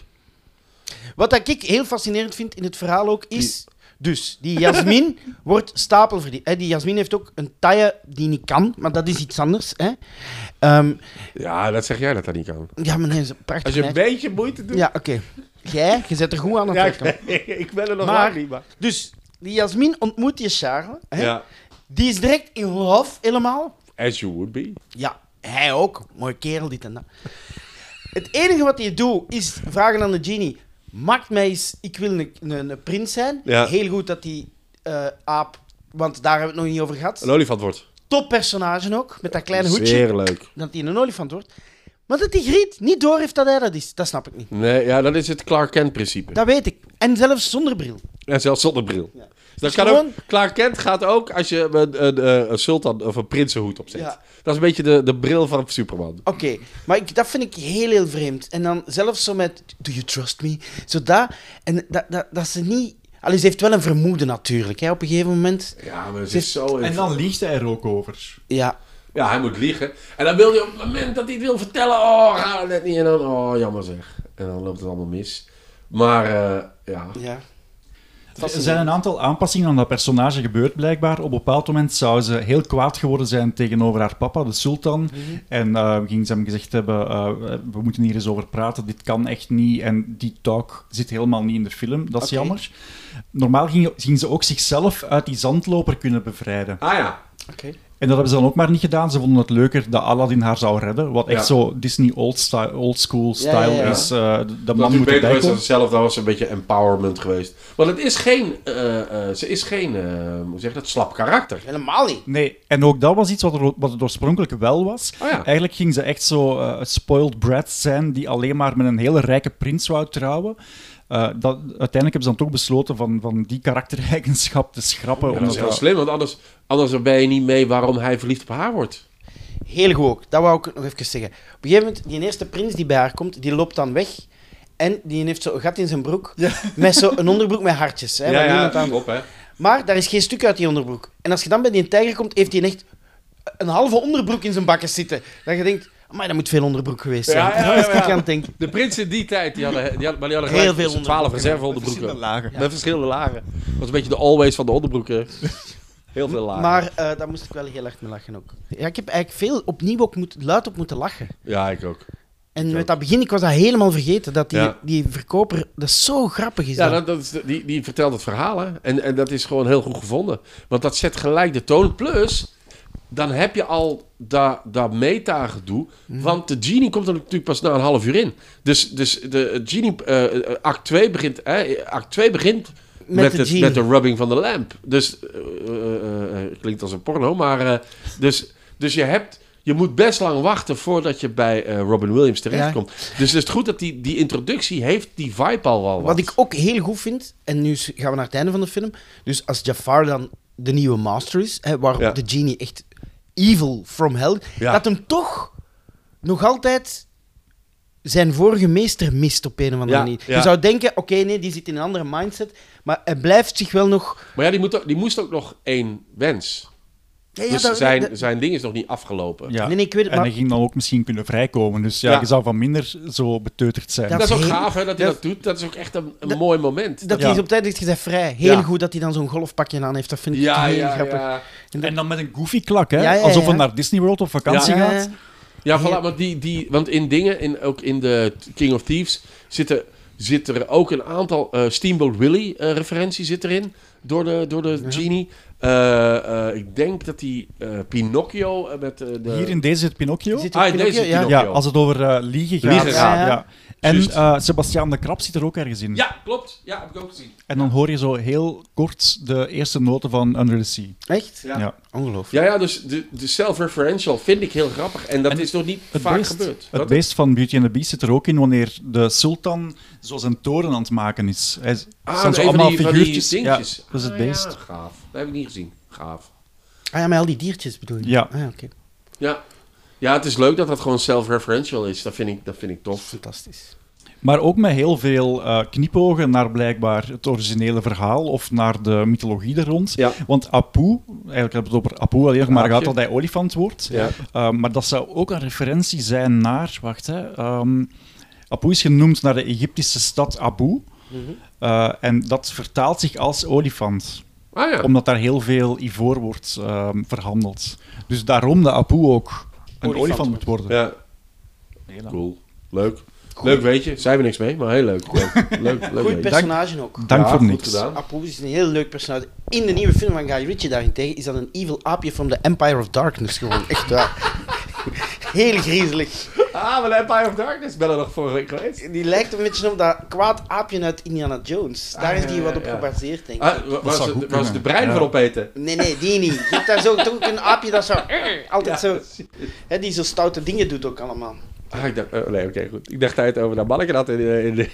[SPEAKER 4] Wat dat ik heel fascinerend vind in het verhaal ook is... Dus, die Jasmin wordt stapelverdiend. Hè, die Jasmin heeft ook een taille die niet kan, maar dat is iets anders. Hè. Um,
[SPEAKER 3] Ja, dat zeg jij dat dat niet kan.
[SPEAKER 4] ja, maar nee, dat is een prachtig
[SPEAKER 3] Als je een
[SPEAKER 4] meisje.
[SPEAKER 3] beetje moeite doet...
[SPEAKER 4] Ja, oké. Okay. Jij, je zet er goed aan het
[SPEAKER 3] Ja,
[SPEAKER 4] werken.
[SPEAKER 3] ik, ik ben er nog
[SPEAKER 4] Maar-
[SPEAKER 3] lang niet, maar...
[SPEAKER 4] Dus, die Jasmin ontmoet die Charles. Hè.
[SPEAKER 3] Ja.
[SPEAKER 4] Die is direct in hof helemaal.
[SPEAKER 3] As you would be.
[SPEAKER 4] Ja, hij ook. Mooie kerel, dit en dat. Het enige wat hij doet, is vragen aan de genie... Maak mij eens... Ik wil een, een, een prins zijn.
[SPEAKER 3] Ja.
[SPEAKER 4] Heel goed dat die uh, aap... Want daar hebben we het nog niet over gehad.
[SPEAKER 3] Een olifant wordt.
[SPEAKER 4] Top personage ook, met dat kleine hoedje.
[SPEAKER 3] Zeer leuk.
[SPEAKER 4] Dat hij een olifant wordt. Maar dat die Griet niet door heeft dat hij dat is, dat snap ik niet.
[SPEAKER 3] Nee, ja, dat is het Clark Kent-principe.
[SPEAKER 4] Dat weet ik. En zelfs zonder bril.
[SPEAKER 3] En zelfs zonder bril.
[SPEAKER 4] Ja.
[SPEAKER 3] Dus dat
[SPEAKER 4] Dus
[SPEAKER 3] kan
[SPEAKER 4] gewoon-
[SPEAKER 3] ook, Clark Kent gaat ook als je een, een, een, een sultan of een prinsenhoed opzet.
[SPEAKER 4] Ja.
[SPEAKER 3] Dat is een beetje de, de bril van Superman.
[SPEAKER 4] Oké, okay. Maar ik, dat vind ik heel, heel vreemd. En dan zelfs zo met, do you trust me? Zo dat. En dat, dat, dat ze niet... Allee, ze heeft wel een vermoeden natuurlijk, hè, op een gegeven moment.
[SPEAKER 3] Ja, maar het
[SPEAKER 4] Ze
[SPEAKER 3] is zo...
[SPEAKER 2] En dan liegt hij er ook over.
[SPEAKER 4] Ja.
[SPEAKER 3] Ja, hij moet liegen. En dan wil hij op het moment dat hij het wil vertellen... Oh, ga het net niet. En dan... Oh, jammer zeg. En dan loopt het allemaal mis. Maar, uh, ja...
[SPEAKER 4] Ja.
[SPEAKER 2] Er zijn een aantal aanpassingen aan dat personage gebeurd, blijkbaar. Op een bepaald moment zou ze heel kwaad geworden zijn tegenover haar papa, de sultan. Mm-hmm. En uh, ging ze hem gezegd hebben, uh, we moeten hier eens over praten, dit kan echt niet. En die talk zit helemaal niet in de film, dat is okay. jammer. Normaal ging, ging ze ook zichzelf uit die zandloper kunnen bevrijden.
[SPEAKER 3] Ah ja.
[SPEAKER 4] Okay.
[SPEAKER 2] En dat hebben ze dan ook maar niet gedaan. Ze vonden het leuker dat Aladdin haar zou redden. Wat echt
[SPEAKER 3] Ja.
[SPEAKER 2] zo Disney old, style, old school style
[SPEAKER 4] Ja, ja, ja.
[SPEAKER 2] is. Uh, de
[SPEAKER 3] Dat
[SPEAKER 2] man
[SPEAKER 3] is
[SPEAKER 2] moet
[SPEAKER 3] beter
[SPEAKER 2] erbij
[SPEAKER 3] geweest dan
[SPEAKER 2] komen.
[SPEAKER 3] zelf, dat was een beetje empowerment geweest. Want het is geen, uh, uh, ze is geen, uh, hoe zeg je dat, slap karakter.
[SPEAKER 4] Helemaal niet.
[SPEAKER 2] Nee, en ook dat was iets wat, er, wat het oorspronkelijk wel was.
[SPEAKER 3] Oh ja.
[SPEAKER 2] Eigenlijk ging ze echt zo uh, een spoiled brat zijn die alleen maar met een hele rijke prins wou trouwen. Uh, dat, uiteindelijk hebben ze dan toch besloten van, van die karaktereigenschap te schrappen.
[SPEAKER 3] Ja, dat
[SPEAKER 2] omdat
[SPEAKER 3] is heel
[SPEAKER 2] dat-
[SPEAKER 3] slim, want anders, anders ben je niet mee waarom hij verliefd op haar wordt.
[SPEAKER 4] Heel goed ook. Dat wou ik nog even zeggen. Op een gegeven moment, die eerste prins die bij haar komt, die loopt dan weg. En die heeft zo een gat in zijn broek. Met zo'n onderbroek met hartjes. Hè, waar niemand aan...
[SPEAKER 3] op, hè.
[SPEAKER 4] Maar daar is geen stuk uit die onderbroek. En als je dan bij die tijger komt, heeft hij echt een halve onderbroek in zijn bakken zitten. Dat je denkt, maar dat moet veel onderbroek geweest zijn.
[SPEAKER 3] Ja, ja, ja,
[SPEAKER 4] Dat is
[SPEAKER 3] ja.
[SPEAKER 4] niet aan het denken.
[SPEAKER 3] De prinsen in die tijd, die hadden, die hadden, maar die hadden
[SPEAKER 4] Heel
[SPEAKER 3] gelijk
[SPEAKER 4] veel
[SPEAKER 3] twaalf
[SPEAKER 4] onderbroeken.
[SPEAKER 3] reserve onderbroeken.
[SPEAKER 2] Verschillende lagen.
[SPEAKER 3] Met verschillende lagen. Dat was een beetje de always van de onderbroeken. Heel veel lagen.
[SPEAKER 4] Maar uh, daar moest ik wel heel erg mee lachen ook. Ja, ik heb eigenlijk veel opnieuw ook moet, luid op moeten lachen.
[SPEAKER 3] Ja, ik ook.
[SPEAKER 4] En
[SPEAKER 3] Ik
[SPEAKER 4] met
[SPEAKER 3] ook.
[SPEAKER 4] dat begin, ik was dat helemaal vergeten. Dat die,
[SPEAKER 3] Ja.
[SPEAKER 4] die verkoper, dat is zo grappig is
[SPEAKER 3] Ja,
[SPEAKER 4] dat.
[SPEAKER 3] dat, dat is de- die, die vertelt het verhaal, hè. En, en dat is gewoon heel goed gevonden. Want dat zet gelijk de toon. Plus, dan heb je al dat, dat meta-gedoe.
[SPEAKER 4] Mhm.
[SPEAKER 3] Want de genie komt er natuurlijk pas na een half uur in. Dus, dus de genie... eh, act twee begint... eh, act twee begint
[SPEAKER 4] Met
[SPEAKER 3] met,
[SPEAKER 4] de
[SPEAKER 3] het,
[SPEAKER 4] genie.
[SPEAKER 3] met de rubbing van de lamp. Dus... eh, eh, eh, klinkt als een porno, maar... eh, dus, dus je hebt... Je moet best lang wachten voordat je bij eh, Robin Williams terechtkomt. Dus het is goed dat die, die introductie heeft die vibe al wel wat.
[SPEAKER 4] Wat ik ook heel goed vind, en nu gaan we naar het einde van de film. Dus als Jafar dan de nieuwe master is, hè, waar
[SPEAKER 3] Ja.
[SPEAKER 4] de genie echt evil from hell,
[SPEAKER 3] Ja.
[SPEAKER 4] dat hem toch nog altijd zijn vorige meester mist op een of andere
[SPEAKER 3] Ja,
[SPEAKER 4] manier.
[SPEAKER 3] ja.
[SPEAKER 4] Je zou denken, oké, nee, die zit in een andere mindset, maar hij blijft zich wel nog...
[SPEAKER 3] Maar ja, die, moet ook, die moest ook nog één wens.
[SPEAKER 4] Ja, ja,
[SPEAKER 3] dus
[SPEAKER 4] dat-
[SPEAKER 3] zijn,
[SPEAKER 4] dat-
[SPEAKER 3] zijn ding is nog niet afgelopen.
[SPEAKER 2] Ja.
[SPEAKER 4] Nee, nee, ik weet het,
[SPEAKER 2] en
[SPEAKER 4] maar-
[SPEAKER 2] hij ging dan ook misschien kunnen vrijkomen. Dus ja,
[SPEAKER 3] Ja.
[SPEAKER 2] je zou van minder zo beteuterd zijn.
[SPEAKER 3] Dat, is ook
[SPEAKER 4] heel-
[SPEAKER 3] gaaf hè, dat hij
[SPEAKER 4] dat-
[SPEAKER 3] dat, doet. Dat is ook echt een, een
[SPEAKER 4] dat-
[SPEAKER 3] mooi moment.
[SPEAKER 4] Dat
[SPEAKER 2] Ja.
[SPEAKER 4] hij is op tijd heeft gezegd vrij. Heel
[SPEAKER 3] Ja.
[SPEAKER 4] goed dat hij dan zo'n golfpakje aan heeft. Dat vind ik
[SPEAKER 3] ja,
[SPEAKER 4] heel
[SPEAKER 3] ja,
[SPEAKER 4] grappig.
[SPEAKER 3] ja.
[SPEAKER 4] En dat-
[SPEAKER 2] En dan met een goofy klak, hè?
[SPEAKER 4] Ja, ja,
[SPEAKER 2] alsof
[SPEAKER 4] ja.
[SPEAKER 2] hij naar Disney World op vakantie
[SPEAKER 4] Ja,
[SPEAKER 2] gaat.
[SPEAKER 3] Ja, voilà, want, die, die, want in dingen, in, ook in de King of Thieves, zitten, zit er ook een aantal eh, Steamboat Willie eh, referenties zit erin door de, door de genie. Eh, eh, ik denk dat die eh, Pinocchio eh, met eh, de...
[SPEAKER 2] Hier in deze zit Pinocchio.
[SPEAKER 4] Zit
[SPEAKER 3] Ah,
[SPEAKER 4] er
[SPEAKER 3] in deze
[SPEAKER 4] Pinocchio? Ja.
[SPEAKER 3] Pinocchio.
[SPEAKER 2] Ja, als het over eh, liegen gaat.
[SPEAKER 3] Liegen
[SPEAKER 4] gaat,
[SPEAKER 2] ja.
[SPEAKER 4] ja.
[SPEAKER 2] En
[SPEAKER 3] Juist.
[SPEAKER 2] eh Sebastiaan de Krab zit er ook ergens in.
[SPEAKER 3] Ja, klopt. Ja, heb ik ook gezien.
[SPEAKER 2] En dan hoor je zo heel kort de eerste noten van Under the Sea.
[SPEAKER 4] Echt?
[SPEAKER 3] Ja.
[SPEAKER 2] Ja.
[SPEAKER 4] Ongelooflijk.
[SPEAKER 3] Ja, ja, dus de, de self-referential vind ik heel grappig. En dat
[SPEAKER 2] En
[SPEAKER 3] is nog niet
[SPEAKER 2] Het
[SPEAKER 3] vaak
[SPEAKER 2] beest,
[SPEAKER 3] gebeurd.
[SPEAKER 2] het
[SPEAKER 3] Wat?
[SPEAKER 2] beest van Beauty and the Beast zit er ook in wanneer de sultan zo zijn toren aan het maken is. Hij is-
[SPEAKER 3] Ah,
[SPEAKER 2] zijn zo
[SPEAKER 3] een van
[SPEAKER 2] allemaal
[SPEAKER 3] die, van die
[SPEAKER 2] figuurtjes. Ja,
[SPEAKER 3] dingetjes.
[SPEAKER 2] dat is het
[SPEAKER 3] Ah,
[SPEAKER 2] beest.
[SPEAKER 3] Ja, gaaf. Dat heb ik niet gezien. Gaaf.
[SPEAKER 4] Ah ja, met al die diertjes bedoel je?
[SPEAKER 2] Ja.
[SPEAKER 4] Ah, ja, oké.
[SPEAKER 3] Ja. Ja, het is leuk dat dat gewoon self-referential is. Dat vind ik, dat vind ik tof.
[SPEAKER 4] Fantastisch.
[SPEAKER 2] Maar ook met heel veel eh, knipogen naar blijkbaar het originele verhaal of naar de mythologie er rond.
[SPEAKER 3] Ja.
[SPEAKER 2] Want Apu, eigenlijk hebben we het over Apu alleen nog maar gehad
[SPEAKER 3] Aapje.
[SPEAKER 2] dat hij olifant wordt.
[SPEAKER 3] Ja.
[SPEAKER 2] Uh, maar dat zou ook een referentie zijn naar... Wacht, hè. Um, Apu is genoemd naar de Egyptische stad Abu. Uh, en dat vertaalt zich als olifant.
[SPEAKER 3] Ah ja.
[SPEAKER 2] Omdat daar heel veel ivoor wordt um, verhandeld. Dus daarom dat Apu ook een olifant,
[SPEAKER 4] Olifant
[SPEAKER 2] moet worden.
[SPEAKER 3] Ja. Cool. Leuk. Leuk weet je. Zijn we niks mee, maar heel leuk. Leuk, leuk, leuk
[SPEAKER 4] Goed
[SPEAKER 3] weet je.
[SPEAKER 4] personage ook.
[SPEAKER 2] Dank
[SPEAKER 3] Ja,
[SPEAKER 2] voor
[SPEAKER 3] goed
[SPEAKER 2] niks.
[SPEAKER 3] gedaan.
[SPEAKER 4] Apu is een heel leuk personage. In de nieuwe film van Guy Ritchie daarentegen is dat een evil aapje from the Empire of Darkness gewoon. Echt waar. Heel griezelig.
[SPEAKER 3] Ah, maar de Empire of Darkness ben er nog vorige week geweest.
[SPEAKER 4] Die lijkt een beetje op dat kwaad aapje uit Indiana Jones. Daar
[SPEAKER 3] Ah,
[SPEAKER 4] is die
[SPEAKER 3] ja,
[SPEAKER 4] wat op
[SPEAKER 3] ja.
[SPEAKER 4] gebaseerd, denk ik.
[SPEAKER 3] Ah, wa- was
[SPEAKER 2] zou
[SPEAKER 3] het
[SPEAKER 2] goed
[SPEAKER 3] was
[SPEAKER 2] kunnen.
[SPEAKER 3] de brein
[SPEAKER 2] Ja.
[SPEAKER 3] van opeten?
[SPEAKER 4] Nee, nee, die niet. Je hebt daar zo, toch ook een aapje dat zo... Altijd
[SPEAKER 3] Ja,
[SPEAKER 4] zo... Hè, die zo stoute dingen doet ook allemaal.
[SPEAKER 3] Ah, ik dacht, oh, nee, oké, goed. Ik dacht dat hij het over dat manneke had in de, in de,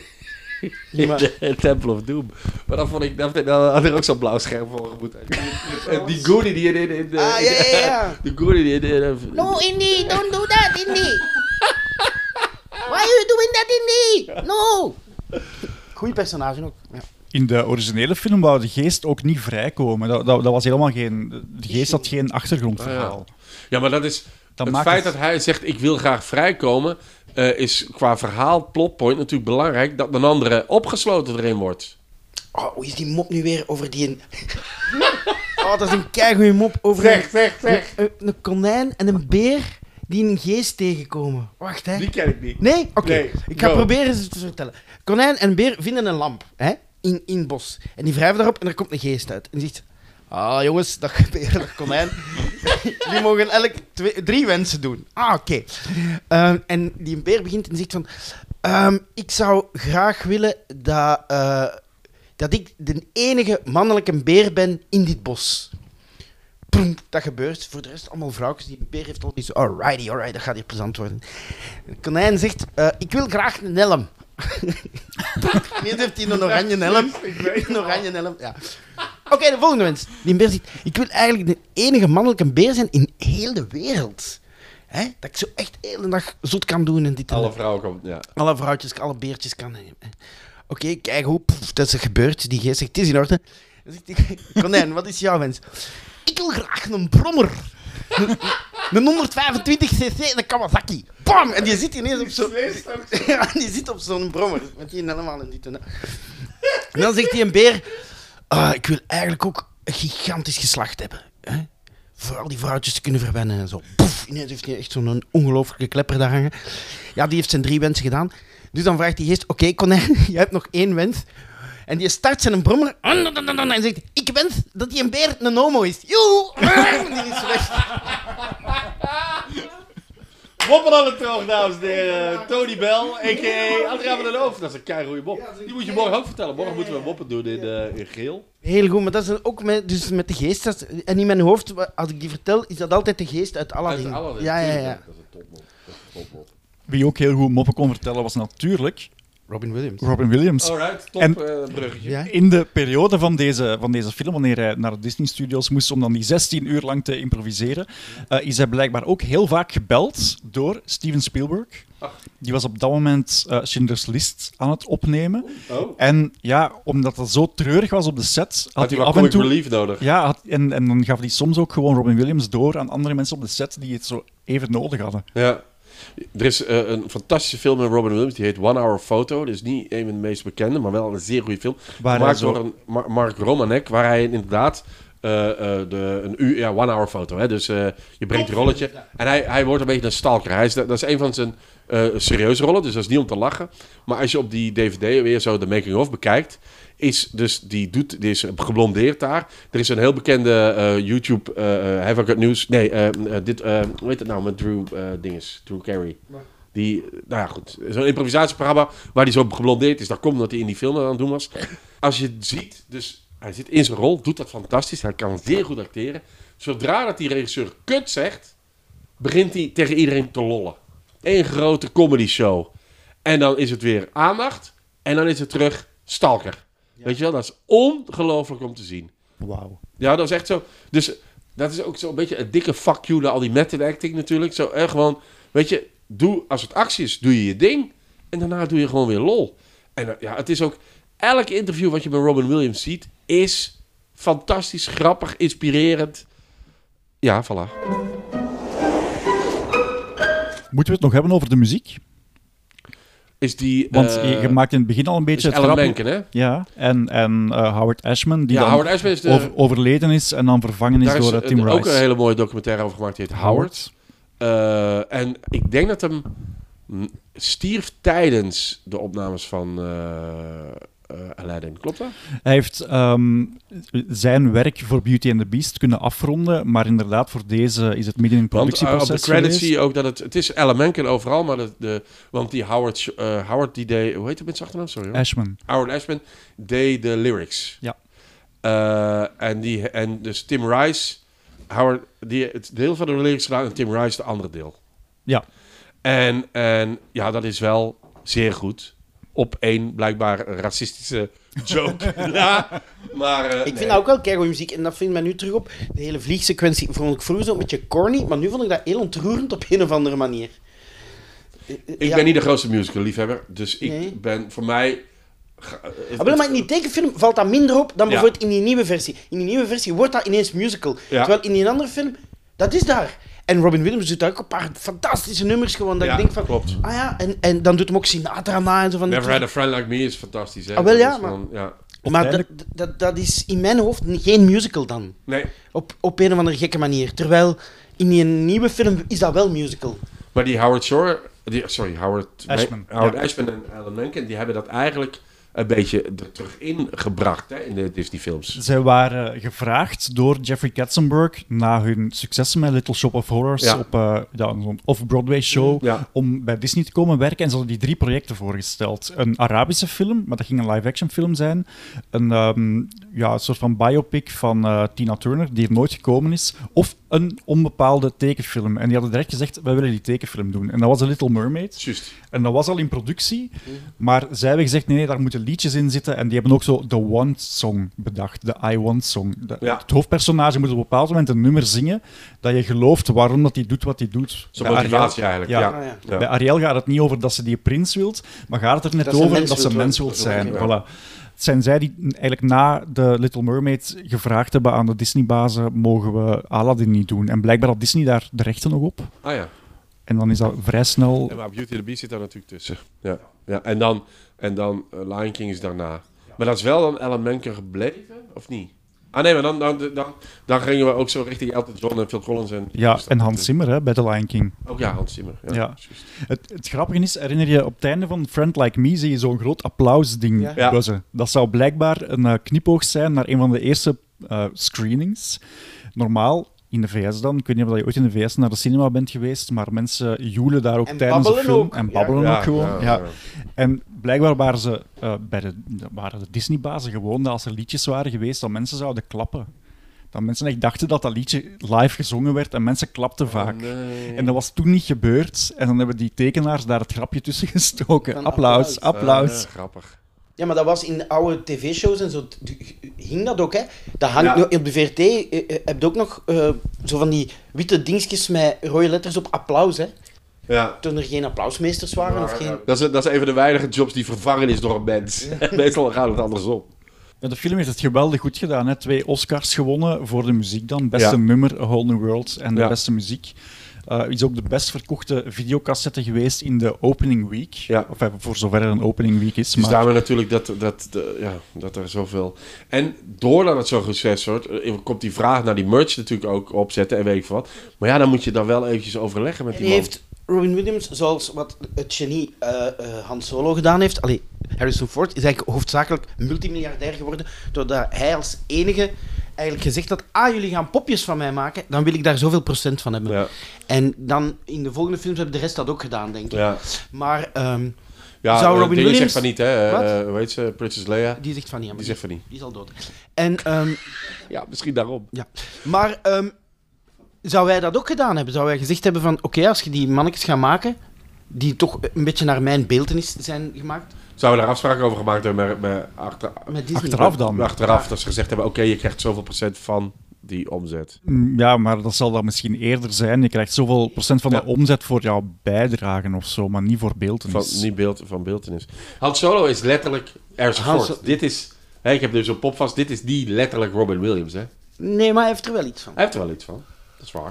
[SPEAKER 3] in
[SPEAKER 4] maar-
[SPEAKER 3] de Temple of Doom. Maar dan vond ik, dan, dan had er ook zo'n blauw scherm voor moeten. En die Goonie die in, in, in de...
[SPEAKER 4] Ah, ja, ja, ja.
[SPEAKER 3] De Goonie die in de...
[SPEAKER 10] No, Indy, don't do that, Indy. Why are you doing that, Indy? No.
[SPEAKER 4] Goeie personage ook. Ja.
[SPEAKER 2] In de originele film wou de geest ook niet vrijkomen. Dat, dat, dat was helemaal geen... De geest had geen achtergrondverhaal.
[SPEAKER 3] Ja, maar dat is...
[SPEAKER 2] Dat
[SPEAKER 3] het
[SPEAKER 2] maakt
[SPEAKER 3] feit
[SPEAKER 2] het-
[SPEAKER 3] dat hij zegt, ik wil graag vrijkomen... eh, is qua verhaal, plotpoint natuurlijk belangrijk... dat een andere opgesloten erin wordt.
[SPEAKER 4] Oh, hoe is die mop nu weer over die... Een... Oh, dat is een keigoeie mop over
[SPEAKER 3] Zeg, zeg,
[SPEAKER 4] een,
[SPEAKER 3] zeg.
[SPEAKER 4] een, een konijn en een beer die een geest tegenkomen. Wacht, hè.
[SPEAKER 3] Die ken ik niet.
[SPEAKER 4] Nee? Oké.
[SPEAKER 3] Nee,
[SPEAKER 4] Ik ga
[SPEAKER 3] go.
[SPEAKER 4] proberen ze te vertellen. Konijn en beer vinden een lamp, hè, in, in het bos. En die wrijven daarop en er komt een geest uit. En die zegt... Ah, jongens, dag beer, dag konijn. Die mogen elk twee, drie wensen doen. Ah, oké. Okay. Uh, en die beer begint en zegt van... Um, ik zou graag willen dat, uh, dat ik de enige mannelijke beer ben in dit bos. Boom, dat gebeurt. Voor de rest allemaal vrouwtjes. Die beer heeft al iets... Alrighty, alright, dat gaat hier plezant worden. De konijn zegt... Uh, ik wil graag een helm. Nu heeft hij een oranje helm. Een oranje helm, ja. Oké, okay, de volgende wens. Die beer zegt... Ik wil eigenlijk de enige mannelijke beer zijn in heel de wereld. Hè? Dat ik zo echt de hele dag zot kan doen. En dit en
[SPEAKER 3] alle vrouwen komen, ja.
[SPEAKER 4] Alle vrouwtjes, alle beertjes kan nemen. Oké, okay, kijk hoe... Pff, dat is gebeurd. Die geest zegt... Het is in orde. Dan zegt die konijn... Wat is jouw wens? Ik wil graag een brommer. Een, een honderdvijfentwintig cc en een Kawasaki. Bam! En die zit ineens op zo'n... Ja, die zit op zo'n brommer. Met die helemaal in dit en dat. En dan zegt hij een beer... Uh, ik wil eigenlijk ook een gigantisch geslacht hebben. Hè? Voor al die vrouwtjes te kunnen verwennen en zo. Poef! Ineens heeft hij echt zo'n ongelooflijke klepper daar hangen. Ja, die heeft zijn drie wensen gedaan. Dus dan vraagt die geest... Oké, okay, konijn, je hebt nog één wens... En die start zijn een brommer en zegt... Ik wens dat die een beer een homo is. Joe! Die is weg.
[SPEAKER 3] Moppen aan het droog, dames en heren. Tony Bell, a k a. Adriaan van den Hoofd. Dat is een keigoeie mop. Die moet je morgen ook vertellen. Morgen moeten we moppen doen in, uh, in geel.
[SPEAKER 4] Heel goed, maar dat is ook met, dus met de geest. Dat is, en in mijn hoofd, als ik die vertel, is dat altijd de geest uit Aladdin.
[SPEAKER 3] Uit Aladdin.
[SPEAKER 4] Ja, ja, ja.
[SPEAKER 3] Dat is een topmop. Dat is een topmop.
[SPEAKER 2] Wie ook heel goed moppen kon vertellen was natuurlijk...
[SPEAKER 4] Robin Williams.
[SPEAKER 2] Robin Williams.
[SPEAKER 3] Alright, top
[SPEAKER 2] en
[SPEAKER 3] uh, bruggetje.
[SPEAKER 4] Ja?
[SPEAKER 2] In de periode van deze, van deze film, wanneer hij naar de Disney-studios moest om dan die zestien uur lang te improviseren, uh, is hij blijkbaar ook heel vaak gebeld door Steven Spielberg.
[SPEAKER 3] Ach.
[SPEAKER 2] Die was op dat moment uh, Schindler's List aan het opnemen.
[SPEAKER 3] Oh.
[SPEAKER 2] En ja, omdat dat zo treurig was op de set... Had,
[SPEAKER 3] had hij wel
[SPEAKER 2] af en toe
[SPEAKER 3] relief nodig.
[SPEAKER 2] Ja, had, en, en dan gaf hij soms ook gewoon Robin Williams door aan andere mensen op de set die het zo even nodig hadden.
[SPEAKER 3] Ja. Er is uh, een fantastische film met Robin Williams, die heet One Hour Photo. Dat is niet een van de meest bekende, maar wel een zeer goede film.
[SPEAKER 2] Waar
[SPEAKER 3] Gemaakt
[SPEAKER 2] zo...
[SPEAKER 3] door een Mar- Mark Romanek, waar hij inderdaad uh, uh, de, een uur, ja, One Hour Photo. Hè? Dus uh, je brengt een rolletje. En hij, hij wordt een beetje een stalker. Hij is, dat is een van zijn uh, serieuze rollen, dus dat is niet om te lachen. Maar als je op die D V D weer zo de making-of bekijkt, is dus die doet, die is geblondeerd daar. Er is een heel bekende uh, YouTube uh, Have I Got News. Nee, uh, uh, dit, uh, hoe heet het nou met Drew uh, dinges, Drew Carey. Die, nou ja, goed. Zo'n improvisatieprogramma waar hij zo geblondeerd is. Dat komt omdat hij in die film aan het doen was. Als je het ziet, dus hij zit in zijn rol, doet dat fantastisch. Hij kan zeer goed acteren. Zodra dat die regisseur kut zegt, begint hij tegen iedereen te lollen. Eén grote comedy show. En dan is het weer aandacht. En dan is het terug stalker. Ja. Weet je wel, dat is ongelooflijk om te zien.
[SPEAKER 2] Wauw.
[SPEAKER 3] Ja, dat is echt zo. Dus dat is ook zo'n beetje een dikke fuck you naar al die method acting natuurlijk. Zo echt gewoon, weet je, doe, als het actie is, doe je je ding. En daarna doe je gewoon weer lol. En ja, het is ook, elk interview wat je bij Robin Williams ziet, is fantastisch, grappig, inspirerend. Ja, voilà.
[SPEAKER 2] Moeten we het nog hebben over de muziek?
[SPEAKER 3] Is die,
[SPEAKER 2] Want
[SPEAKER 3] uh,
[SPEAKER 2] je maakt in het begin al een beetje het
[SPEAKER 3] Alan
[SPEAKER 2] grap...
[SPEAKER 3] Menken, hè?
[SPEAKER 2] Ja, en, en uh, Howard Ashman, die
[SPEAKER 3] ja,
[SPEAKER 2] dan
[SPEAKER 3] Howard Ashman is de...
[SPEAKER 2] over, overleden is en dan vervangen is
[SPEAKER 3] Daar
[SPEAKER 2] door
[SPEAKER 3] is
[SPEAKER 2] uh, Tim
[SPEAKER 3] uh,
[SPEAKER 2] Rice.
[SPEAKER 3] ook een hele mooie documentaire over gemaakt, die heet Howard. Howard. Uh, en ik denk dat hem stierf tijdens de opnames van uh, uh, Aladdin. Klopt dat?
[SPEAKER 2] Hij heeft um, zijn werk voor Beauty and the Beast kunnen afronden, maar inderdaad voor deze is het midden in het productieproces.
[SPEAKER 3] Want uh, op de credits
[SPEAKER 2] geweest.
[SPEAKER 3] zie je ook dat het... Het is Alan Menken overal, maar de, de, want die Howard, uh, Howard die deed... Hoe heet het met zijn achternaam? Sorry, hoor.
[SPEAKER 2] Ashman.
[SPEAKER 3] Howard Ashman deed de lyrics.
[SPEAKER 2] Ja.
[SPEAKER 3] Uh, en, die, en dus Tim Rice... Howard, die het deel van de lyrics gedaan en Tim Rice de andere deel.
[SPEAKER 2] Ja.
[SPEAKER 3] En, en ja, dat is wel zeer goed. Op één blijkbaar racistische joke. Ja, maar, uh,
[SPEAKER 4] ik vind
[SPEAKER 3] nee.
[SPEAKER 4] dat ook wel keigoed muziek. En dat vindt mij nu terug op. De hele vliegsequentie vond ik vroeger zo'n beetje corny. Maar nu vond ik dat heel ontroerend op een of andere manier.
[SPEAKER 3] Ik
[SPEAKER 4] ja.
[SPEAKER 3] ben niet de grootste musical-liefhebber. Dus ik
[SPEAKER 4] Nee.
[SPEAKER 3] ben voor mij...
[SPEAKER 4] Uh, maar in die tekenfilm valt dat minder op dan
[SPEAKER 3] ja.
[SPEAKER 4] bijvoorbeeld in die nieuwe versie. In die nieuwe versie wordt dat ineens musical.
[SPEAKER 3] Ja.
[SPEAKER 4] Terwijl in die andere film, dat is daar. En Robin Williams doet ook een paar fantastische nummers gewoon. Dat
[SPEAKER 3] Ja,
[SPEAKER 4] ik denk van,
[SPEAKER 3] klopt.
[SPEAKER 4] ah ja, en, en dan doet hem ook Sinatra na en zo van.
[SPEAKER 3] Never Had a Friend Like Me is fantastisch, hè?
[SPEAKER 4] Ah, wel
[SPEAKER 3] Dat
[SPEAKER 4] ja,
[SPEAKER 3] is
[SPEAKER 4] maar,
[SPEAKER 3] gewoon, ja.
[SPEAKER 4] maar dat, dat, dat is in mijn hoofd geen musical dan.
[SPEAKER 3] Nee.
[SPEAKER 4] Op, op een of andere gekke manier. Terwijl in die nieuwe film is dat wel musical.
[SPEAKER 3] Maar die Howard Shore... Die, sorry, Howard
[SPEAKER 2] Ashman.
[SPEAKER 3] Howard
[SPEAKER 2] Ja.
[SPEAKER 3] Ashman en Alan Menken, die hebben dat eigenlijk een beetje er terug ingebracht hè, in de Disney-films.
[SPEAKER 2] Zij waren gevraagd door Jeffrey Katzenberg na hun successen met Little Shop of Horrors
[SPEAKER 3] Ja.
[SPEAKER 2] op uh, ja, zo'n off-Broadway-show
[SPEAKER 3] Ja.
[SPEAKER 2] om bij Disney te komen werken. En ze hadden die drie projecten voorgesteld. Een Arabische film, maar dat ging een live-action film zijn. Een, um, ja, een soort van biopic van uh, Tina Turner, die er nooit gekomen is. Of een onbepaalde tekenfilm. En die hadden direct gezegd, wij willen die tekenfilm doen. En dat was The Little Mermaid.
[SPEAKER 3] Juist.
[SPEAKER 2] En dat was al in productie. Maar zij hebben gezegd, nee, nee, daar moeten liedjes in zitten. En die hebben ook zo de Want-song bedacht. De I Want-song. De-
[SPEAKER 3] Ja.
[SPEAKER 2] Het hoofdpersonage moet op een bepaald moment een nummer zingen dat je gelooft waarom dat hij doet wat hij doet.
[SPEAKER 3] Zo'n
[SPEAKER 2] Bij
[SPEAKER 3] motivatie
[SPEAKER 2] Ariel-
[SPEAKER 3] eigenlijk.
[SPEAKER 2] Ja.
[SPEAKER 3] Ja.
[SPEAKER 4] Ah, ja.
[SPEAKER 3] Ja.
[SPEAKER 2] Bij Ariel gaat het niet over dat ze die prins wilt, maar gaat het er net
[SPEAKER 4] Dat ze
[SPEAKER 2] over
[SPEAKER 4] mens
[SPEAKER 2] dat ze
[SPEAKER 4] wilt
[SPEAKER 2] mens
[SPEAKER 4] worden.
[SPEAKER 2] wilt zijn.
[SPEAKER 3] Ja.
[SPEAKER 2] Voilà. Het zijn zij die eigenlijk na de Little Mermaid gevraagd hebben aan de Disney-bazen, mogen we Aladdin niet doen. En blijkbaar had Disney daar de rechten nog op.
[SPEAKER 3] Ah ja.
[SPEAKER 2] En dan is dat vrij snel...
[SPEAKER 3] Ja, maar Beauty and the Beast zit daar natuurlijk tussen. Ja. Ja. En dan, en dan uh, Lion King is daarna. Maar dat is wel dan Alan Menken gebleven, of niet? Ah nee, maar dan, dan, dan, dan gingen we ook zo richting Elton John en Phil Collins. En,
[SPEAKER 2] Ja, en Hans Zimmer hè, bij The Lion King.
[SPEAKER 3] Ook ja, Hans Zimmer. Ja,
[SPEAKER 2] Ja.
[SPEAKER 3] juist.
[SPEAKER 2] Het, het grappige is, herinner je op het einde van Friend Like Me zie je zo'n groot applausding
[SPEAKER 4] Ja.
[SPEAKER 3] Ja.
[SPEAKER 2] buzzen. Dat zou blijkbaar een uh, knipoog zijn naar een van de eerste uh, screenings. Normaal, in de V S dan, ik weet niet of je ooit in de V S naar de cinema bent geweest, maar mensen joelen daar ook
[SPEAKER 4] En
[SPEAKER 2] tijdens de
[SPEAKER 4] babbelen
[SPEAKER 2] film.
[SPEAKER 4] ook.
[SPEAKER 2] En
[SPEAKER 4] Ja.
[SPEAKER 2] babbelen
[SPEAKER 3] Ja,
[SPEAKER 2] ook gewoon.
[SPEAKER 3] ja,
[SPEAKER 2] Ja,
[SPEAKER 3] ja.
[SPEAKER 2] En blijkbaar waren ze uh, bij de, waren de Disney-bazen gewoon dat als er liedjes waren geweest, dat mensen zouden klappen. Dat mensen echt dachten dat dat liedje live gezongen werd en mensen klapten vaak.
[SPEAKER 3] Oh, nee.
[SPEAKER 2] En dat was toen niet gebeurd. En dan hebben die tekenaars daar het grapje tussen gestoken.
[SPEAKER 4] Van
[SPEAKER 2] Applaus,
[SPEAKER 4] applaus.
[SPEAKER 2] applaus.
[SPEAKER 3] Ah, grappig.
[SPEAKER 4] Ja, maar dat was in de oude tv-shows en zo. d- hing dat ook, hè? Dat hangt
[SPEAKER 3] Ja.
[SPEAKER 4] nog, op de V R T eh, eh, heb je ook nog eh, zo van die witte dingetjes met rode letters op applaus, hè?
[SPEAKER 3] Ja.
[SPEAKER 4] Toen er geen applausmeesters waren of geen...
[SPEAKER 3] Dat is, dat is een van de weinige jobs die vervangen is door een mens. Meestal gaat het andersom.
[SPEAKER 2] Ja, de film heeft het geweldig goed gedaan. Hè. Twee Oscars gewonnen voor de muziek dan. Beste
[SPEAKER 3] Ja.
[SPEAKER 2] nummer, A Whole New World. En de
[SPEAKER 3] Ja.
[SPEAKER 2] beste muziek. Uh, is ook de best verkochte videocassette geweest in de opening week.
[SPEAKER 3] Ja.
[SPEAKER 2] Of eh, voor zover er een opening week is.
[SPEAKER 3] Dus
[SPEAKER 2] Maar...
[SPEAKER 3] daarom natuurlijk dat, dat, de, ja, dat er zoveel... En doordat het zo succes wordt, eh, komt die vraag naar die merch natuurlijk ook opzetten en weet ik veel wat. Maar ja, dan moet je dan wel eventjes overleggen met
[SPEAKER 4] En
[SPEAKER 3] die
[SPEAKER 4] die
[SPEAKER 3] man.
[SPEAKER 4] heeft Robin Williams, zoals wat het genie eh eh Han Solo gedaan heeft... Allee, Harrison Ford is eigenlijk hoofdzakelijk multimiljardair geworden doordat hij als enige eigenlijk gezegd had, ah, jullie gaan popjes van mij maken, dan wil ik daar zoveel procent van hebben.
[SPEAKER 3] Ja.
[SPEAKER 4] En dan in de volgende films hebben de rest dat ook gedaan, denk ik.
[SPEAKER 3] Ja.
[SPEAKER 4] Maar ehm,
[SPEAKER 3] Ja,
[SPEAKER 4] zou
[SPEAKER 3] eh,
[SPEAKER 4] Robin
[SPEAKER 3] dingen
[SPEAKER 4] Williams...
[SPEAKER 3] zegt van niet, hè.
[SPEAKER 4] Wat?
[SPEAKER 3] Eh, hoe heet ze? Princess Leia.
[SPEAKER 4] Die zegt van niet. Ja, maar
[SPEAKER 3] Die zegt van niet.
[SPEAKER 4] Die is al dood. En, ehm,
[SPEAKER 3] Ja, misschien daarom.
[SPEAKER 4] ja. Maar ehm, zou wij dat ook gedaan hebben? Zou wij gezegd hebben van, oké, als je die mannetjes gaat maken, die toch een beetje naar mijn beeltenis zijn gemaakt,
[SPEAKER 3] Zouden we daar afspraken over gemaakt hebben met, met achter,
[SPEAKER 4] met Disney.
[SPEAKER 2] Achteraf dan.
[SPEAKER 3] achteraf? Dat ze gezegd hebben, oké, je krijgt zoveel procent van die omzet.
[SPEAKER 2] Mm, Ja, maar dat zal dan misschien eerder zijn. Je krijgt zoveel procent van
[SPEAKER 3] Ja.
[SPEAKER 2] de omzet voor jouw bijdragen of zo, maar niet voor
[SPEAKER 3] Van,
[SPEAKER 2] beeltenis.
[SPEAKER 3] niet beeld, van beeltenis. Han Solo is letterlijk Harrison
[SPEAKER 4] Han
[SPEAKER 3] Ford.
[SPEAKER 4] So-
[SPEAKER 3] Dit is... Hè, ik heb dus een pop vast. Dit is die letterlijk Robin Williams, hè.
[SPEAKER 4] Nee, maar hij heeft er wel iets van.
[SPEAKER 3] Hij heeft er wel iets van. Dat is waar.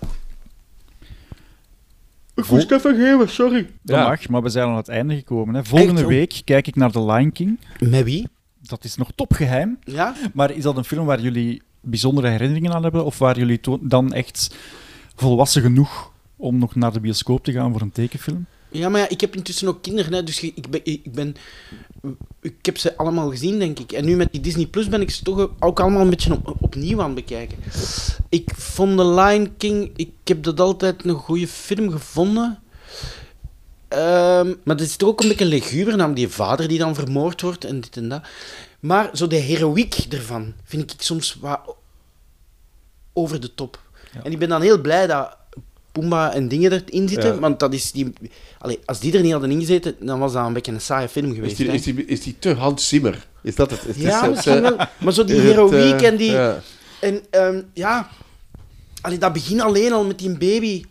[SPEAKER 2] Ik moest
[SPEAKER 3] even geven, sorry.
[SPEAKER 2] Dat
[SPEAKER 3] Ja.
[SPEAKER 2] mag, maar we zijn aan het einde gekomen. Hè. Volgende
[SPEAKER 4] Echt,
[SPEAKER 2] week kijk ik naar The Lion King.
[SPEAKER 4] Met wie?
[SPEAKER 2] Dat is nog topgeheim.
[SPEAKER 4] Ja?
[SPEAKER 2] Maar is dat een film waar jullie bijzondere herinneringen aan hebben? Of waar jullie to- dan echt volwassen genoeg om nog naar de bioscoop te gaan voor een tekenfilm?
[SPEAKER 4] Ja, maar ja, ik heb intussen ook kinderen, hè, dus ik ben, ik ben... Ik heb ze allemaal gezien, denk ik. En nu met die Disney Plus ben ik ze toch ook allemaal een beetje op, opnieuw aan het bekijken. Ik vond The Lion King... Ik heb dat altijd een goede film gevonden. Ehm, maar het is toch ook een beetje leguber, namelijk die vader die dan vermoord wordt en dit en dat. Maar zo de heroïek ervan vind ik soms wat over de top.
[SPEAKER 2] Ja.
[SPEAKER 4] En ik ben dan heel blij dat Pumbaa en dingen erin zitten,
[SPEAKER 3] Ja.
[SPEAKER 4] want dat is die... Allee, als die er niet hadden ingezeten, dan was dat een beetje een saaie film
[SPEAKER 3] Is
[SPEAKER 4] geweest.
[SPEAKER 3] die,
[SPEAKER 4] hè.
[SPEAKER 3] is, die, is die te Hans Zimmer? Is dat het? het
[SPEAKER 4] Ja,
[SPEAKER 3] is, het,
[SPEAKER 4] misschien
[SPEAKER 3] eh,
[SPEAKER 4] wel. Maar zo die
[SPEAKER 3] het,
[SPEAKER 4] heroïek
[SPEAKER 3] eh,
[SPEAKER 4] en die...
[SPEAKER 3] ja.
[SPEAKER 4] En ehm, ja... Allee, dat begin alleen al met die baby.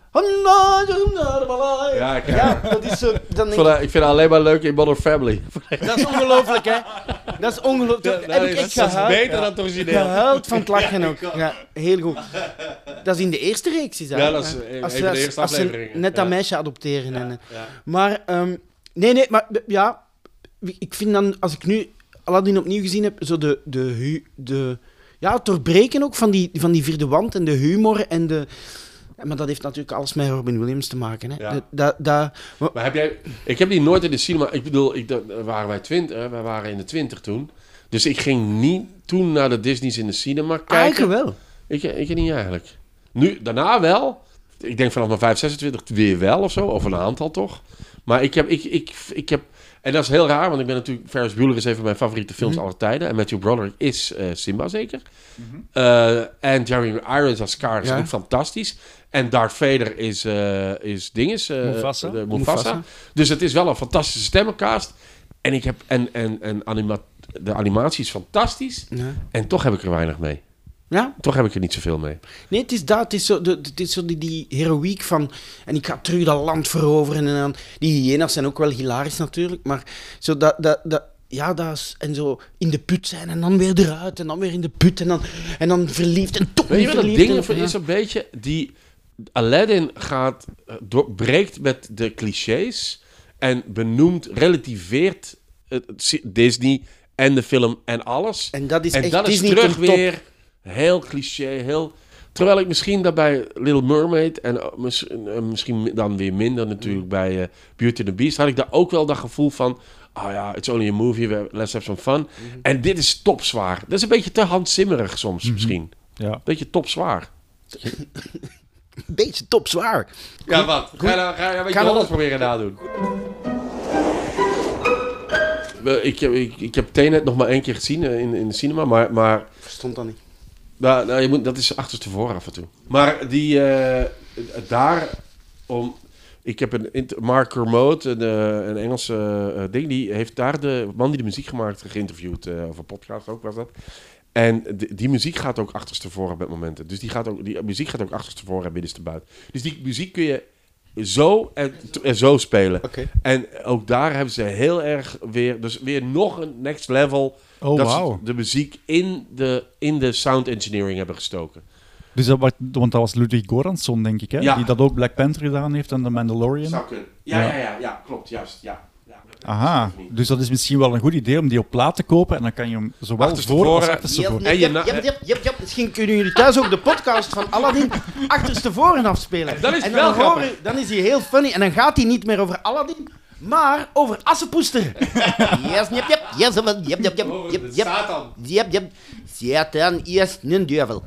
[SPEAKER 3] Ja, ik,
[SPEAKER 4] Ja, dat is zo... Dan
[SPEAKER 3] ik,
[SPEAKER 4] denk
[SPEAKER 3] vond dat- ik vind het alleen maar leuk in Modern Family.
[SPEAKER 4] ik, dat is ongelooflijk, hè. Dat is ongelooflijk.
[SPEAKER 3] Ja,
[SPEAKER 4] heb
[SPEAKER 3] nee,
[SPEAKER 4] ik
[SPEAKER 3] dat
[SPEAKER 4] echt
[SPEAKER 3] is
[SPEAKER 4] gehuild.
[SPEAKER 3] beter dan het origineel.
[SPEAKER 4] Gehuild van het lachen ook. Ja, heel goed. Dat is in de eerste reeks, is dat.
[SPEAKER 3] Ja,
[SPEAKER 4] hè?
[SPEAKER 3] dat is een
[SPEAKER 4] Als
[SPEAKER 3] van
[SPEAKER 4] ze-
[SPEAKER 3] de
[SPEAKER 4] als-
[SPEAKER 3] eerste
[SPEAKER 4] als ze
[SPEAKER 3] afleveringen.
[SPEAKER 4] net dat
[SPEAKER 3] Ja.
[SPEAKER 4] meisje adopteren. En,
[SPEAKER 3] Ja.
[SPEAKER 4] Maar, ehm, nee, nee, maar ja, ik vind dan, als ik nu Aladdin opnieuw gezien heb, zo de, de, hu- de ja, het doorbreken ook van die, van die vierde wand en de humor en de, Ja, maar dat heeft natuurlijk alles met Robin Williams te maken. Hè?
[SPEAKER 3] Ja.
[SPEAKER 4] Dat, dat, dat...
[SPEAKER 3] Maar heb jij... Ik heb die nooit in de cinema... Ik bedoel, ik, dat, waren wij twintig, wij waren in de twintig toen. Dus ik ging niet toen naar de Disney's in de cinema kijken.
[SPEAKER 4] Eigenlijk wel.
[SPEAKER 3] Ik, ik niet eigenlijk. Nu, daarna wel. Ik denk vanaf mijn vijf, zesentwintig weer wel of zo. Of een aantal toch. Maar ik heb... Ik, ik, ik heb en dat is heel raar, want ik ben natuurlijk... Ferris Bueller is een van mijn favoriete films
[SPEAKER 4] Mm-hmm.
[SPEAKER 3] aller tijden. En Matthew Broderick is uh, Simba zeker.
[SPEAKER 2] Mm-hmm.
[SPEAKER 3] Uh, en Jeremy Irons als Scar is
[SPEAKER 4] Ja.
[SPEAKER 3] ook fantastisch. En Darth Vader is, uh, is dinges, uh,
[SPEAKER 2] Mufasa.
[SPEAKER 3] de Mufasa.
[SPEAKER 4] Mufasa.
[SPEAKER 3] Dus het is wel een fantastische stemmencast. En, ik heb, en, en, en anima- de animatie is fantastisch.
[SPEAKER 4] Ja.
[SPEAKER 3] En toch heb ik er weinig mee.
[SPEAKER 4] Ja?
[SPEAKER 3] Toch heb ik er niet zoveel mee.
[SPEAKER 4] Nee, het is dat. Het is zo, de, het is zo die, die heroïek van... En ik ga terug dat land veroveren. En dan, die hyena's zijn ook wel hilarisch natuurlijk. Maar zo dat... dat, dat ja, dat is... En zo in de put zijn en dan weer eruit. En dan weer in de put. En dan, en dan verliefd en toch
[SPEAKER 3] Weet je
[SPEAKER 4] niet
[SPEAKER 3] wat het
[SPEAKER 4] verliefd.
[SPEAKER 3] ding
[SPEAKER 4] en-
[SPEAKER 3] is een beetje? Die Aladdin gaat, uh, door, breekt met de clichés en benoemt, relativeert uh, Disney en de film en alles.
[SPEAKER 4] En dat is
[SPEAKER 3] en
[SPEAKER 4] echt
[SPEAKER 3] dat is
[SPEAKER 4] Disney
[SPEAKER 3] terug
[SPEAKER 4] ten top.
[SPEAKER 3] weer heel cliché, heel... Terwijl ik misschien dat bij Little Mermaid en uh, mis, uh, misschien dan weer minder natuurlijk bij uh, Beauty and the Beast, had ik daar ook wel dat gevoel van, oh ja, it's only a movie, let's have some fun.
[SPEAKER 4] Mm-hmm.
[SPEAKER 3] En dit is topzwaar. Dat is een beetje te handsimmerig soms
[SPEAKER 2] Mm-hmm.
[SPEAKER 3] misschien.
[SPEAKER 2] Ja.
[SPEAKER 3] Beetje topzwaar.
[SPEAKER 4] Beetje topzwaar.
[SPEAKER 3] Ja, wat? Ga je nou, ga je een beetje
[SPEAKER 4] Gaan we
[SPEAKER 3] Hollands
[SPEAKER 4] dat-
[SPEAKER 3] proberen nadoen? Eh, Ik heb, ik, ik heb Tenet nog maar één keer gezien eh, in, in de cinema, maar... maar
[SPEAKER 4] Verstond dat niet.
[SPEAKER 3] nou, nou, je moet, dat is achterstevoren af en toe. Maar die... eh, daar... Om, ik heb een... int- Mark Kermode, een, eh, een Engelse eh, ding, die heeft daar de man die de muziek gemaakt heeft geïnterviewd. eh, over podcast ook was dat. En die, die muziek gaat ook achterstevoren met momenten. Dus die, gaat ook, die muziek gaat ook achterstevoren en binnenstebuiten. Dus die muziek kun je zo en, en zo spelen.
[SPEAKER 4] Oké.
[SPEAKER 3] En ook daar hebben ze heel erg weer... Dus weer nog een next level...
[SPEAKER 2] Oh,
[SPEAKER 3] dat ze
[SPEAKER 2] wauw.
[SPEAKER 3] de muziek in de, in de sound engineering hebben gestoken.
[SPEAKER 2] Dus dat, was- want dat was Ludwig Göransson, denk ik, hè?
[SPEAKER 3] Ja.
[SPEAKER 2] Die dat ook Black Panther gedaan heeft en The Mandalorian.
[SPEAKER 3] Zou kunnen. Ja,
[SPEAKER 2] Ja.
[SPEAKER 3] ja, ja, ja, klopt, juist. Ja. Ja.
[SPEAKER 2] Aha, dus dat is misschien wel een goed idee om die op plaat te kopen en dan kan je hem zowel voor als
[SPEAKER 3] Achterstevoren.
[SPEAKER 2] achterstevoren.
[SPEAKER 3] En je na-
[SPEAKER 4] Jep, jep, jep, jep. Misschien kunnen jullie thuis ook de podcast van Aladdin achterstevoren afspelen.
[SPEAKER 3] Dat is
[SPEAKER 4] en
[SPEAKER 3] wel
[SPEAKER 4] dan,
[SPEAKER 3] grappig.
[SPEAKER 4] horen- dan is hij heel funny en dan gaat hij niet meer over Aladdin, maar over Assepoester. Yes, jep, jep, yes, jep, jep, jep, jep,
[SPEAKER 3] Over
[SPEAKER 4] jep,
[SPEAKER 3] de
[SPEAKER 4] jep,
[SPEAKER 3] Satan.
[SPEAKER 4] jep, jep. Satan is een duivel.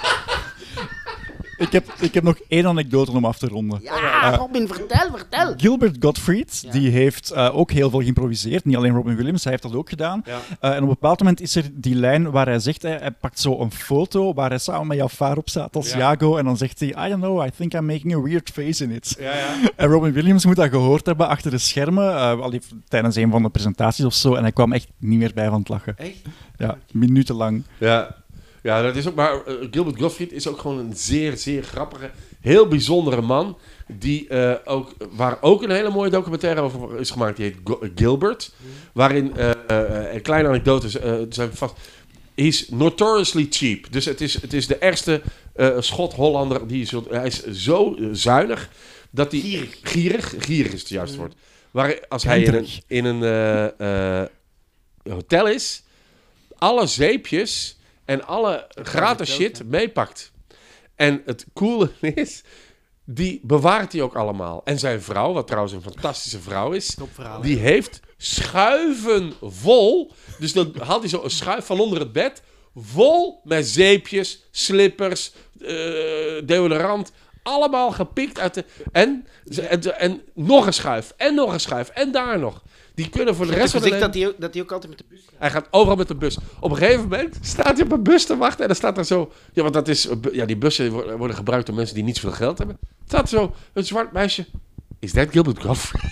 [SPEAKER 2] Ik heb, ik heb nog één anekdote om af te ronden.
[SPEAKER 4] Ja, Robin, vertel, vertel.
[SPEAKER 2] Gilbert Gottfried, die heeft uh, ook heel veel geïmproviseerd. Niet alleen Robin Williams, hij heeft dat ook gedaan.
[SPEAKER 3] Ja.
[SPEAKER 2] Uh, en op een bepaald moment is er die lijn waar hij zegt, hij, hij pakt zo een foto waar hij samen met Jafar op staat als
[SPEAKER 3] Ja.
[SPEAKER 2] Iago. En dan zegt hij, I don't know, I think I'm making a weird face in it.
[SPEAKER 3] Ja, ja.
[SPEAKER 2] En Robin Williams moet dat gehoord hebben achter de schermen, uh, al die- tijdens een van de presentaties of zo. En hij kwam echt niet meer bij van het lachen.
[SPEAKER 4] Echt?
[SPEAKER 2] Ja, minutenlang.
[SPEAKER 3] Ja, ja, dat is ook. Maar uh, Gilbert Gottfried is ook gewoon een zeer, zeer grappige, heel bijzondere man. Die uh, ook, waar ook een hele mooie documentaire over is gemaakt. Die heet Go- Gilbert. Waarin uh, uh, een kleine anekdotes uh, zijn vast. Hij is notoriously cheap. Dus het is, het is de ergste uh, Schot-Hollander. Die zult, hij is zo uh, zuinig dat hij.
[SPEAKER 4] Gierig.
[SPEAKER 3] Gierig. Gierig is het juiste woord. Waar als hij in een,
[SPEAKER 2] Hendrik.
[SPEAKER 3] in een uh, uh, hotel is, alle zeepjes en alle gratis shit meepakt. En het coole is, die bewaart hij ook allemaal. En zijn vrouw, wat trouwens een fantastische vrouw is,
[SPEAKER 4] Topverhaal,
[SPEAKER 3] die heeft schuiven vol. Dus dan haalt hij zo een schuif van onder het bed, vol met zeepjes, slippers, uh, deodorant. Allemaal gepikt uit de... En, en, en nog een schuif, en nog een schuif, en daar nog. Die kunnen voor de
[SPEAKER 4] Je
[SPEAKER 3] rest
[SPEAKER 4] hebt
[SPEAKER 3] van de
[SPEAKER 4] gezegd
[SPEAKER 3] leven...
[SPEAKER 4] dat hij, ook, dat hij ook altijd met de bus gaat.
[SPEAKER 3] Hij gaat overal met de bus. Op een gegeven moment staat hij op een bus te wachten. En dan staat er zo... Ja, want dat is... Ja, die bussen worden worden gebruikt door mensen die niet zoveel geld hebben. Er staat zo een zwart meisje. Is dat Gilbert Gottfried?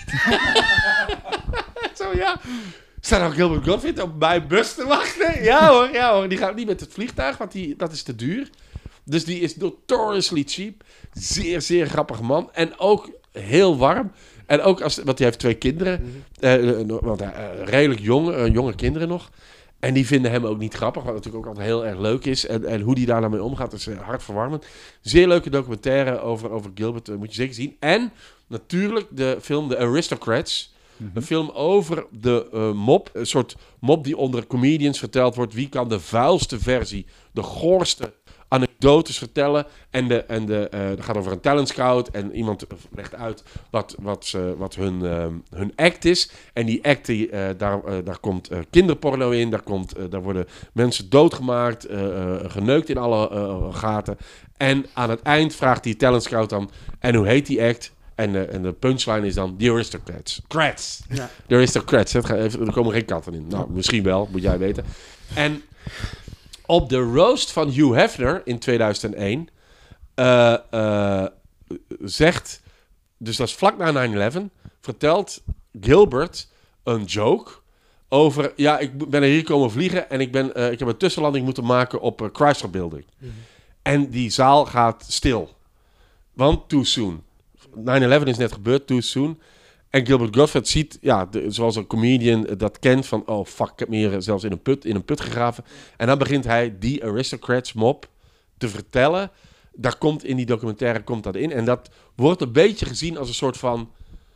[SPEAKER 3] Zo, ja. Staat ook Gilbert Gottfried op mijn bus te wachten? Ja hoor, ja hoor. Die gaat niet met het vliegtuig, want die, dat is te duur. Dus die is notoriously cheap. Zeer, zeer grappig man. En ook heel warm. En ook als... Want hij heeft twee kinderen. Mm-hmm. Uh, want, uh, redelijk jong, uh, jonge kinderen nog. En die vinden hem ook niet grappig. Wat natuurlijk ook altijd heel erg leuk is. En, en hoe die daar nou mee omgaat is uh, hartverwarmend. Zeer leuke documentaire over, over Gilbert. Uh, moet je zeker zien. En natuurlijk de film The Aristocrats. Een film over de uh, mop. Een soort mop die onder comedians verteld wordt. Wie kan de vuilste versie, de goorste anekdotes vertellen. En, de, en de, uh, het gaat over een talent scout. En iemand legt uit wat, wat, uh, wat hun, uh, hun act is. En die act, die, uh, daar, uh, daar komt uh, kinderporno in. Daar, komt, uh, daar worden mensen doodgemaakt. Uh, uh, geneukt in alle uh, gaten. En aan het eind vraagt die talent scout dan... En hoe heet die act? En de, en de punchline is dan The Aristocrats. Crats. Ja. The Aristocrats. Er komen geen katten in. Nou, misschien wel. Moet jij weten. En op de roast van Hugh Hefner in tweeduizend één... Uh, uh, zegt... Dus dat is vlak na nine eleven... Vertelt Gilbert een joke... Over... Ja, ik ben er hier komen vliegen... En ik, ben, uh, ik heb een tussenlanding moeten maken op uh, Chrysler Building. Mm-hmm. En die zaal gaat stil. Want too soon. nine eleven is net gebeurd, too soon. En Gilbert Gottfried ziet, ja, de, zoals een comedian dat kent, van oh fuck, ik heb me hier zelfs in een put, in een put gegraven. En dan begint hij die Aristocrats mop te vertellen. Daar komt in die documentaire komt dat in. En dat wordt een beetje gezien als een soort van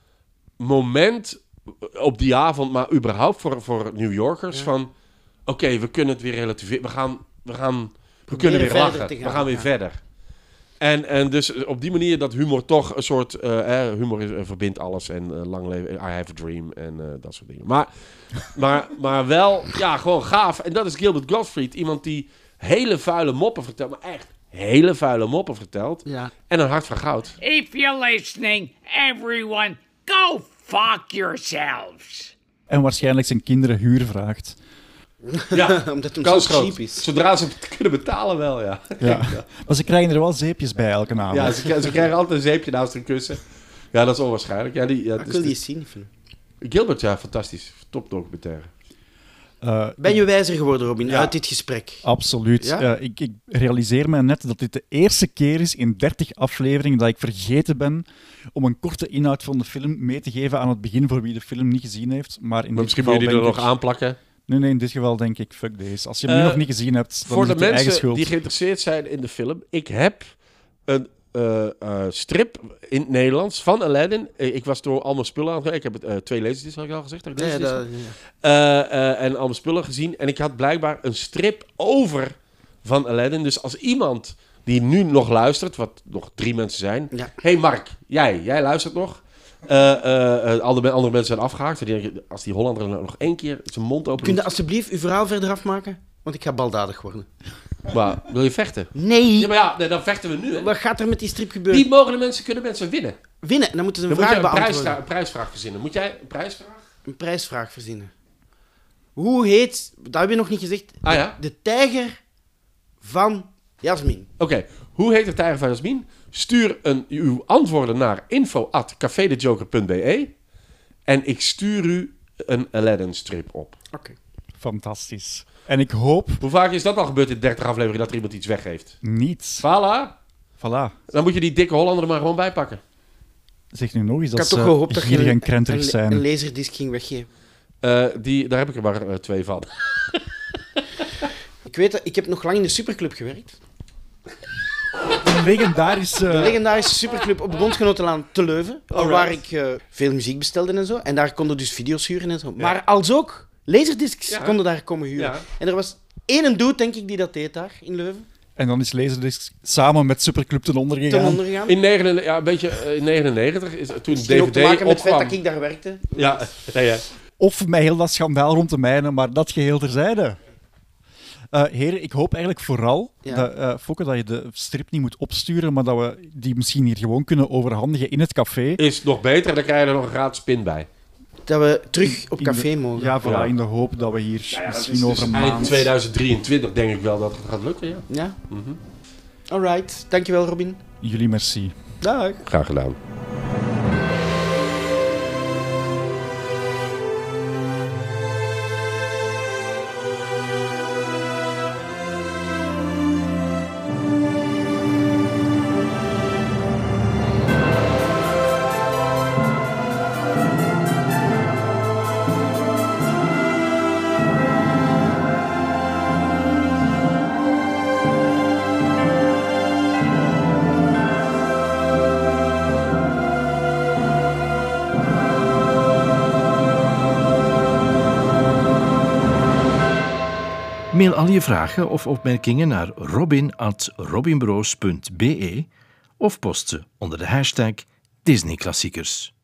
[SPEAKER 3] moment op die avond, maar überhaupt voor, voor New Yorkers, ja. Van oké, okay, we kunnen het weer relativeren. We gaan, we gaan, we kunnen weer lachen. Gaan, we gaan weer ja. verder. En, en dus op die manier dat humor toch een soort... Uh, eh, humor is, uh, verbindt alles en uh, lang leven... I have a dream en uh, dat soort dingen. Maar, maar, maar wel, ja, gewoon gaaf. En dat is Gilbert Gottfried. Iemand die hele vuile moppen vertelt. Maar echt hele vuile moppen vertelt. Ja. En een hart van goud.
[SPEAKER 10] If you're listening, everyone, go fuck yourselves.
[SPEAKER 2] En waarschijnlijk zijn kinderen huur vraagt.
[SPEAKER 3] Ja,
[SPEAKER 4] omdat het
[SPEAKER 3] zo
[SPEAKER 4] cheap is.
[SPEAKER 3] Zodra ze het kunnen betalen wel, ja.
[SPEAKER 2] ja. ja. Maar ze krijgen er wel zeepjes bij elke avond.
[SPEAKER 3] Ja, ze, ze krijgen altijd een zeepje naast hun kussen. Ja, dat is onwaarschijnlijk. Ja, die, ja,
[SPEAKER 4] ik wil die eens zien.
[SPEAKER 3] Gilbert, ja, fantastisch. Top documentaire.
[SPEAKER 4] Uh, ben je wijzer geworden, Robin, ja, uit dit gesprek?
[SPEAKER 2] Absoluut. Ja? Uh, ik, ik realiseer me net dat dit de eerste keer is in dertig afleveringen dat ik vergeten ben om een korte inhoud van de film mee te geven aan het begin voor wie de film niet gezien heeft. Maar, in
[SPEAKER 3] maar misschien moet je die er nog aanplakken.
[SPEAKER 2] Nee, nee, in dit geval denk ik, fuck deze. Als je hem uh, nu nog niet gezien hebt, dan
[SPEAKER 3] voor
[SPEAKER 2] is het
[SPEAKER 3] de
[SPEAKER 2] je eigen schuld.
[SPEAKER 3] Voor de mensen die geïnteresseerd zijn in de film, ik heb een uh, uh, strip in het Nederlands van Aladdin. Ik was door allemaal spullen aan. Ik heb het, uh, twee lezers, had ik al gezegd. Ik ja, dat, ja. uh, uh, en allemaal spullen gezien. En ik had blijkbaar een strip over van Aladdin. Dus als iemand die nu nog luistert, wat nog drie mensen zijn. Ja. Hey Mark, jij, jij luistert nog. Uh, uh, uh, alle andere mensen zijn afgehaakt. Als die Hollander nog één keer zijn mond opent.
[SPEAKER 4] Kun je alsjeblieft uw verhaal verder afmaken? Want ik ga baldadig worden.
[SPEAKER 3] Maar wil je vechten?
[SPEAKER 4] Nee.
[SPEAKER 3] Ja, maar ja, nee, dan vechten we nu. Hè.
[SPEAKER 4] Wat gaat er met die strip gebeuren?
[SPEAKER 3] Die mogen de mensen, kunnen mensen winnen.
[SPEAKER 4] Winnen? Dan moeten ze een
[SPEAKER 3] dan
[SPEAKER 4] vraag
[SPEAKER 3] moet je een
[SPEAKER 4] beantwoorden.
[SPEAKER 3] Prijsvraag, een prijsvraag verzinnen. Moet jij een prijsvraag?
[SPEAKER 4] Een prijsvraag verzinnen. Hoe heet, dat heb je nog niet gezegd,
[SPEAKER 3] ah, ja?
[SPEAKER 4] de, de tijger van Jasmin.
[SPEAKER 3] Oké, okay. Hoe heet de tijger van Jasmin? Stuur een, uw antwoorden naar info at cafedejoker punt b e en ik stuur u een Aladdin strip op.
[SPEAKER 4] Oké. Okay.
[SPEAKER 2] Fantastisch. En ik hoop...
[SPEAKER 3] Hoe vaak is dat al gebeurd in dertig afleveringen dat er iemand iets weggeeft?
[SPEAKER 2] Niets.
[SPEAKER 3] Voilà.
[SPEAKER 2] Voilà.
[SPEAKER 3] Dan moet je die dikke Hollander er maar gewoon bijpakken.
[SPEAKER 2] Zeg nu nog eens dat
[SPEAKER 4] ze gehoopt dat je
[SPEAKER 2] en krenterig zijn.
[SPEAKER 4] Een laserdisc ging weggeven.
[SPEAKER 3] Uh, die, daar heb ik er maar uh, twee van.
[SPEAKER 4] Ik weet dat, ik heb nog lang in de Superclub gewerkt.
[SPEAKER 2] Een legendarische...
[SPEAKER 4] De legendarische Superclub op de Bondgenotenlaan te Leuven. Alright. Waar ik uh, veel muziek bestelde en zo. En daar konden dus video's huren en zo. Ja. Maar als ook laserdiscs ja. konden daar komen huren. Ja. En er was één dude, denk ik, die dat deed daar in Leuven.
[SPEAKER 2] En dan is Laserdisc samen met Superclub ten onder gegaan.
[SPEAKER 4] Ten onder gegaan.
[SPEAKER 3] In, negenennegentig, ja, een beetje, uh, in negenennegentig is toen
[SPEAKER 4] Misschien
[SPEAKER 3] D V D
[SPEAKER 4] ook te maken met het
[SPEAKER 3] opkwam.
[SPEAKER 4] feit dat ik daar werkte.
[SPEAKER 3] Ja, ja, ja.
[SPEAKER 2] Of met heel dat schandaal rond de mijnen, maar dat geheel terzijde. Uh, heren, ik hoop eigenlijk vooral, ja. dat, uh, Fokke, dat je de strip niet moet opsturen, maar dat we die misschien hier gewoon kunnen overhandigen in het café.
[SPEAKER 3] Is nog beter, dan krijg je er nog een gratis pin bij.
[SPEAKER 4] Dat we terug op café
[SPEAKER 2] de,
[SPEAKER 4] mogen.
[SPEAKER 2] Ja, voilà, ja, in de hoop dat we hier ja, ja, misschien dus, over een
[SPEAKER 3] dus
[SPEAKER 2] maand...
[SPEAKER 3] Eind tweeduizend drieëntwintig denk ik wel dat het gaat lukken, ja.
[SPEAKER 4] Ja.
[SPEAKER 3] Mm-hmm.
[SPEAKER 4] Alright, dankjewel Robin.
[SPEAKER 2] Jullie merci.
[SPEAKER 4] Dag.
[SPEAKER 3] Graag gedaan.
[SPEAKER 1] Mail al je vragen of opmerkingen naar robin at robinbroos punt be of post ze onder de hashtag Disney Klassiekers.